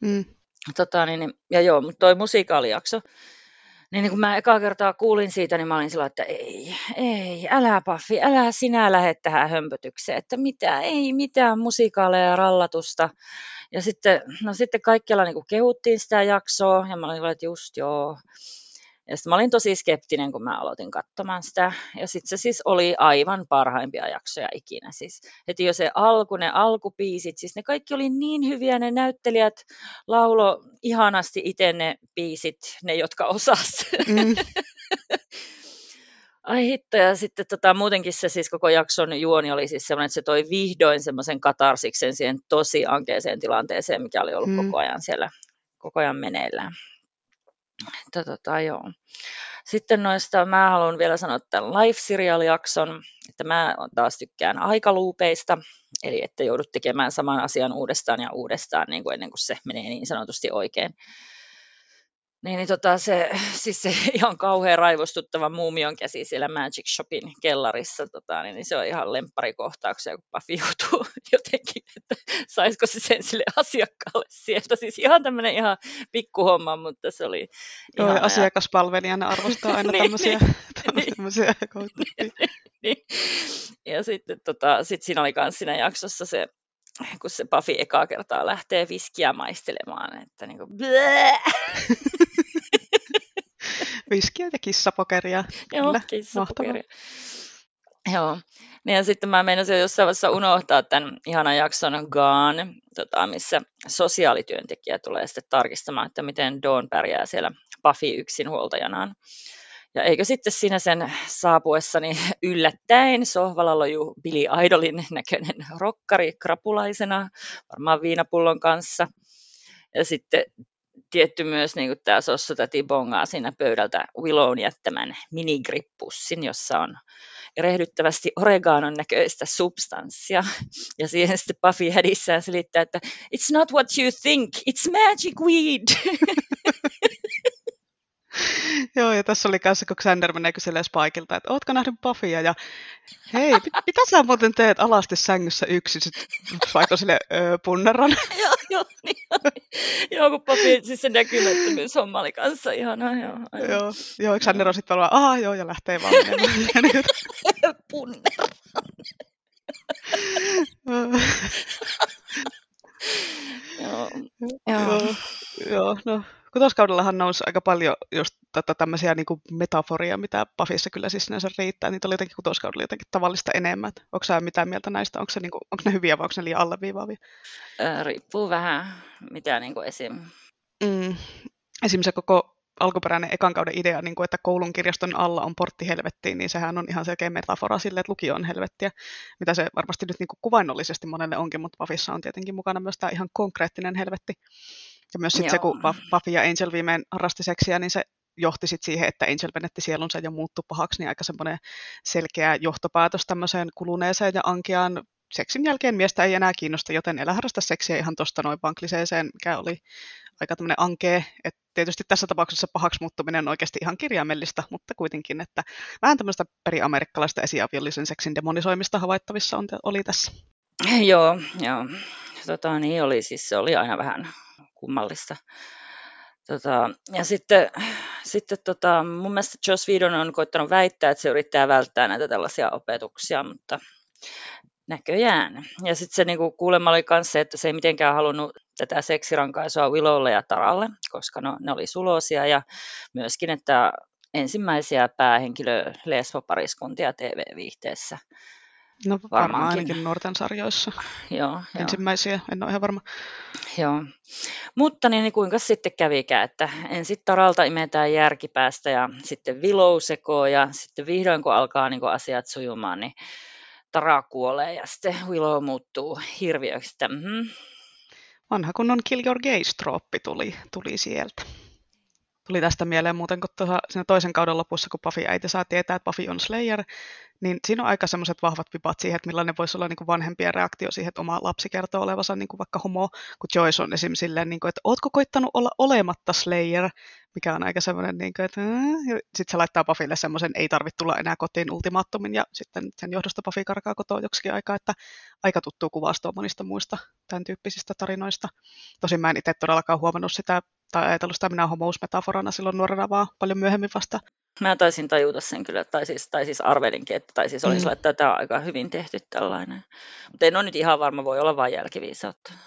Ja joo, mutta toi musikaalijakso, niin kun mä ekaa kertaa kuulin siitä, niin mä olin sillä, että ei, älä Buffy, älä sinä lähde tähän hömpötykseen, että ei mitään musikaaleja ja rallatusta. Ja sitten kaikkialla niin kehuttiin sitä jaksoa, ja mä olin että just joo. Ja sitten mä olin tosi skeptinen, kun mä aloitin katsomaan sitä. Ja sitten se siis oli aivan parhaimpia jaksoja ikinä. Siis heti jo se ne alkubiisit, siis ne kaikki oli niin hyviä, ne näyttelijät laulo ihanasti itse ne biisit, ne jotka osas. Ai hitto, ja sitten muutenkin se siis koko jakson juoni oli siis semmoinen, että se toi vihdoin semmoisen katarsiksen siihen tosi ankeeseen tilanteeseen, mikä oli ollut koko ajan siellä, koko ajan meneillään. Joo. Sitten noista mä haluan vielä sanoa tämän Life Serial-jakson, että mä taas tykkään aikaluupeista, eli että joudut tekemään saman asian uudestaan ja uudestaan niin kuin ennen kuin se menee niin sanotusti oikein. Se ihan kauhean raivostuttava muumion käsi siellä Magic Shopin kellarissa, niin se on ihan lempparikohtauksia, kun Buffy joutuu jotenkin, että saisiko se sen sille asiakkaalle sieltä. Siis ihan tämmöinen ihan pikkuhomma, mutta se oli ihana. Joo, asiakaspalvelijana arvostaa aina tämmöisiä kohtauksia. Ja sitten sit siinä oli myös siinä jaksossa se, kun se Buffy ekaa kertaa lähtee viskiä maistelemaan, että niinku viskiä ja kissapokeria. Joo, kissapokeria. Joo. Ja sitten mä meinasin jossain vaiheessa unohtaa tämän ihanan jakson Gone, missä sosiaalityöntekijä tulee sitten tarkistamaan, että miten Dawn pärjää siellä Buffy yksinhuoltajanaan. Ja eikö sitten siinä sen saapuessani yllättäen sohvalla lojuu Billy Idolin näköinen rokkari krapulaisena, varmaan viinapullon kanssa. Ja sitten tietty myös niin tämä sossutäti bongaa siinä pöydältä Willown jättämän minigrippussin, jossa on erehdyttävästi oregaanon näköistä substanssia. Ja siihen sitten Buffy hädissään selittää, että it's not what you think, it's magic weed. Joo, ja tässä oli kanssa, kun Xander menee kyselemään Spikeilta, että ootko nähnyt Buffya, ja hei, mitä sä muuten teet alasti sängyssä yksin? Sitten Spike on silleen, punnerran. Joo, kun Buffy, siis se näkymättömyyshomma oli kanssa ihanaa. Joo, Xander on sitten vaan, joo, ja lähtee vaan menemään. Punnerran. Joo, no. Kutoskaudellahan nousi aika paljon just tämmöisiä niin kuin metaforia, mitä Buffyssa kyllä siis sinänsä riittää. Niitä oli jotenkin kutoskaudella jotenkin tavallista enemmän. Onko sä mitään mieltä näistä? Onko ne hyviä vai onko ne liian alleviivaavia? Riippuu vähän, mitä niin kuin esim. Esim. Se koko alkuperäinen ekan kauden idea, niin kuin, että koulun kirjaston alla on portti helvettiin, niin sehän on ihan selkeä metafora sille, että lukio on helvettiä, mitä se varmasti nyt niin kuin kuvainnollisesti monelle onkin, mutta Buffyssa on tietenkin mukana myös tämä ihan konkreettinen helvetti. Ja myös sitten se, kun Buffy ja Angel viimein harrasti seksiä, niin se johti sitten siihen, että Angel menetti sielunsa ja muuttui pahaksi, niin aika semmoinen selkeä johtopäätös tämmöiseen kuluneeseen ja ankeaan seksin jälkeen miestä ei enää kiinnosta, joten elä harrasta seksiä ihan tuosta noin vaan kliseeseen, mikä oli aika tämmöinen ankea. Et tietysti tässä tapauksessa pahaksi muuttuminen on oikeasti ihan kirjaimellista, mutta kuitenkin, että vähän tämmöistä periamerikkalaista esiaviollisen seksin demonisoimista havaittavissa oli tässä. Joo. Niin oli, siis se oli aina vähän kummallista. Ja sitten mun mielestä Joss Whedon on koittanut väittää, että se yrittää välttää näitä tällaisia opetuksia, mutta näköjään. Ja sitten se niinku kuulemma oli myös se, että se ei mitenkään halunnut tätä seksirankaisua Willowlle ja Taralle, koska ne oli suloisia, ja myöskin, että ensimmäisiä päähenkilö-lesbopariskuntia TV-viihteessä. No varmaan ainakin nuorten sarjoissa. Joo. Ensimmäisiä, en ole ihan varma. Joo, mutta niin kuinka sitten kävikään, että ensin Taralta imetään järkipäästä ja sitten Willow sekoo ja sitten vihdoin kun alkaa niin kun asiat sujumaan, niin Tara kuolee ja sitten Willow muuttuu hirviöksi. Vanha kunnon Kill Your Gays-trooppi tuli sieltä. Tuli tästä mieleen muuten, kun siinä toisen kauden lopussa, kun Buffy äiti saa tietää, että Buffy on Slayer, niin siinä on aika semmoiset vahvat vipat siihen, että millainen voisi olla niin kuin vanhempien reaktio siihen, että oma lapsi kertoo olevansa niin kuin vaikka homo, kun Joyce on esimerkiksi silleen, niin kuin, että ootko koittanut olla olematta Slayer, mikä on aika semmoinen, niin kuin, että sitten se laittaa Buffylle semmoisen, ei tarvitse tulla enää kotiin ultimaattumin, ja sitten sen johdosta Buffy karkaa kotoa joksikin aikaa, että aika tuttuu kuvastoa monista muista tämän tyyppisistä tarinoista. Tosin mä en itse todellakaan huomannut sitä, tai ajatellut sitä minä homousmetaforana silloin nuorena, vaan paljon myöhemmin vasta. Mä taisin tajuta sen kyllä, tai siis arvelinkin, että oli sillä, että tämä on aika hyvin tehty tällainen. Mutta en ole nyt ihan varma, voi olla vain jälkiviisautta.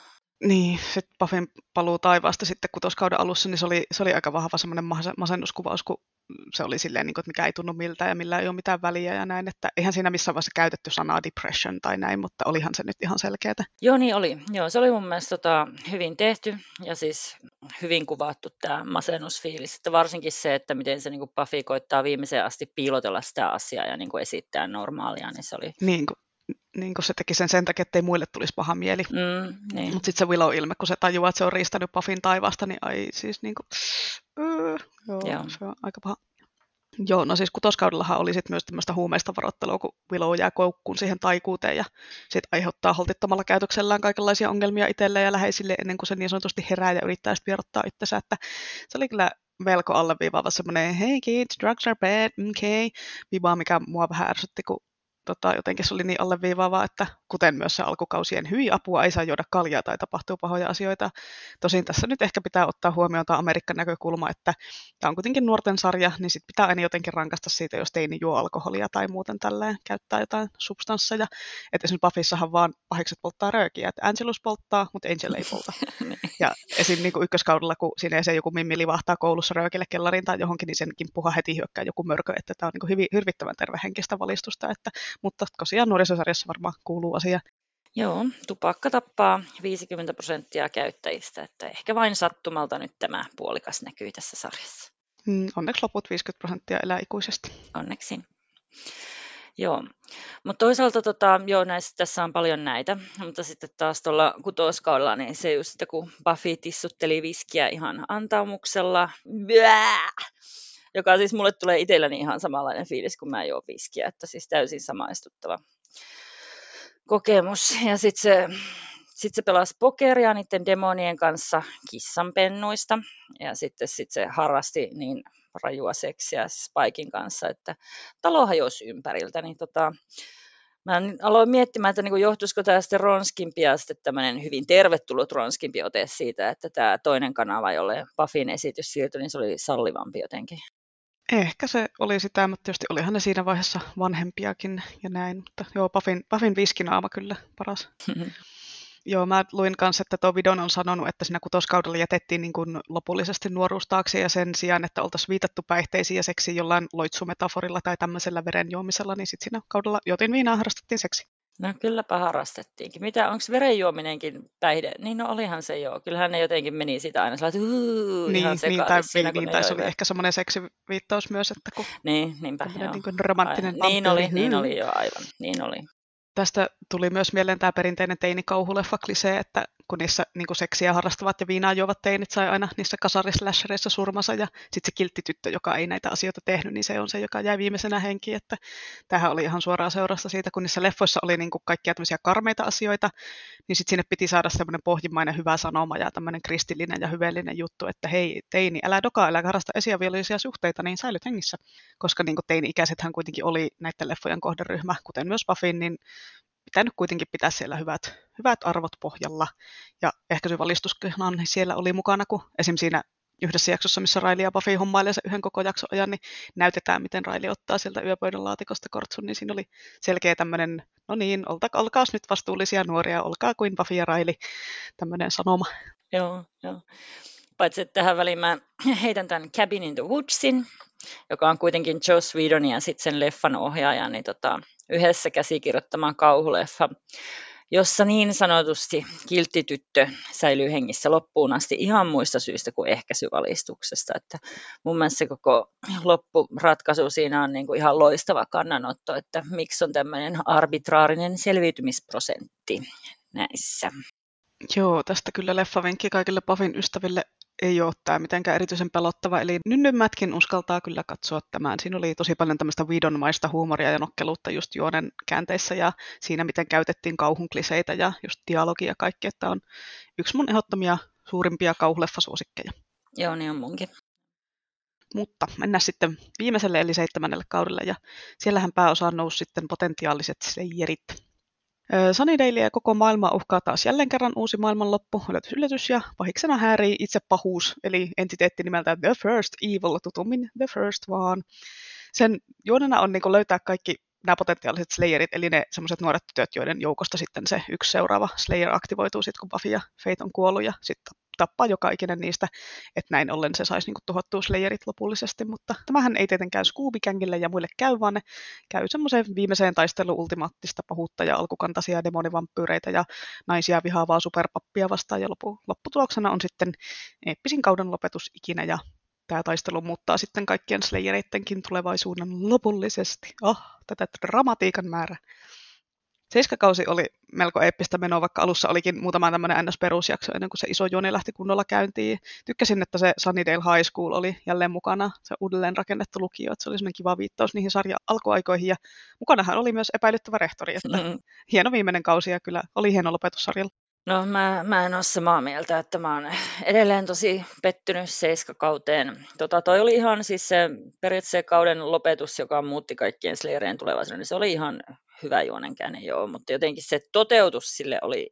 Niin, sitten Buffyn paluu taivaasta sitten kutoskauden alussa, niin se oli aika vahva semmoinen masennuskuvaus, kun se oli silleen, niin kuin, että mikä ei tunnu miltään ja millä ei ole mitään väliä ja näin, että eihän siinä missään vaiheessa käytetty sanaa depression tai näin, mutta olihan se nyt ihan selkeätä. Joo, niin oli. Joo, se oli mun mielestä hyvin tehty ja siis hyvin kuvattu tämä masennusfiilis. Että varsinkin se, että miten se niin kuin Buffy koittaa viimeiseen asti piilotella sitä asiaa ja niin kuin esittää normaalia, niin se oli... Niin kuin se teki sen takia, ettei muille tulisi paha mieli. Niin. Mutta sitten se Willow-ilme, kun se tajuaa, että se on riistänyt Buffyn taivaasta, niin ai siis niin kuin... Joo, se on aika paha. Joo, no siis kutoskaudellahan oli sitten myös tämmöistä huumeista varoittelua, kun Willow jää koukkuun siihen taikuuteen ja sitten aiheuttaa holtittomalla käytöksellään kaikenlaisia ongelmia itselleen ja läheisille ennen kuin se niin sanotusti herää ja yrittää sitten vierottaa itsensä, että se oli kyllä melko alleviivaava semmoinen hey kids, drugs are bad, okay, viva, mikä mua vähän ärsytti, kun jotenkin se oli niin alleviivaavaa, että kuten myös se alkukausien hyi apua, ei saa juoda kaljaa tai tapahtuu pahoja asioita. Tosin tässä nyt ehkä pitää ottaa huomioon tämä Amerikan näkökulma, että tämä on kuitenkin nuorten sarja, niin sit pitää aina jotenkin rankasta siitä, jos teini juo alkoholia tai muuten tälleen käyttää jotain substansseja. Että esimerkiksi Buffyssahan vaan pahikset polttaa röökiä, että Angelus polttaa, mutta Angel ei polta. Ja esim. Niin kuin ykköskaudella, kun siinä se joku mimmi livahtaa koulussa röökille kellariin tai johonkin, niin sen kimppuhan heti hyökkää joku mörkö, että tämä on niin kuin hyvin hirvittävän tervehenkistä valistusta, mutta tosiaan nuorisosarjassa varmaan kuuluu asia. Joo, tupakka tappaa 50% käyttäjistä, että ehkä vain sattumalta nyt tämä puolikas näkyy tässä sarjassa. Onneksi loput 50% elää ikuisesti. Onneksi. Joo, mutta toisaalta joo, tässä on paljon näitä, mutta sitten taas tuolla kutoskaudella, niin se just, että kun Buffy tissutteli viskiä ihan antaumuksella, joka siis mulle tulee itselläni ihan samanlainen fiilis, kun mä juon viskiä, että siis täysin samaistuttava kokemus. Ja sitten se pelasi pokeria niiden demonien kanssa kissanpennuista ja sitten se harrasti niin rajua seksiä Spikein kanssa, että talo hajosi ympäriltä. Niin mä aloin miettimään, että niin johtuisiko tämä sitten Ronskimpi ja sitten tämmöinen hyvin tervetullut Ronskimpi ote siitä, että tämä toinen kanava, jolle Buffyn esitys siirtyi, niin se oli sallivampi jotenkin. Ehkä se oli sitä, mutta tietysti olihan ne siinä vaiheessa vanhempiakin ja näin, mutta joo, Buffyn viskinaama kyllä paras. Joo, mä luin kanssa, että tuo Vidon on sanonut, että siinä kutoskaudella jätettiin niin kuin lopullisesti nuoruus taakse ja sen sijaan, että oltaisiin viitattu päihteisiin ja seksiin jollain loitsumetaforilla tai tämmöisellä verenjuomisella, niin sitten siinä kaudella jotin viinaa harrastettiin seksi. No kylläpä harrastettiinkin. Mitä, onko verenjuominenkin päihde? Niin no olihan se joo. Kyllähän ne jotenkin meni sitä aina sellainen, ihan sekaisin siinä, kun tai se oli ehkä semmoinen seksiviittaus myös, että kun niinpä, niin kuin romanttinen niin oli jo aivan, niin oli. Tästä tuli myös mieleen tämä perinteinen teinikauhuleffa-klisee, että kun niissä niin kuin seksiä harrastavat ja viinaa juovat teinit sai aina niissä kasarislashereissa surmansa ja sitten se kiltti tyttö, joka ei näitä asioita tehnyt, niin se on se, joka jäi viimeisenä henkiin. Että tämähän oli ihan suoraa seurasta siitä, kun niissä leffoissa oli niin kuin kaikkia tämmöisiä karmeita asioita, niin sitten sinne piti saada semmoinen pohjimmainen hyvä sanoma ja tämmöinen kristillinen ja hyveellinen juttu, että hei teini, älä dokaa, älä harrasta esiaviallisia suhteita, niin säilyt hengissä. Koska niin kuin teini-ikäisethän kuitenkin oli näiden leffojen kohderyhmä, kuten myös Buffyn, niin pitää nyt kuitenkin pitää siellä hyvät arvot pohjalla. Ja ehkäisyvalistuskehan siellä oli mukana, kun esim. Siinä yhdessä jaksossa, missä Riley ja Buffy hommailee sen yhden koko jakson ajan, niin näytetään, miten Riley ottaa sieltä yöpöydän laatikosta kortsun, niin siinä oli selkeä tämmöinen, no niin, olkaas nyt vastuullisia nuoria, olkaa kuin Buffy ja Riley, tämmöinen sanoma. Joo. Paitsi että tähän väliin mä heitän tämän Cabin in the Woodsin, joka on kuitenkin Joss Whedon ja sitten sen leffan ohjaaja, niin yhdessä käsikirjoittamaan kauhuleffa, jossa niin sanotusti kiltti tyttö säilyy hengissä loppuun asti ihan muista syistä kuin ehkäisyvalistuksesta. Että mun mielestä se koko loppuratkaisu siinä on niin kuin ihan loistava kannanotto, että miksi on tämmöinen arbitraarinen selviytymisprosentti näissä. Joo, tästä kyllä leffavinkki kaikille Buffyn ystäville ei ole tämä mitenkään erityisen pelottava, eli nynnymmätkin uskaltaa kyllä katsoa tämän. Siinä oli tosi paljon tämmöistä Whedonmaista huumoria ja nokkeluutta just juonen käänteissä ja siinä, miten käytettiin kauhun kliseitä ja just dialogia ja kaikki, että on yksi mun ehdottomia suurimpia kauhuleffasuosikkeja. Joo, niin on munkin. Mutta mennään sitten viimeiselle eli 7. kaudelle ja siellähän pääosaan nousi sitten potentiaaliset slayerit. Sunnydale ja koko maailma uhkaa taas jälleen kerran uusi maailmanloppu, yllätys, ja pahiksena häärii itse pahuus, eli entiteetti nimeltään The First Evil, tutummin The First vaan. Sen juonena on niin löytää kaikki nämä potentiaaliset Slayerit, eli ne semmoiset nuoret tytöt, joiden joukosta sitten se yksi seuraava Slayer aktivoituu sitten, kun Buffy ja Fate on kuollut, ja sitten tappaa joka ikinen niistä, että näin ollen se saisi niinku tuhottua Slayerit lopullisesti, mutta tämähän ei tietenkään Scooby-Gangille ja muille käy, vaan ne käy semmoiseen viimeiseen taisteluun ultimaattista pahuutta ja alkukantaisia demonivampyyreitä ja naisia vihaavaa superpappia vastaan, ja lopputuloksena on sitten eeppisin kauden lopetus ikinä, ja tämä taistelu muuttaa sitten kaikkien Slayereittenkin tulevaisuuden lopullisesti. Tätä dramatiikan määrä. 7. kausi oli melko eeppistä menoa, vaikka alussa olikin muutama tämmöinen NS-perusjakso ennen kuin se iso juoni lähti kunnolla käyntiin. Tykkäsin, että se Sunnydale High School oli jälleen mukana, se uudelleen rakennettu lukio, että se oli semmoinen kiva viittaus niihin sarjan alkuaikoihin, ja mukanahan oli myös epäilyttävä rehtori, että hieno viimeinen kausi, ja kyllä oli hieno lopetus sarjalla. No mä en ole samaa mieltä, että mä oon edelleen tosi pettynyt 7. kauteen. Toi oli ihan siis se periaatteessa kauden lopetus, joka muutti kaikkien Slayerien tulevaisuuden, niin se oli ihan hyvä juonenkäänne, joo, mutta jotenkin se toteutus sille oli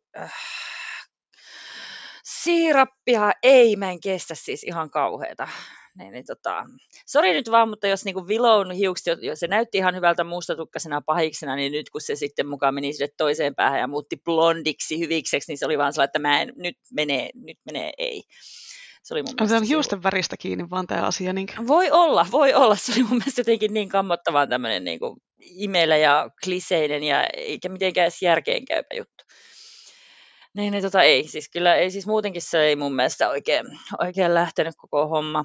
siirappia, mä en kestä, siis ihan kauheeta. Sori nyt vaan, mutta jos niinku Willown hiukset, se näytti ihan hyvältä mustatukkaisena pahiksena, niin nyt kun se sitten mukaan meni sille toiseen päähän ja muutti blondiksi hyvikseksi, niin se oli vaan sellainen, että nyt menee, ei. Se oli mun mielestä... Se on hiusten väristä kiinni vaan tämä asia. Niin... Voi olla. Se oli mun mielestä jotenkin niin kammottavaa tämmöinen niinku imelä ja kliseinen ja eikä mitenkään edes järkeenkäypä juttu. Ei, siis kyllä ei, siis muutenkin se ei mun mielestä oikein lähtenyt koko homma.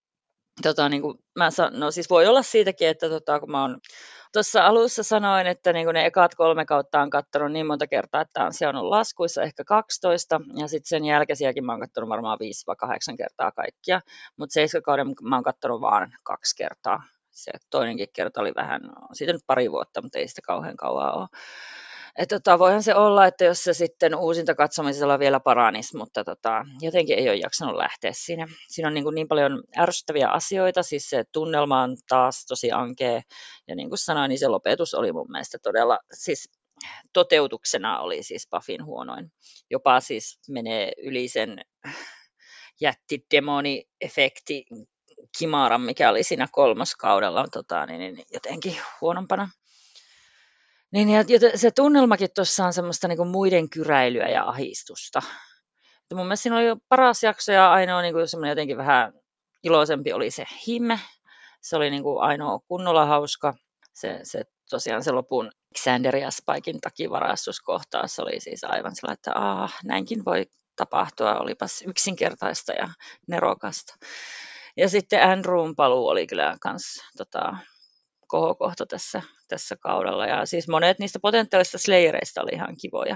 Siis voi olla siitäkin, että kun mä oon tuossa alussa sanoin, että niin ne ekat 3 kautta on katsonut niin monta kertaa, että se on ollut laskuissa ehkä 12, ja sitten sen jälkeisiäkin mä oon katsonut varmaan 5-8 kertaa kaikkia, mutta 7 kauden mä oon katsonut vaan 2 kertaa. Se toinenkin kerta oli vähän, siitä nyt pari vuotta, mutta ei sitä kauhean kauan ole. Voihan se olla, että jos se sitten uusinta katsomisella vielä paranisi, mutta jotenkin ei ole jaksanut lähteä siinä. Siinä on niin paljon ärsyttäviä asioita, siis se tunnelma on taas tosi ankea, ja niin kuin sanoin, niin se lopetus oli mun mielestä todella, siis toteutuksena oli siis Buffyn huonoin. Jopa siis menee yli sen jättidemoni-efekti Kimaran, mikä oli siinä 3. kaudella niin jotenkin huonompana. Niin, ja se tunnelmakin tuossa on semmoista niin kuin muiden kyräilyä ja ahistusta. Että mun mielestä siinä oli jo paras jakso ja ainoa niin kuin semmoinen jotenkin vähän iloisempi oli se Hime. Se oli niin kuin ainoa kunnolla hauska. Se tosiaan se lopun Xander ja Spikein takivarastuskohtaus oli siis aivan sellainen, että näinkin voi tapahtua, olipas yksinkertaista ja nerokasta. Ja sitten Andrewn paluu oli kyllä kans kohokohta tässä kaudella. Ja siis monet niistä potentiaalisista Slayereista oli ihan kivoja.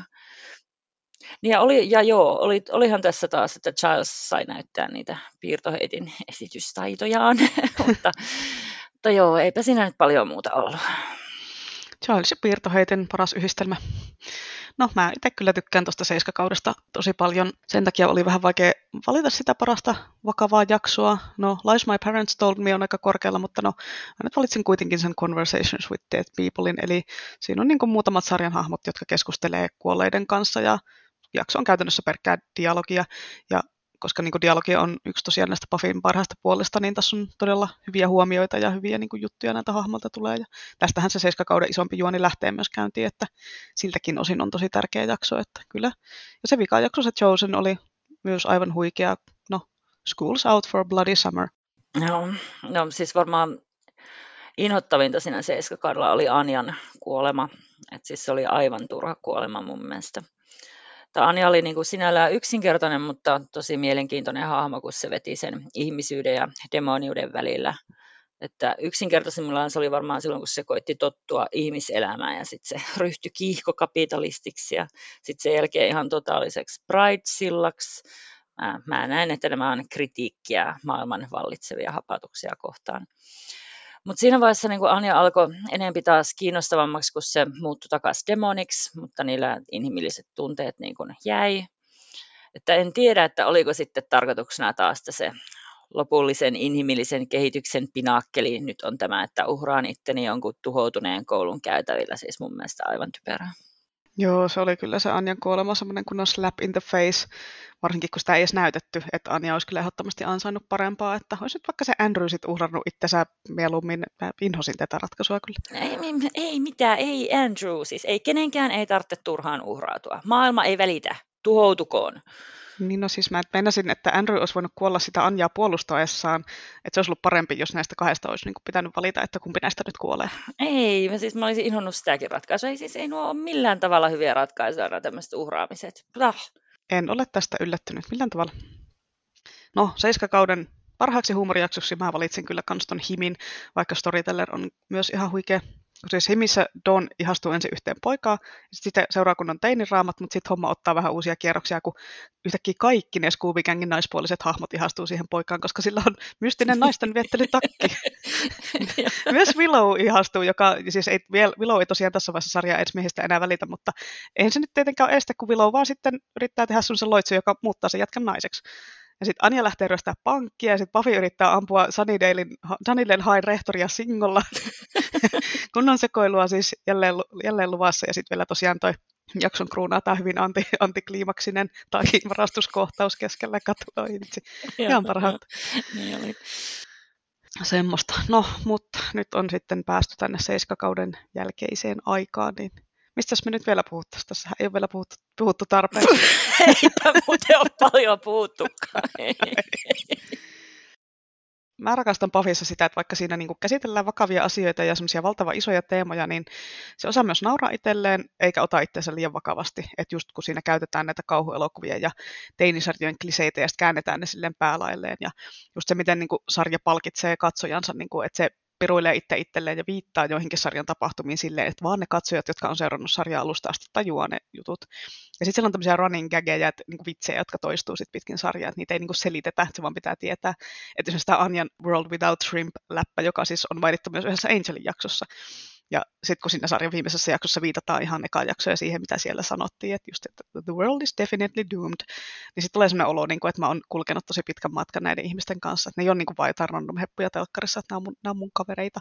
Olihan tässä taas, että Giles sai näyttää niitä piirtoheitin esitystaitojaan. mutta joo, eipä siinä nyt paljon muuta ollut. Giles ja piirtoheitin paras yhdistelmä. No, mä itse kyllä tykkään tuosta 7 kaudesta tosi paljon. Sen takia oli vähän vaikea valita sitä parasta vakavaa jaksoa. No, Lies My Parents Told Me on aika korkealla, mutta mä nyt valitsin kuitenkin sen Conversations with Dead Peoplein. Eli siinä on niin kuin muutamat sarjan hahmot, jotka keskustelee kuolleiden kanssa, ja jakso on käytännössä pelkkää dialogia. Ja koska niin kuin dialogi on yksi tosiaan näistä Buffyn parhaista puolesta, niin tässä on todella hyviä huomioita ja hyviä niin kuin juttuja näitä hahmolta tulee. Ja tästähän se 7 kauden isompi juoni lähtee myös käyntiin, että siltäkin osin on tosi tärkeä jakso. Että kyllä. Ja se vikajakso, se Chosen, oli myös aivan huikea. No, School's Out for Bloody Summer. No siis varmaan inhottavinta siinä 7 kaudella oli Anjan kuolema. Että siis se oli aivan turha kuolema mun mielestä. Anja oli niin kuin sinällään yksinkertainen, mutta tosi mielenkiintoinen hahmo, kun se veti sen ihmisyyden ja demoniuden välillä. Että yksinkertaisimmillaan se oli varmaan silloin, kun se koitti tottua ihmiselämään ja sitten se ryhtyi kiihkokapitalistiksi ja sitten sen jälkeen ihan totaaliseksi Pride-sillaksi. Mä näen, että nämä on kritiikkiä maailman vallitsevia hapatuksia kohtaan. Mutta siinä vaiheessa niin Anja alkoi enemmän taas kiinnostavammaksi, kun se muuttui takaisin demoniksi, mutta niillä inhimilliset tunteet niin kuin jäi. Että en tiedä, että oliko sitten tarkoituksena taas se lopullisen inhimillisen kehityksen pinakkeli. Nyt on tämä, että uhraan itteni jonkun tuhoutuneen koulun käytävillä, siis mun mielestä aivan typerää. Joo, se oli kyllä se Anjan kuolema semmoinen kunnon slap in the face, varsinkin kun sitä ei edes näytetty, että Anja olisi kyllä ehdottomasti ansainnut parempaa, että olisi nyt vaikka se Andrew sit uhrannut itsensä mieluummin. Mä inhosin tätä ratkaisua kyllä. Ei mitään, ei Andrew, siis ei kenenkään ei tarvitse turhaan uhrautua. Maailma ei välitä, tuhoutukoon. Niin no siis mä meinasin, että Andrew olisi voinut kuolla sitä Anjaa puolustaessaan, että se olisi ollut parempi, jos näistä kahdesta olisi niin kuin pitänyt valita, että kumpi näistä nyt kuolee. Ei, mä olisin inhonnut sitäkin ratkaisua. Ei nuo ole millään tavalla hyviä ratkaisuja, tämmöiset uhraamiset. En ole tästä yllättynyt millään tavalla. No, 7-kauden parhaaksi huumorijaksoksi mä valitsin kyllä kans ton Himin, vaikka Storyteller on myös ihan huikea. Siis Himissä Dawn ihastuu ensin yhteen poikaan, sitten seuraa kun on teiniraamat, mutta sitten homma ottaa vähän uusia kierroksia, kun yhtäkkiä kaikki ne Scooby-gängin naispuoliset hahmot ihastuu siihen poikaan, koska sillä on mystinen naisten viettelytakki. Myös Willow ihastuu, siis Willow ei tosiaan tässä vaiheessa sarjaa edes miehistä enää välitä, mutta eihän se nyt tietenkään ole este, kun Willow vaan sitten yrittää tehdä sun se loitsu, joka muuttaa sen jätkän naiseksi. Ja sitten Anja lähtee ryöstää pankkia, ja sitten Buffy yrittää ampua Sunnydale High rehtoria singolla. Kunnon sekoilua siis jälleen luvassa, ja sitten vielä tosiaan toi jakson kruunaa tämä hyvin antikliimaksinen varastuskohtaus keskellä katua. Ihan parhaat. Niin oli. Semmoista. No, mutta nyt on sitten päästy tänne 7-kauden jälkeiseen aikaan, niin mistäs me nyt vielä puhuttaisiin? Tässä ei ole vielä puhuttu tarpeeksi. Eipä muuten ole paljon puhuttukaan. Mä rakastan Buffyssa sitä, että vaikka siinä niin kuin käsitellään vakavia asioita ja semmoisia valtavan isoja teemoja, niin se osaa myös nauraa itselleen, eikä ota itseänsä liian vakavasti. Että just kun siinä käytetään näitä kauhuelokuvia ja teinisarjojen kliseitä ja sitten käännetään ne silleen päälailleen. Ja just se, miten niin kuin sarja palkitsee katsojansa, niin kuin, että se piruilee itselleen ja viittaa joihinkin sarjan tapahtumiin silleen, että vaan ne katsojat, jotka on seurannut sarjaa alusta asti, tajuaa ne jutut. Ja sitten siellä on tämmöisiä running gageja, niin vitsejä, jotka toistuu sit pitkin sarjaa, että niitä ei niin kuin selitetä, se vaan pitää tietää. Että esimerkiksi tämä Anjan World Without Shrimp-läppä, joka siis on mainittu myös yhdessä Angelin jaksossa. Ja sitten kun siinä sarjan viimeisessä jaksossa viitataan ihan ekaan jaksoja siihen, mitä siellä sanottiin, että just, että the world is definitely doomed, niin sitten tulee sellainen olo, että mä oon kulkenut tosi pitkän matkan näiden ihmisten kanssa, että ne ei ole vain jotain random heppuja telkkarissa, että nämä on mun kavereita.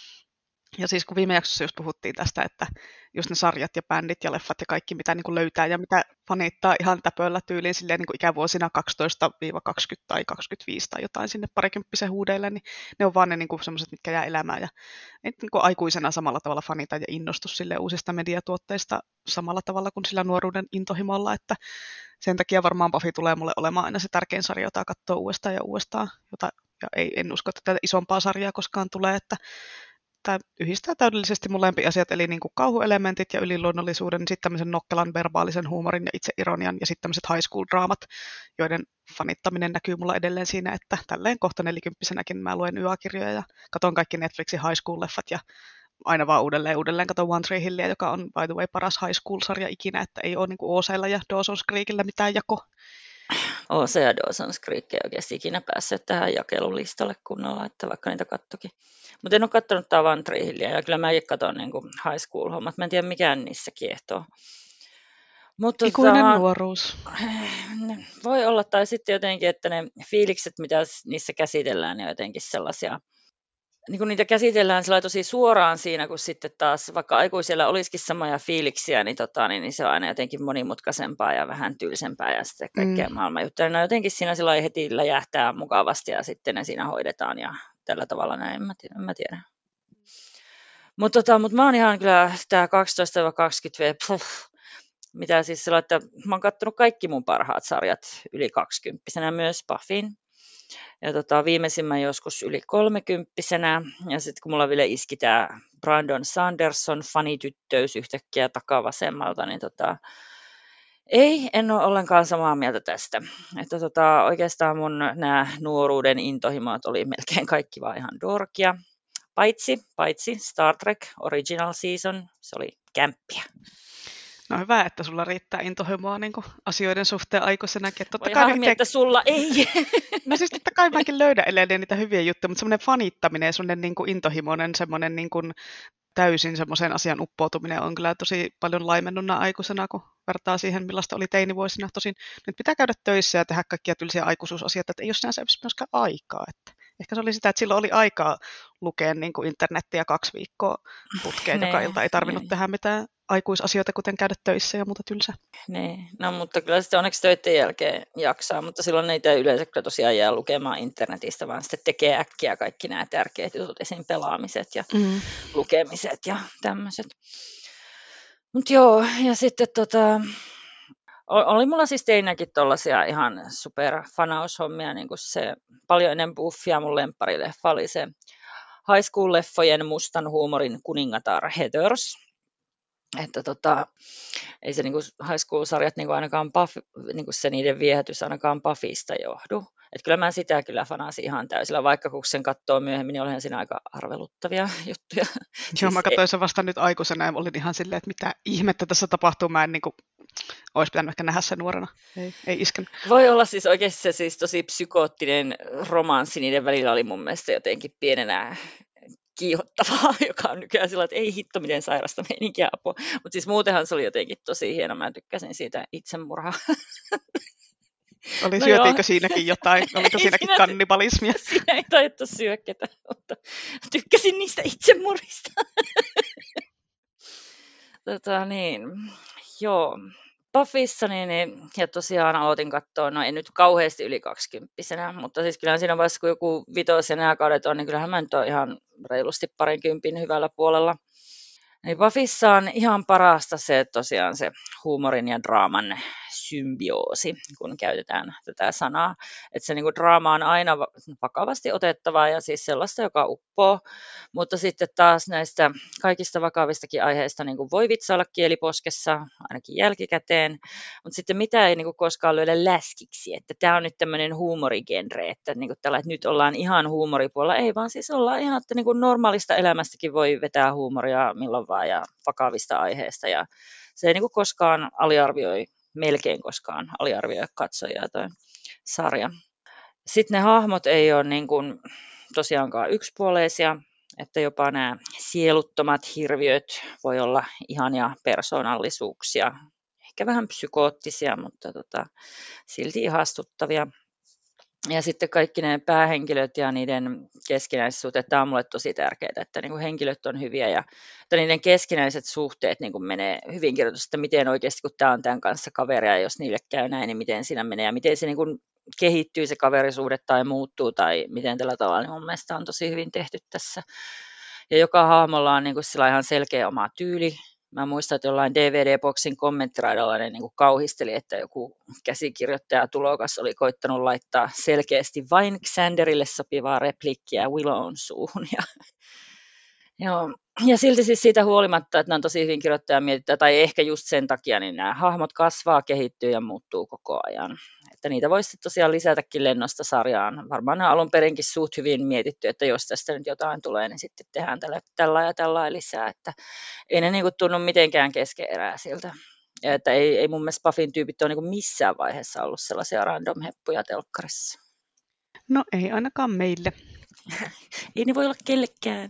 Ja siis kun viime jaksossa just puhuttiin tästä, että just ne sarjat ja bändit ja leffat ja kaikki, mitä niin kuin löytää ja mitä fanittaa ihan täpöllä tyyliin silleen niin kuin ikävuosina 12-20 tai 25 tai jotain sinne parikymppisen huudeille, niin ne on vaan ne niin kuin semmoiset, mitkä jää elämään. Ja et niin kuin aikuisena samalla tavalla fanita ja innostus sille uusista mediatuotteista samalla tavalla kuin sillä nuoruuden intohimolla, että sen takia varmaan Buffy tulee mulle olemaan aina se tärkein sarja, jota katsoo uudestaan ja uudestaan, ja en usko, että tätä isompaa sarjaa koskaan tulee, että tämä yhdistää täydellisesti molempi asiat, eli niin kuin kauhuelementit ja yliluonnollisuuden, sitten tämmöisen nokkelan verbaalisen huumorin ja itseironian, ja sitten tämmöiset high school-draamat, joiden fanittaminen näkyy mulla edelleen siinä, että tälleen kohta 40-vuotiaanakin mä luen YA-kirjoja ja katon kaikki Netflixin high school-leffat, ja aina vaan uudelleen katon One Tree Hillia, joka on by the way paras high school-sarja ikinä, että ei ole niin kuin OC:llä ja Dawson's Creekillä mitään jako. OC ja Dawson's Creek ei oikeasti ikinä päässyt tähän jakelulistalle kunnolla, että vaikka niitä kattokin. Mutta en ole katsonut tämä One Tree Hillia, ja kyllä mäkin katson niin kuin high school-hommat. Mä en tiedä, mikään niissä kiehtoo. Mutta Ikuinen nuoruus. Voi olla, tai sitten jotenkin, että ne fiilikset, mitä niissä käsitellään, ne on jotenkin sellaisia, niin kun niitä käsitellään tosi suoraan siinä, kun sitten taas, vaikka aikuisilla olisikin samoja fiiliksiä, niin se on aina jotenkin monimutkaisempaa ja vähän tylsempää ja sitten kaikkea maailman juttuja. No jotenkin siinä sillä heti läjähtää mukavasti ja sitten ne siinä hoidetaan ja tällä tavalla näin, en mä tiedä. Mutta mä oon ihan kyllä tämä 12-20 mitä siis sillä, että mä oon kattonut kaikki mun parhaat sarjat yli 20-vuotiaana, myös Buffyn. Ja viimeisimmän joskus yli 30-vuotiaana. Ja sitten kun mulla vielä iski tämä Brandon Sanderson fanityttöys yhtäkkiä takavasemmalta, niin en ole ollenkaan samaa mieltä tästä. Että oikeastaan mun nämä nuoruuden intohimot oli melkein kaikki vaan ihan dorkia. Paitsi Star Trek Original Season, se oli kämppiä. No hyvä, että sulla riittää intohimoa niin kuin asioiden suhteen aikuisenakin. Voi harmi, että sulla ei. No siis totta kai mäkin löydän edelleen niitä hyviä juttuja, mutta semmoinen fanittaminen ja semmoinen niin kuin intohimoinen, semmoinen niin kuin täysin semmoisen asian uppoutuminen on kyllä tosi paljon laimennuna aikuisena, kun vertaa siihen, millaista oli teinivuosina. Tosin nyt pitää käydä töissä ja tehdä kaikkia tylsiä aikuisuusasioita, että ei ole sinänsä myöskään aikaa. Että ehkä se oli sitä, että silloin oli aikaa lukea niin kuin internettiä 2 viikkoa putkeen, joka ilta ei tarvinnut tehdä mitään aikuisasioita, kuten käydä töissä ja muuta tylsää. Niin, no mutta kyllä sitten onneksi töiden jälkeen jaksaa, mutta silloin ei yleensä kyllä tosiaan jää lukemaan internetistä, vaan sitten tekee äkkiä kaikki nämä tärkeät jutut, esim. Pelaamiset ja lukemiset ja tämmöiset. Mutta joo, ja sitten oli mulla siis teinäkin tollaisia ihan superfanaushommia, niin kuin se paljon ennen Buffia mun lempparileffa oli se High School-leffojen mustan huumorin kuningatar Heathers. Että ei se niinku High School-sarjat niinku ainakaan niinku se niiden viehätys ainakaan Buffysta johdu. Että kyllä mä sitä kyllä fanasin ihan täysillä, vaikka kun sen katsoo myöhemmin, niin olihan siinä aika arveluttavia juttuja. Joo, Siis mä katsoin sen vasta nyt aikuisena ja olin ihan silleen, että mitä ihmettä tässä tapahtuu. Mä en niinku, olisi pitänyt ehkä nähdä sen nuorena. Ei iskenyt. Voi olla siis oikeasti se siis tosi psykoottinen romanssi niiden välillä oli mun mielestä jotenkin pienenä kiihottavaa, joka on nykyään sillä, että ei hitto, miten sairasta meininkiä apua. Mutta siis muutenhan se oli jotenkin tosi hieno. Mä tykkäsin siitä itsemurhaa. Syötiinkö siinäkin jotain? Oliko siinäkin kannibalismia? Siinä ei taidettu syöketä, mutta tykkäsin niistä itsemurhista. Joo. Buffyssa ja tosiaan aloitin katsoa, no en nyt kauheasti yli 20-vuotiaana, mutta siis kyllähän siinä vaiheessa, kun joku vitos ja nämä kaudet on, niin kyllähän mä nyt olen ihan reilusti 20 hyvällä puolella. Niin Buffyssa on ihan parasta se tosiaan se huumorin ja draaman symbioosi, kun käytetään tätä sanaa. Että se niinku draama on aina vakavasti otettavaa ja siis sellaista, joka uppoo, mutta sitten taas näistä kaikista vakavistakin aiheista niinku voi vitsailla kieliposkessa, ainakin jälkikäteen, mutta sitten mitä ei niinku koskaan löydä läskiksi, että tämä on nyt tämmöinen huumorigenre, että niinku tällä, että nyt ollaan ihan huumoripuolella, ei vaan siis ollaan ihan, että niinku normaalista elämästäkin voi vetää huumoria milloin vaan ja vakavista aiheista ja se ei niinku koskaan melkein koskaan aliarvioi katsojaa toi sarja. Sitten ne hahmot ei ole niin kuin tosiaankaan yksipuoleisia, että jopa nämä sieluttomat hirviöt voi olla ihania persoonallisuuksia, ehkä vähän psykoottisia, mutta silti ihastuttavia. Ja sitten kaikki ne päähenkilöt ja niiden keskinäissuhteet, tämä on mulle tosi tärkeää, että niin kuin henkilöt on hyviä ja että niiden keskinäiset suhteet niin kuin menee hyvin kirjoitus, että miten oikeasti kun tämä on tämän kanssa kaveria ja jos niille käy näin, niin miten siinä menee ja miten se niin kuin kehittyy se kaverisuhde tai muuttuu tai miten tällä tavalla, niin mun mielestä on tosi hyvin tehty tässä. Ja joka hahmolla on niin kuin sillä ihan selkeä oma tyyli. Mä muistan, että jollain DVD-boksin kommenttiraidalla ne niin kuin kauhisteli, että joku käsikirjoittaja tulokas oli koittanut laittaa selkeästi vain Xanderille sopivaa replikkiä Willown suuhun. Ja silti siis siitä huolimatta, että nämä on tosi hyvin kirjoittaja mietitään, tai ehkä just sen takia, niin nämä hahmot kasvaa, kehittyy ja muuttuu koko ajan. Että niitä voisi tosiaan lisätäkin lennosta sarjaan. Varmaan ne on alun perinkin suht hyvin mietitty, että jos tästä nyt jotain tulee, niin sitten tehdään tällä ja tällä lisää. Että ei ne niinku tunnu mitenkään keskeneräisiltä. Ja että ei mun mielestä Buffyn tyypit ole niinku missään vaiheessa ollut sellaisia random heppuja telkkarissa. No ei ainakaan meille. Ei ne voi olla kellekään.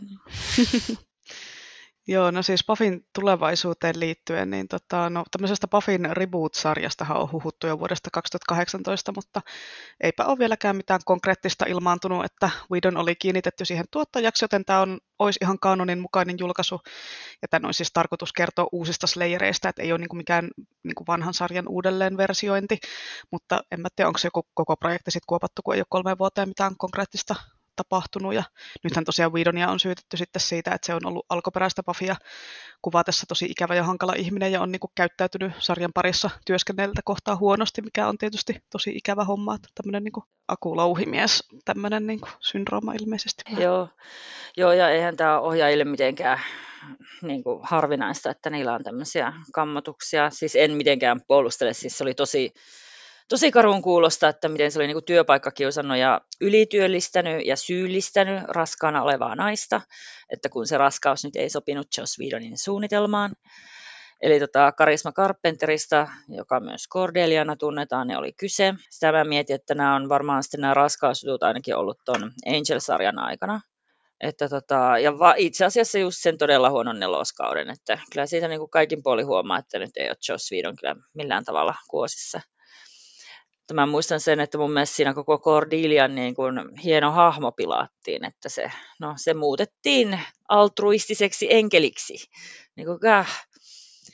Joo, no siis Buffyn tulevaisuuteen liittyen, niin tämmöisestä Buffyn reboot-sarjastahan on huhuttu jo vuodesta 2018, mutta eipä ole vieläkään mitään konkreettista ilmaantunut, että Whedon oli kiinnitetty siihen tuottajaksi, joten tämä olisi ihan kanonin mukainen julkaisu, ja tämän on siis tarkoitus kertoa uusista Slayereista, että ei ole mikään vanhan sarjan uudelleenversiointi, mutta en mä tiedä, onko se koko projekti sitten kuopattu, kun ei ole 3 vuoteen mitään konkreettista tapahtunut, ja nythän tosiaan Whedonia on syytetty sitten siitä, että se on ollut alkuperäistä Buffya kuvatessa tosi ikävä ja hankala ihminen ja on käyttäytynyt sarjan parissa työskenneltä kohtaa huonosti, mikä on tietysti tosi ikävä homma, että tämmöinen akulouhimies, tämmöinen syndrooma ilmeisesti. Joo, ja eihän tämä ohjaajille mitenkään harvinaista, että niillä on tämmöisiä kammotuksia, siis en mitenkään puolustele, siis se oli tosi karun kuulosta, että miten se oli niin kuin työpaikkakiusannut ja ylityöllistänyt ja syyllistänyt raskaana olevaa naista, että kun se raskaus nyt ei sopinut Joss Whedonin suunnitelmaan. Eli Charisma Carpenterista, joka myös Cordeliana tunnetaan, niin oli kyse. Sitä mä mietin, että nämä on varmaan sitten nämä raskausjutut ainakin ollut tuon Angel-sarjan aikana. Että itse asiassa just sen todella huonon 4. kauden, että kyllä siitä niin kuin kaikin puolin huomaa, että nyt ei ole Joss Whedon kyllä millään tavalla kuosissa. Mä muistan sen, että mun mielestä siinä koko Cordelian niin kuin hieno hahmo pilaattiin, että se muutettiin altruistiseksi enkeliksi. Niin kuin,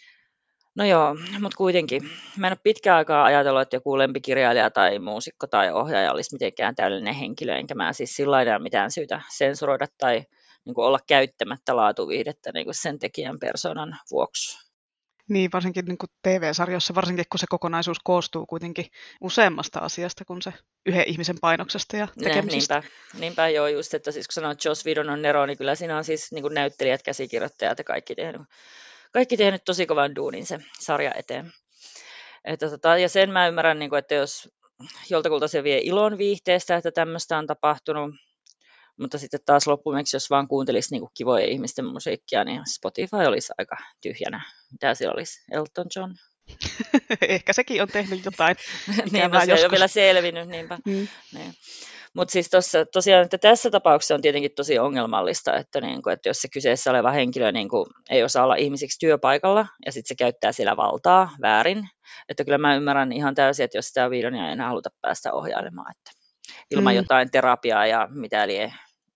No joo, mutta kuitenkin. Mä en ole pitkään aikaa ajatellut, että joku lempikirjailija tai muusikko tai ohjaaja olisi mitenkään täydellinen henkilö, enkä mä siis sillä lailla mitään syytä sensuroida tai niin kuin olla käyttämättä laatuviihdettä niin kuin sen tekijän persoonan vuoksi. Niin, varsinkin niin kuin TV-sarjoissa, varsinkin kun se kokonaisuus koostuu kuitenkin useammasta asiasta kuin se yhden ihmisen painoksesta ja tekemisistä. Niinpä joo, just, että siis kun sanoit, että Joss Whedon on Nero, niin kyllä siinä on siis niin kuin näyttelijät, käsikirjoittajat ja kaikki tehnyt tosi kovan duunin se sarja eteen. Ja sen mä ymmärrän, niin kuin, että jos joltakulta se vie ilon viihteestä, että tämmöistä on tapahtunut, mutta sitten taas loppumeksi, jos vaan kuuntelisi niin kuin kivoja ihmisten musiikkia, niin Spotify olisi aika tyhjänä. Mitä siellä olisi? Elton John? Ehkä sekin on tehnyt jotain. Niin, no se ei ole vielä selvinnyt, niinpä. Niin. Mutta siis tosiaan, että tässä tapauksessa on tietenkin tosi ongelmallista, että jos se kyseessä oleva henkilö ei osaa olla ihmisiksi työpaikalla ja sitten se käyttää siellä valtaa väärin. Että kyllä mä ymmärrän ihan täysin, että jos sitä Whedonia ei enää haluta päästä ohjailemaan, että ilman jotain terapiaa ja mitä lie.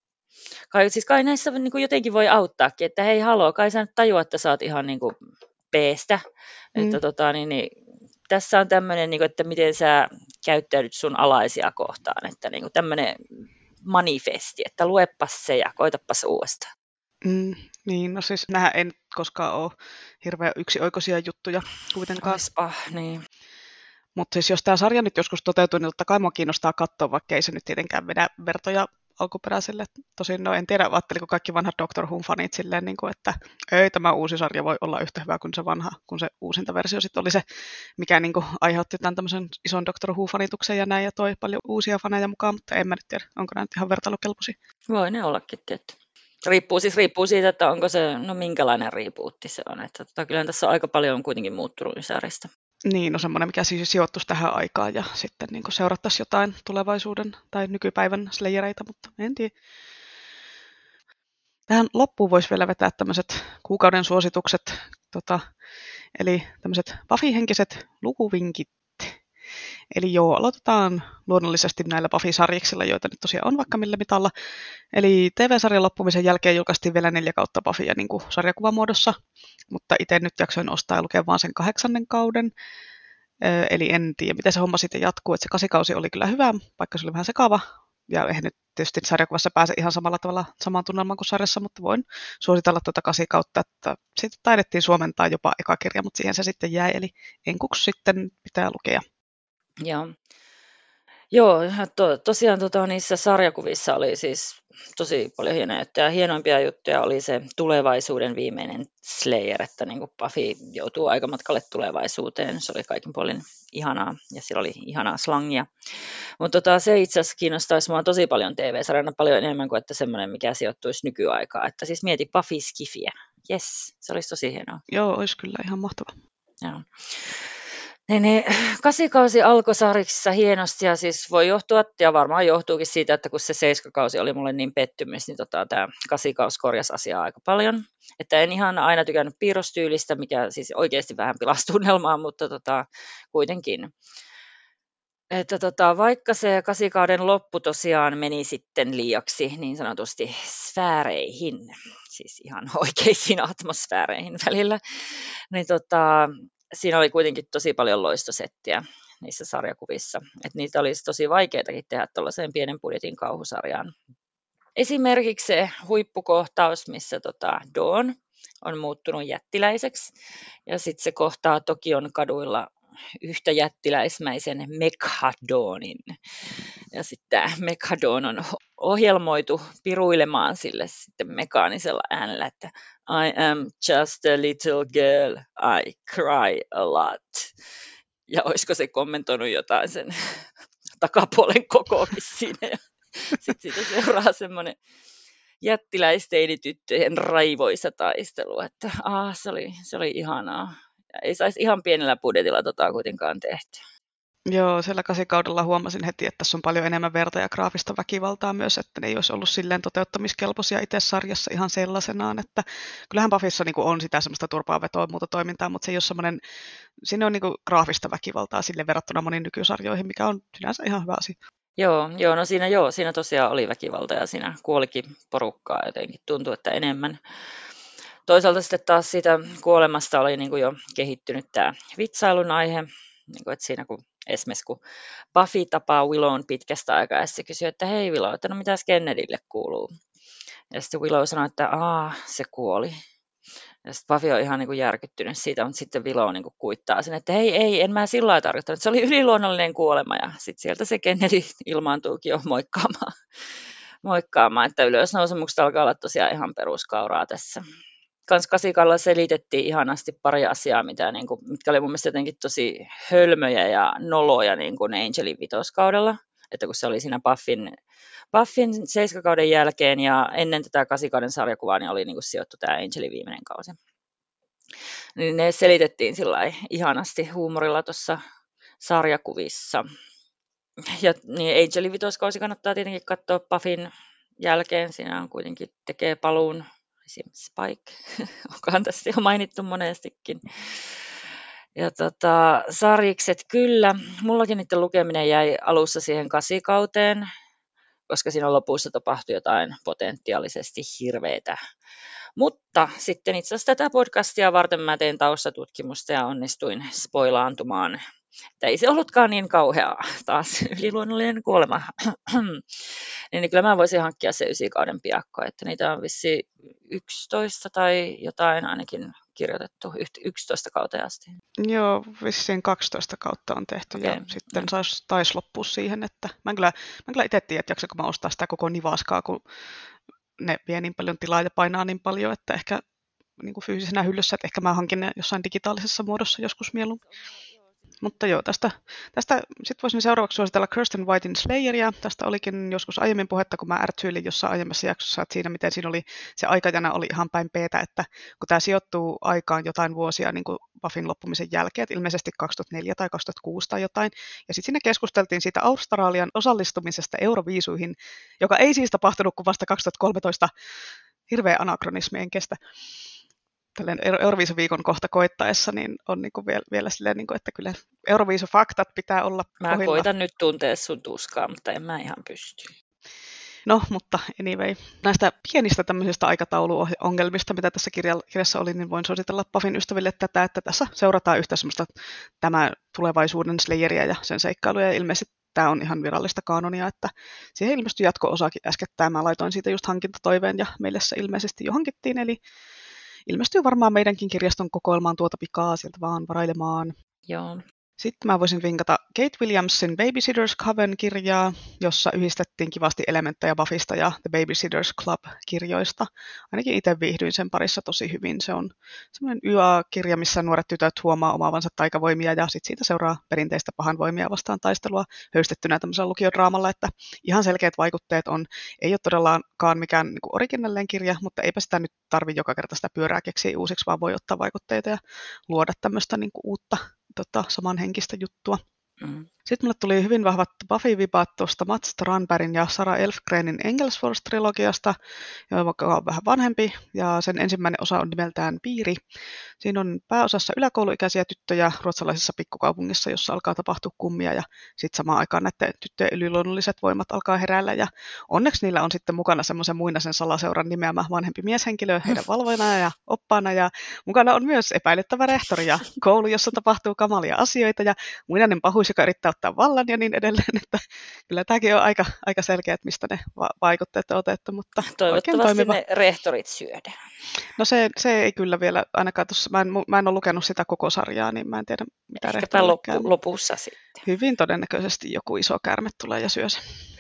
Kai näissä jotenkin voi auttaakin, että hei haloo, kai sä nyt tajua, että sä oot ihan peestä. Että tässä on tämmöinen, että miten sä käyttäydyt sun alaisia kohtaan, että tämmöinen manifesti, että luepas se ja koitapas uudestaan. Niin, no siis nämähän ei koskaan ole hirveän yksioikoisia juttuja kuitenkaan. Niin. Mutta siis jos tämä sarja nyt joskus toteutuu, niin totta kai mua kiinnostaa katsoa, vaikka ei se nyt tietenkään vedä vertoja alkuperäiselle. Tosin en tiedä, ajatteliko kaikki vanhat Doctor Who-fanit silleen, että ei tämä uusi sarja voi olla yhtä hyvä kuin se vanha, kun se uusinta versio sitten oli se, mikä aiheutti tämän tämmöisen ison Doctor Who-fanituksen ja näin, ja toi paljon uusia faneja mukaan, mutta en mä nyt tiedä, onko nämä nyt ihan vertailukelpoisia. Voi ne ollakin, tietty. Riippuu siitä, että onko se, minkälainen rebootti se on. Että kyllähän tässä on aika paljon kuitenkin muuttunut sarjasta. Niin, no semmoinen, mikä siis sijoittuisi tähän aikaan ja sitten seurattaisi jotain tulevaisuuden tai nykypäivän slayereita, mutta en tiedä. Tähän loppuun voisi vielä vetää tämmöiset kuukauden suositukset, eli tämmöiset Buffy-henkiset lukuvinkit. Eli aloitetaan luonnollisesti näillä Buffy-sarjiksilla, joita nyt tosiaan on vaikka millä mitalla. Eli TV-sarjan loppumisen jälkeen julkaistiin vielä 4 kautta Buffya sarjakuvamuodossa, mutta itse nyt jaksoin ostaa ja lukea vaan sen 8. kauden. Eli en tiedä, miten se homma sitten jatkuu. Että se 8 kausi oli kyllä hyvä, vaikka se oli vähän sekava. Ja eihän nyt tietysti sarjakuvassa pääse ihan samalla tavalla samaan tunnelmaan kuin sarjassa, mutta voin suositella 8 kautta, että siitä taidettiin suomentaa jopa eka kirja, mutta siihen se sitten jäi. Eli enkuksi sitten pitää lukea. Joo, tosiaan niissä sarjakuvissa oli siis tosi paljon hienoja juttuja. Hienoimpia juttuja oli se tulevaisuuden viimeinen Slayer, että Buffy joutuu aikamatkalle tulevaisuuteen. Se oli kaikin puolin ihanaa ja sillä oli ihanaa slangia. Mutta se itse asiassa kiinnostaisi minua tosi paljon TV-sarjana, paljon enemmän kuin että semmoinen, mikä sijoittuisi nykyaikaan. Että siis mieti Buffy Skifiä. Jes, se olisi tosi hienoa. Joo, olisi kyllä ihan mahtavaa. Joo. 8 kausi alkoi sarjiksissa hienosti ja siis voi johtua, ja varmaan johtuukin siitä, että kun se 7 kausi oli mulle niin pettymys, niin tämä 8 kausi korjasi asiaa aika paljon. Että en ihan aina tykännyt piirrostyylistä, mikä siis oikeasti vähän pilasi tunnelmaa, mutta kuitenkin. Että vaikka se 8 kauden loppu tosiaan meni sitten liiaksi niin sanotusti sfääreihin, siis ihan oikeisiin atmosfääreihin välillä, niin siinä oli kuitenkin tosi paljon loistosettiä niissä sarjakuvissa. Että niitä olisi tosi vaikeatakin tehdä tuollaiseen pienen budjetin kauhusarjaan. Esimerkiksi se huippukohtaus, missä Dawn on muuttunut jättiläiseksi. Ja sitten se kohtaa Tokion kaduilla yhtä jättiläismäisen Mechadawnin. Ja sitten tämä Mechadon on ohjelmoitu piruilemaan sille sitten mekaanisella äänellä, että I am just a little girl, I cry a lot. Ja olisiko se kommentoinut jotain sen takapuolen kokoakin siinä. Ja sitten siitä seuraa semmoinen jättiläisteinityttöjen raivoisa taistelu, että se oli ihanaa. Ja ei saisi ihan pienellä budjetilla kuitenkaan tehty. Joo, siellä 8 kaudella huomasin heti, että tässä on paljon enemmän verta ja graafista väkivaltaa myös, että ne ei olisi ollut silleen toteuttamiskelpoisia itse sarjassa ihan sellaisenaan, että kyllähän Buffyssa on sitä semmoista turpaanvetoa ja muuta toimintaa, mutta se ei ole semmoinen, siinä on graafista väkivaltaa sille verrattuna moniin nykysarjoihin, mikä on sinänsä ihan hyvä asia. No siinä tosiaan oli väkivalta ja siinä kuolikin porukkaa jotenkin, tuntui, että enemmän. toisaalta sitten taas siitä kuolemasta oli niin kuin jo kehittynyt tämä vitsailun aihe, niin kuin, että siinä esimerkiksi kun Buffy tapaa Willown pitkästä aikaa ja se kysyy, että hei Willow, että no mitäs Kennedylle kuuluu? Ja sitten Willow sanoi, että se kuoli. Ja sitten Buffy on ihan niin kuin järkyttynyt siitä, mutta sitten Willow niin kuin kuittaa sen, että hei, en mä sillä lailla tarkoittanut, se oli yliluonnollinen kuolema. Ja sitten sieltä se Kennedy ilmaantuukin jo moikkaamaan, että ylösnousemukset alkaa olla tosiaan ihan peruskauraa tässä. Kans Kasikalla selitettiin ihanasti pari asiaa, mitkä oli mun mielestä jotenkin tosi hölmöjä ja noloja niin kuin Angelin vitoskaudella. Että kun se oli siinä Buffin 7 kauden jälkeen ja ennen tätä 8 kauden sarjakuvaa, niin oli niin kuin sijoittu tämä Angelin viimeinen kausi. Niin ne selitettiin sillai ihanasti huumorilla tuossa sarjakuvissa. Ja niin Angelin vitoskausi kannattaa tietenkin katsoa Buffin jälkeen. Siinä on kuitenkin tekee paluun esimerkiksi Spike, onkohan tässä jo mainittu monestikin. Ja sarjikset kyllä. Mullakin niiden lukeminen jäi alussa siihen 8 kauteen, koska siinä lopussa tapahtui jotain potentiaalisesti hirveätä. Mutta sitten itse asiassa tätä podcastia varten mä tein taustatutkimusta ja onnistuin spoilaantumaan. Että ei se ollutkaan niin kauheaa, taas yliluonnollinen kuolema. Niin kyllä mä voisin hankkia se 9 kauden piakko, että niitä on vissiin 11 tai jotain ainakin kirjoitettu 11 kauteen asti. Joo, vissiin 12 kautta on tehty ja sitten taisi loppua siihen, että mä en kyllä itse tiedä, että jaksako mä ostaa sitä koko nivaskaa, kun ne vie niin paljon tilaa ja painaa niin paljon, että ehkä niin kuin fyysisenä hyllyssä, että ehkä mä hankin ne jossain digitaalisessa muodossa joskus mieluummin. Mutta joo, tästä sitten voisin seuraavaksi suositella Kirsten Whiten Slayeria. Tästä olikin joskus aiemmin puhetta, kun mä ärtsyilin jossain aiemmassa jaksossa, että siinä miten siinä oli, se aikajana oli ihan päin peetä, että kun tämä sijoittuu aikaan jotain vuosia niin kuin Buffyn loppumisen jälkeen, että ilmeisesti 2004 tai 2006 tai jotain, ja sitten siinä keskusteltiin siitä Australian osallistumisesta Euroviisuihin, joka ei siis tapahtunut kuin vasta 2013, hirveä anakronismi, en kestä. Tällainen Euroviisuviikon kohta koittaessa, niin on niin kuin vielä silleen, niin kuin, että kyllä Euroviisufaktat pitää olla kohdilla. Mä koitan nyt tuntea sun tuskaa, mutta en mä ihan pysty. No, mutta anyway. Näistä pienistä tämmöisistä aikatauluongelmista, mitä tässä kirjassa oli, niin voin suositella Buffyn ystäville tätä, että tässä seurataan yhtä semmoista tämä tulevaisuuden Slayeria ja sen seikkailuja, ja ilmeisesti tämä on ihan virallista kaanonia, että siihen ilmestyi jatko-osakin äskettäin. Mä laitoin siitä just hankintatoiveen, ja meille se ilmeisesti jo hankittiin, eli ilmestyy varmaan meidänkin kirjaston kokoelmaan tuota pikaa, sieltä vaan varailemaan. Joo. Sitten mä voisin vinkata Kate Williamsin Babysitter's Coven-kirjaa, jossa yhdistettiin kivasti elementtejä Buffysta ja The Babysitter's Club-kirjoista. Ainakin itse viihdyin sen parissa tosi hyvin. Se on semmoinen YA-kirja, missä nuoret tytöt huomaa omaavansa taikavoimia ja sitten siitä seuraa perinteistä pahanvoimia vastaan taistelua höystettynä tämmöisellä lukiodraamalla, että ihan selkeät vaikutteet on. Ei ole todellakaan mikään niin kuin originellinen kirja, mutta eipä sitä nyt tarvitse joka kerta sitä pyörää keksiä uusiksi, vaan voi ottaa vaikutteita ja luoda tämmöistä niin kuin uutta samanhenkistä juttua. Sitten mulle tuli hyvin vahvat Buffy-vipaat tuosta Mats Strandbergin ja Sarah Elfgrenin Engelsfors-trilogiasta, joka on vähän vanhempi, ja sen ensimmäinen osa on nimeltään Piiri. Siinä on pääosassa yläkouluikäisiä tyttöjä ruotsalaisessa pikkukaupungissa, jossa alkaa tapahtua kummia, ja sitten samaan aikaan näiden tyttöjen yliluonnolliset voimat alkaa heräillä, ja onneksi niillä on sitten mukana semmoisen muinaisen salaseuran nimeämä vanhempi mieshenkilö heidän valvojana ja oppaana, ja mukana on myös epäilyttävä rehtori ja koulu, jossa tapahtuu kamalia asioita, ja muinainen pahuus, joka yrittää ottaa vallan ja niin edelleen, että kyllä tämäkin on aika selkeä, että mistä ne vaikutteet on otettu, mutta toivottavasti ne rehtorit syödään. No se ei kyllä vielä, ainakaan tuossa, mä en ole lukenut sitä koko sarjaa, niin mä en tiedä mitä rehtorit käy. Lopussa sitten. Hyvin todennäköisesti joku iso käärme tulee ja syö sen.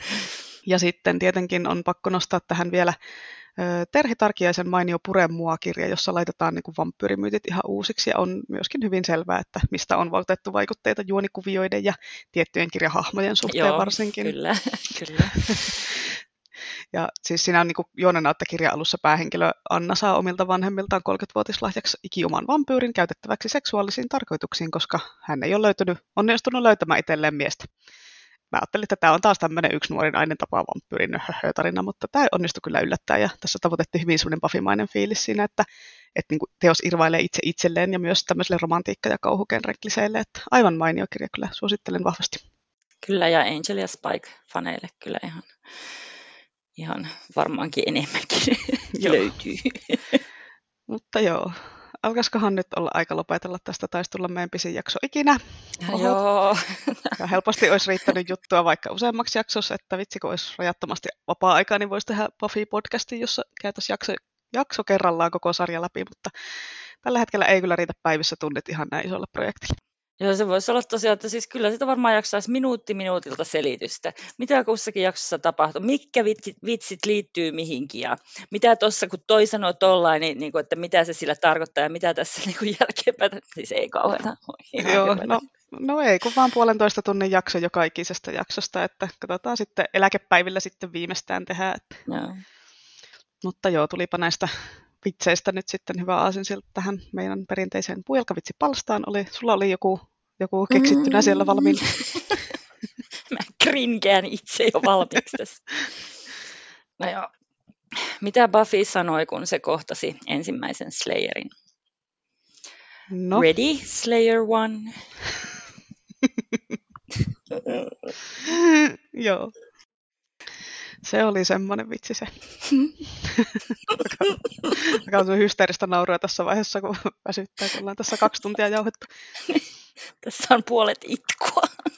Ja sitten tietenkin on pakko nostaa tähän vielä Terhi Tarkiaisen mainio Puremua-kirja, jossa laitetaan niin kuin vampyyrimyytit ihan uusiksi, ja on myöskin hyvin selvää, että mistä on otettu vaikutteita juonikuvioiden ja tiettyjen kirjahahmojen suhteen. Joo, varsinkin. Kyllä. Ja siis siinä on niin kuin juonena, että kirjan alussa päähenkilö Anna saa omilta vanhemmiltaan 30-vuotislahjaksi ikioman vampyyrin käytettäväksi seksuaalisiin tarkoituksiin, koska hän ei ole onnistunut löytämään itselleen miestä. Mä ajattelin, että tämä on taas tämmöinen yksi nuori nainen tapaa vampyyrin tarina, mutta tämä onnistui kyllä yllättäen, ja tässä tavoitettiin hyvin semmoinen Buffy-mainen fiilis siinä, että niin kuin teos irvailee itselleen ja myös tämmöiselle romantiikka- ja kauhugenrekliseille, että aivan mainio kirja, kyllä suosittelen vahvasti. Kyllä, ja Angel ja Spike-faneille kyllä ihan varmaankin enemmänkin löytyy. Mutta joo, alkaisikohan nyt olla aika lopetella tästä, taisi tulla meidän pisin jakso ikinä. Oho. Joo. Ja helposti olisi riittänyt juttua vaikka useammaksi jaksossa, että vitsi kun olisi rajattomasti vapaa-aikaa, niin voisi tehdä Buffy-podcastin, jossa käytäisiin jakso kerrallaan koko sarja läpi, mutta tällä hetkellä ei kyllä riitä päivissä tunnit ihan näin isolle projektille. Joo, se voisi olla tosiaan, että siis kyllä sitä varmaan jaksaisi minuutti minuutilta selitystä. Mitä kussakin jaksossa tapahtuu, mitkä vitsit liittyy mihinkin ja mitä tuossa kun toi sanoo tollain, niin kuin, että mitä se sillä tarkoittaa ja mitä tässä niin kuin jälkeenpäin, siis ei kauheeta. Joo, no ei, kun vaan 1,5 tunnin jakso joka ikisestä jaksosta, että katsotaan sitten eläkepäivillä sitten viimeistään tehdä. Että. Joo. Mutta joo, tulipa näistä vitseistä nyt sitten hyvä aasinsilta tähän meidän perinteiseen puujalkavitsipalstaan. Sulla oli joku keksittynä siellä valmiina. Mä krinkeän itse jo valmiiksi tässä. No joo. Mitä Buffy sanoi, kun se kohtasi ensimmäisen Slayerin? No. Ready, Slayer One? Joo. Se oli semmoinen vitsi se. Aika on hysteeristä naurua tässä vaiheessa, kun väsyttää, kun ollaan tässä 2 tuntia jauhettu. Tässä on puolet itkua.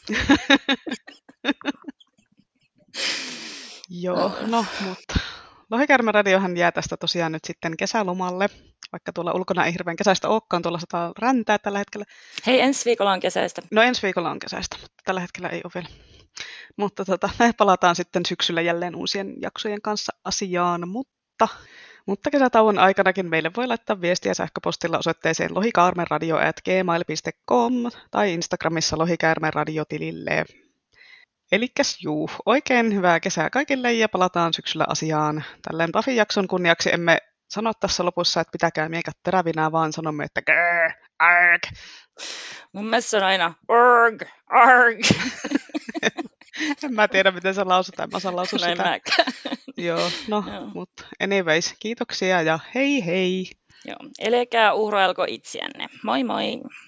Joo, no, mutta Lohikäärmeradiohan jää tästä tosiaan nyt sitten kesälomalle, vaikka tuolla ulkona ei hirveän kesäistä olekaan, tuolla sataa räntää tällä hetkellä. Hei, ensi viikolla on kesäistä. No ensi viikolla on kesäistä, mutta tällä hetkellä ei ole vielä. Mutta me palataan sitten syksyllä jälleen uusien jaksojen kanssa asiaan, mutta kesätauon aikanakin meille voi laittaa viestiä sähköpostilla osoitteeseen lohikäärmeradio@gmail.com tai Instagramissa lohikäärmeradiotilille. Elikkäs oikein hyvää kesää kaikille ja palataan syksyllä asiaan. Tälleen Buffy-jakson kunniaksi emme sano tässä lopussa, että pitäkää miekat terävinä, vaan sanomme, että arg. Mun mielestä se on aina arg. En mä tiedä, miten se lausutaan. Mä osaan lausua sitä. Joo, mutta anyways, kiitoksia ja hei hei. Joo, älkää uhrailko itseänne. Moi moi.